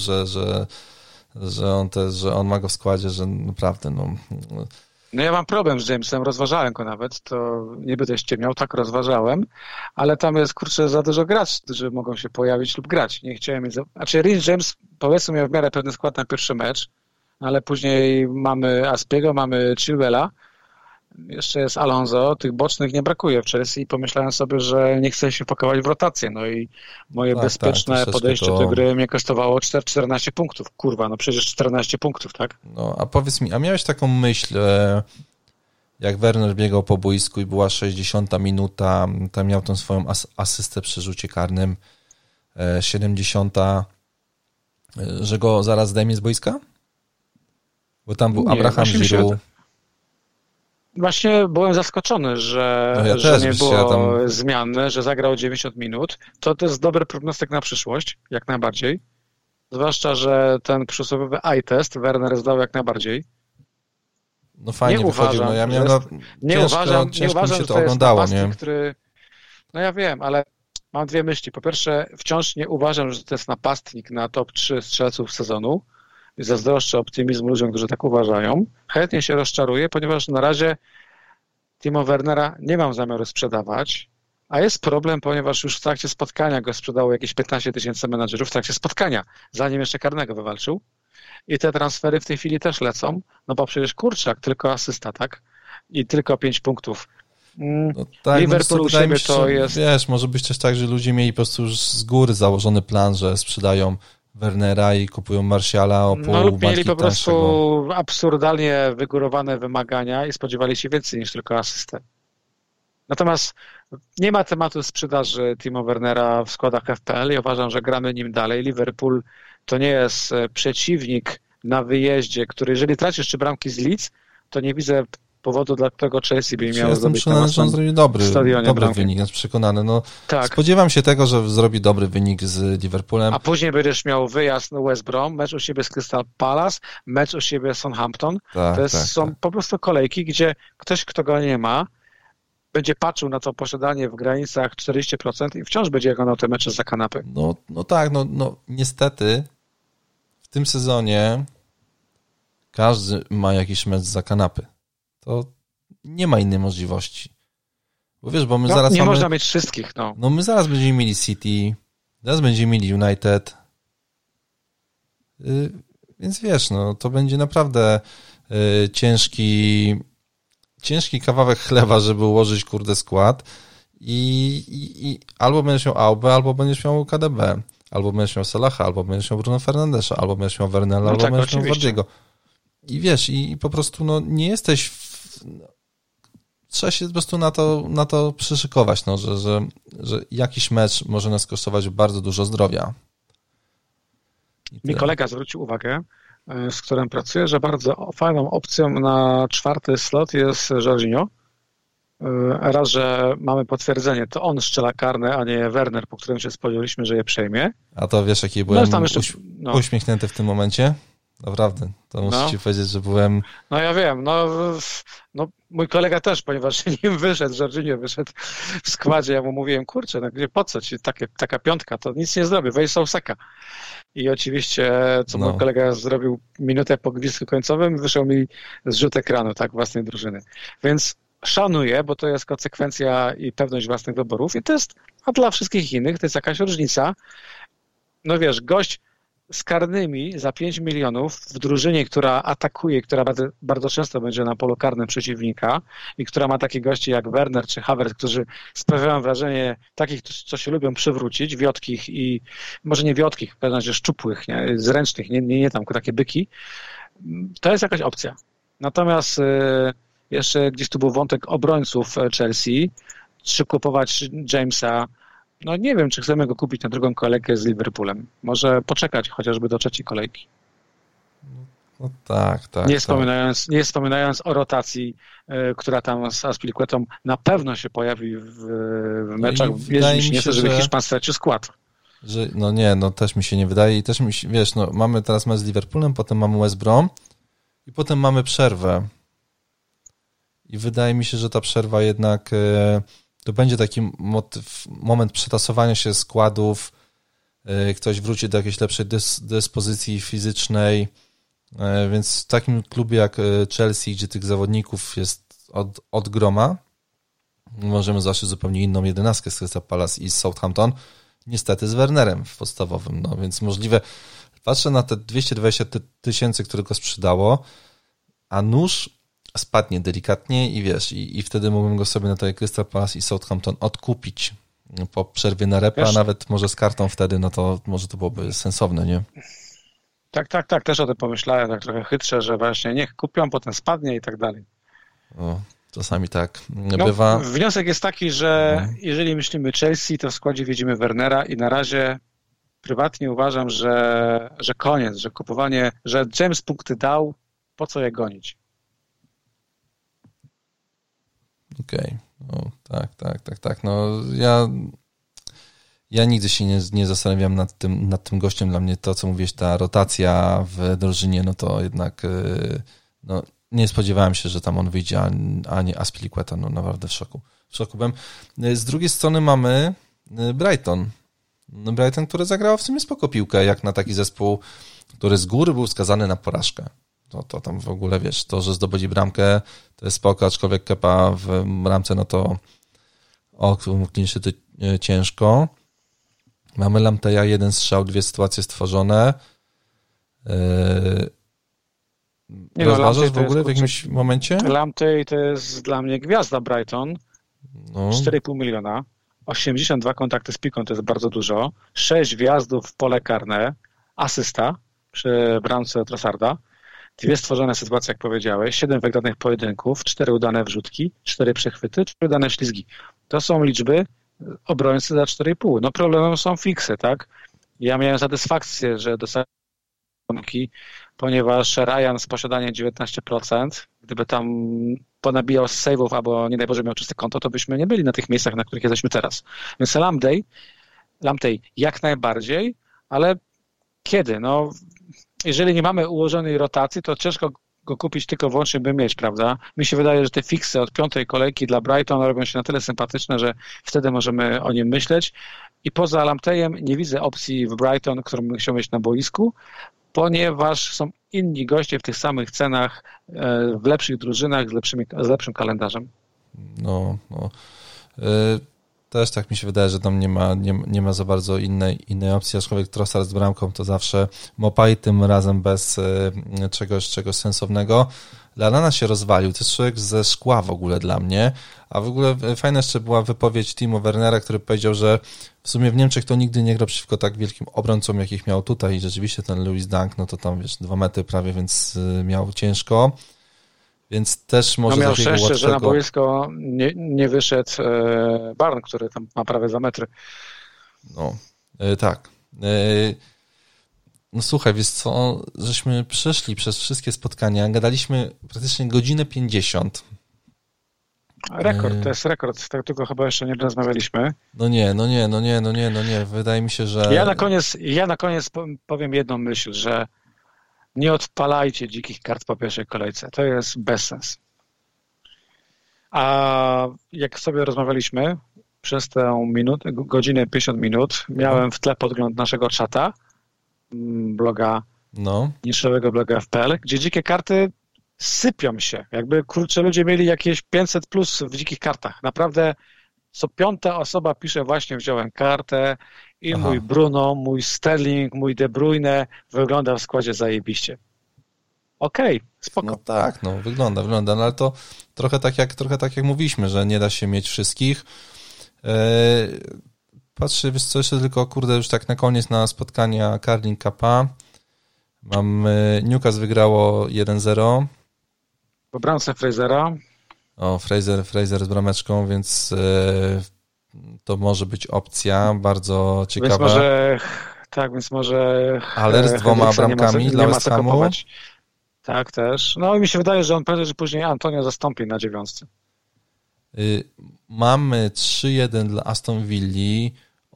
że on ma go w składzie, że naprawdę, no... No ja mam problem z Jamesem, rozważałem go nawet, to nie będę ściemniał, tak rozważałem, ale tam jest, kurczę, za dużo graczy, którzy mogą się pojawić lub grać. Nie chciałem mieć... Znaczy Rhys James, powiedzmy, miał w miarę pewny skład na pierwszy mecz, ale później mamy Aspiego, mamy Chilwella, jeszcze jest Alonso, tych bocznych nie brakuje w Chelsea i pomyślałem sobie, że nie chcę się pakować w rotację, no i moje bezpieczne podejście do gry mnie kosztowało 14 punktów. Kurwa, no przecież 14 punktów, tak? No, a powiedz mi, a miałeś taką myśl, jak Werner biegał po boisku i była 60 minuta, tam miał tą swoją asystę przy rzucie karnym, 70, że go zaraz zdejmie z boiska? Bo tam był Abraham Giroud. Właśnie byłem zaskoczony, że nie było zmiany, że zagrał 90 minut. To jest dobry prognostyk na przyszłość, jak najbardziej. Zwłaszcza, że ten przysłowiowy eye test Werner zdał jak najbardziej. No fajnie wychodził. No ja miałem ciężko mi się to oglądało, nie? No ja wiem, ale mam dwie myśli. Po pierwsze, wciąż nie uważam, że to jest napastnik na top 3 strzelców sezonu. Zazdroszczę optymizm ludziom, którzy tak uważają. Chętnie się rozczaruję, ponieważ na razie Timo Wernera nie mam zamiaru sprzedawać, a jest problem, ponieważ już w trakcie spotkania go sprzedało jakieś 15 000 menadżerów, w trakcie spotkania, zanim jeszcze karnego wywalczył. I te transfery w tej chwili też lecą, no bo przecież kurczak, tylko asysta, tak? I tylko 5 punktów. No tak, Liverpool u siebie to jest... Wiesz, może być też tak, że ludzie mieli po prostu już z góry założony plan, że sprzedają Wernera i kupują Martiala o pół lub mieli po prostu absurdalnie wygórowane wymagania i spodziewali się więcej niż tylko asystę. Natomiast nie ma tematu sprzedaży Timo Wernera w składach FPL i uważam, że gramy nim dalej. Liverpool to nie jest przeciwnik na wyjeździe, który jeżeli tracisz 3 bramki z Leeds, to nie widzę powodu, dla którego Chelsea by miał zrobić że on zrobi dobry wynik, jest przekonany. No, tak. Spodziewam się tego, że zrobi dobry wynik z Liverpoolem. A później będziesz miał wyjazd na West Brom, mecz u siebie z Crystal Palace, mecz u siebie z Southampton. Są po prostu kolejki, gdzie ktoś, kto go nie ma, będzie patrzył na to posiadanie w granicach 40% i wciąż będzie oglądał te mecze za kanapy. No tak, niestety w tym sezonie każdy ma jakiś mecz za kanapy. To nie ma innej możliwości. Bo wiesz, bo my zaraz nie można mieć wszystkich, No my zaraz będziemy mieli City, zaraz będziemy mieli United. Więc wiesz, to będzie naprawdę ciężki kawałek chleba, żeby ułożyć skład i albo będziesz miał Aubę, albo będziesz miał KDB, albo będziesz miał Salaha, albo będziesz miał Bruno Fernandesza, albo będziesz miał Wernela, albo będziesz miał Wardiego. I wiesz, i po prostu nie jesteś trzeba się po prostu na to przyszykować, że jakiś mecz może nas kosztować bardzo dużo zdrowia. Mi kolega zwrócił uwagę, z którym pracuję, że bardzo fajną opcją na 4. slot jest Jorginho. Raz, że mamy potwierdzenie, to on strzela karne, a nie Werner, po którym się spodziewaliśmy, że je przejmie. A to wiesz, jaki byłem uśmiechnięty w tym momencie? Naprawdę, to muszę ci powiedzieć, że byłem... No ja wiem, mój kolega też, ponieważ nim wyszedł, Jorginho wyszedł w składzie, ja mu mówiłem, kurczę, po co ci taka piątka, to nic nie zrobi, weź Souceka. I oczywiście, mój kolega zrobił minutę po gwizdku końcowym, wyszedł mi zrzut ekranu, własnej drużyny. Więc szanuję, bo to jest konsekwencja i pewność własnych wyborów i to jest, a dla wszystkich innych to jest jakaś różnica. No wiesz, gość z karnymi za 5 milionów w drużynie, która atakuje, która bardzo często będzie na polu karnym przeciwnika i która ma takie gości jak Werner czy Havertz, którzy sprawiają wrażenie takich, co się lubią przywrócić, wiotkich i może nie wiotkich, w pewnym razie szczupłych, zręcznych, nie tam takie byki, to jest jakaś opcja. Natomiast jeszcze gdzieś tu był wątek obrońców Chelsea, czy kupować Jamesa. Nie wiem, czy chcemy go kupić na drugą kolejkę z Liverpoolem. Może poczekać chociażby do 3. kolejki. Tak. Nie wspominając o rotacji, która tam z Azpilicuetą na pewno się pojawi w meczach. Wierzy mi się nie chce, żeby Hiszpan stracił skład. No nie, no też mi się nie wydaje i też wiesz, no mamy teraz mecz z Liverpoolem, potem mamy West Brom i potem mamy przerwę. I wydaje mi się, że ta przerwa jednak to będzie taki moment przetasowania się składów, ktoś wróci do jakiejś lepszej dyspozycji fizycznej, więc w takim klubie jak Chelsea, gdzie tych zawodników jest od groma, możemy zobaczyć zupełnie inną 11 z Crystal Palace i z Southampton, niestety z Wernerem w podstawowym, no więc możliwe, patrzę na te 220 000, które go sprzedało, a nóż spadnie delikatnie i wiesz, i wtedy mógłbym go sobie na tej Crystal Palace i Southampton odkupić po przerwie na repa, a nawet może z kartą wtedy, no to może to byłoby sensowne, nie? Tak, też o tym pomyślałem, tak trochę chytrze, że właśnie niech kupią, potem spadnie i tak dalej. O, czasami tak bywa. Wniosek jest taki, że jeżeli myślimy Chelsea, to w składzie widzimy Wernera i na razie prywatnie uważam, że koniec, że kupowanie, że James punkty dał, po co je gonić? Okej. No, tak. No ja nigdy się nie zastanawiam nad tym gościem. Dla mnie to, co mówiłeś, ta rotacja w drużynie, no to jednak no, nie spodziewałem się, że tam on wyjdzie, a nie Azpilicueta. No naprawdę w szoku. W szoku byłem. Z drugiej strony mamy Brighton. No, Brighton, który zagrał w sumie spoko piłkę, jak na taki zespół, który z góry był skazany na porażkę. To tam w ogóle, wiesz, to, że zdobędzie bramkę, to jest spoko, aczkolwiek Kepa w bramce, no to klinicznie to ciężko. Mamy Lampteja, 1 strzał, 2 sytuacje stworzone. Rozważasz w ogóle w jakimś momencie? Lamptey to jest dla mnie gwiazda Brighton. 4,5 miliona. 82 kontakty z piłką to jest bardzo dużo. 6 wjazdów w pole karne. Asysta przy bramce Trossarda. 2 stworzone sytuacje, jak powiedziałeś, 7 wygranych pojedynków, 4 udane wrzutki, 4 przechwyty, 4 udane ślizgi. To są liczby obrońcy za 4,5. No problemem są fiksy, tak? Ja miałem satysfakcję, że dostałem ponieważ Ryan z posiadaniem 19%, gdyby tam ponabijał z save'ów albo nie daj Boże miał czyste konto, to byśmy nie byli na tych miejscach, na których jesteśmy teraz. Więc Lamptey jak najbardziej, ale kiedy? No jeżeli nie mamy ułożonej rotacji, to ciężko go kupić tylko wyłącznie, by mieć, prawda? Mi się wydaje, że te fiksy od 5. kolejki dla Brighton robią się na tyle sympatyczne, że wtedy możemy o nim myśleć. I poza Lampteyem nie widzę opcji w Brighton, którą bym chciał mieć na boisku, ponieważ są inni goście w tych samych cenach, w lepszych drużynach, z lepszym kalendarzem. Też tak mi się wydaje, że tam nie ma za bardzo innej opcji, aczkolwiek Trossard z bramką to zawsze Mopaj, tym razem bez czegoś sensownego. Lallana się rozwalił, to jest człowiek ze szkła w ogóle dla mnie, a w ogóle fajna jeszcze była wypowiedź Timo Wernera, który powiedział, że w sumie w Niemczech to nigdy nie grał przeciwko tak wielkim obrońcom, jakich miał tutaj i rzeczywiście ten Louis Dunk, no to tam wiesz, 2 metry prawie, więc miał ciężko. Więc też może miał takiego szczęście, łatwego... że na boisko nie wyszedł Barn, który tam ma prawie 2 metry. No, tak. No słuchaj, wiesz co, żeśmy przeszli przez wszystkie spotkania, gadaliśmy praktycznie godzinę 50. Rekord, to jest rekord, tak tylko chyba jeszcze nie rozmawialiśmy. No nie, wydaje mi się, że... Ja na koniec powiem jedną myśl, że nie odpalajcie dzikich kart po pierwszej kolejce. To jest bezsens. A jak sobie rozmawialiśmy przez tę godzinę 50 minut, miałem w tle podgląd naszego czata, bloga, niszowego bloga FPL, gdzie dzikie karty sypią się. Jakby, kurczę, ludzie mieli jakieś 500 plus w dzikich kartach. Naprawdę co 5. osoba pisze, właśnie wziąłem kartę i mój Bruno, mój Sterling, mój De Bruyne wygląda w składzie zajebiście. Okej, spoko. No tak, wygląda, no ale to trochę tak jak mówiliśmy, że nie da się mieć wszystkich. Patrzę, wiesz co, jeszcze tylko, już tak na koniec na spotkania Carling Cupa. Newcastle wygrało 1-0. Po bramce Frasera. Fraser z brameczką, więc to może być opcja bardzo ciekawa. Więc może Haller z 2 bramkami dla West Hamu. Tak, też. No i mi się wydaje, że on prędzej, że później Antonio zastąpi na 9. Mamy 3-1 dla Aston Villa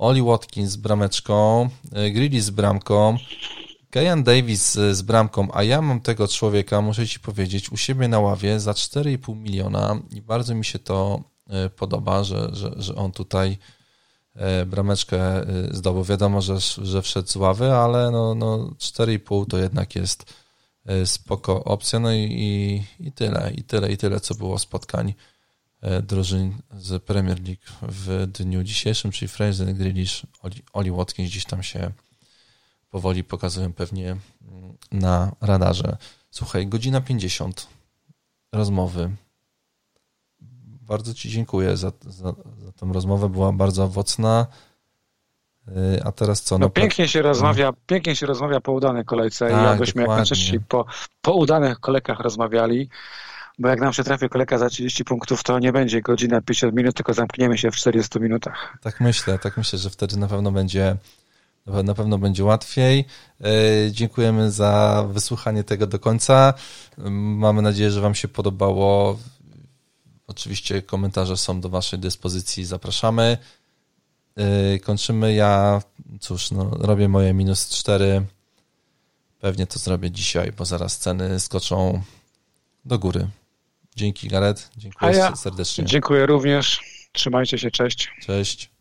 Oli Watkins z brameczką, Grealish z bramką, Kyan Davis z bramką, a ja mam tego człowieka, muszę ci powiedzieć, u siebie na ławie za 4,5 miliona i bardzo mi się to podoba, że on tutaj brameczkę zdobył. Wiadomo, że wszedł z ławy, ale no 4,5 to jednak jest spoko opcja. No i tyle, co było spotkań drużyn z Premier League w dniu dzisiejszym, czyli Fraser, Grealish, Oli Watkins gdzieś tam się powoli pokazują pewnie na radarze. Słuchaj, 1:50 rozmowy. Bardzo ci dziękuję za tą rozmowę, była bardzo owocna. A teraz co? No pięknie się rozmawia po udanej kolejce. Tak, ja byśmy jak najczęściej po udanych kolejkach rozmawiali, bo jak nam się trafi kolejka za 30 punktów, to nie będzie godzina 50 minut, tylko zamkniemy się w 40 minutach. Tak myślę, że wtedy na pewno będzie łatwiej. Dziękujemy za wysłuchanie tego do końca. Mamy nadzieję, że wam się podobało. Oczywiście komentarze są do waszej dyspozycji, zapraszamy. Kończymy. Ja robię moje -4. Pewnie to zrobię dzisiaj, bo zaraz ceny skoczą do góry. Dzięki, Gareth. Dziękuję serdecznie. Dziękuję również. Trzymajcie się. Cześć. Cześć.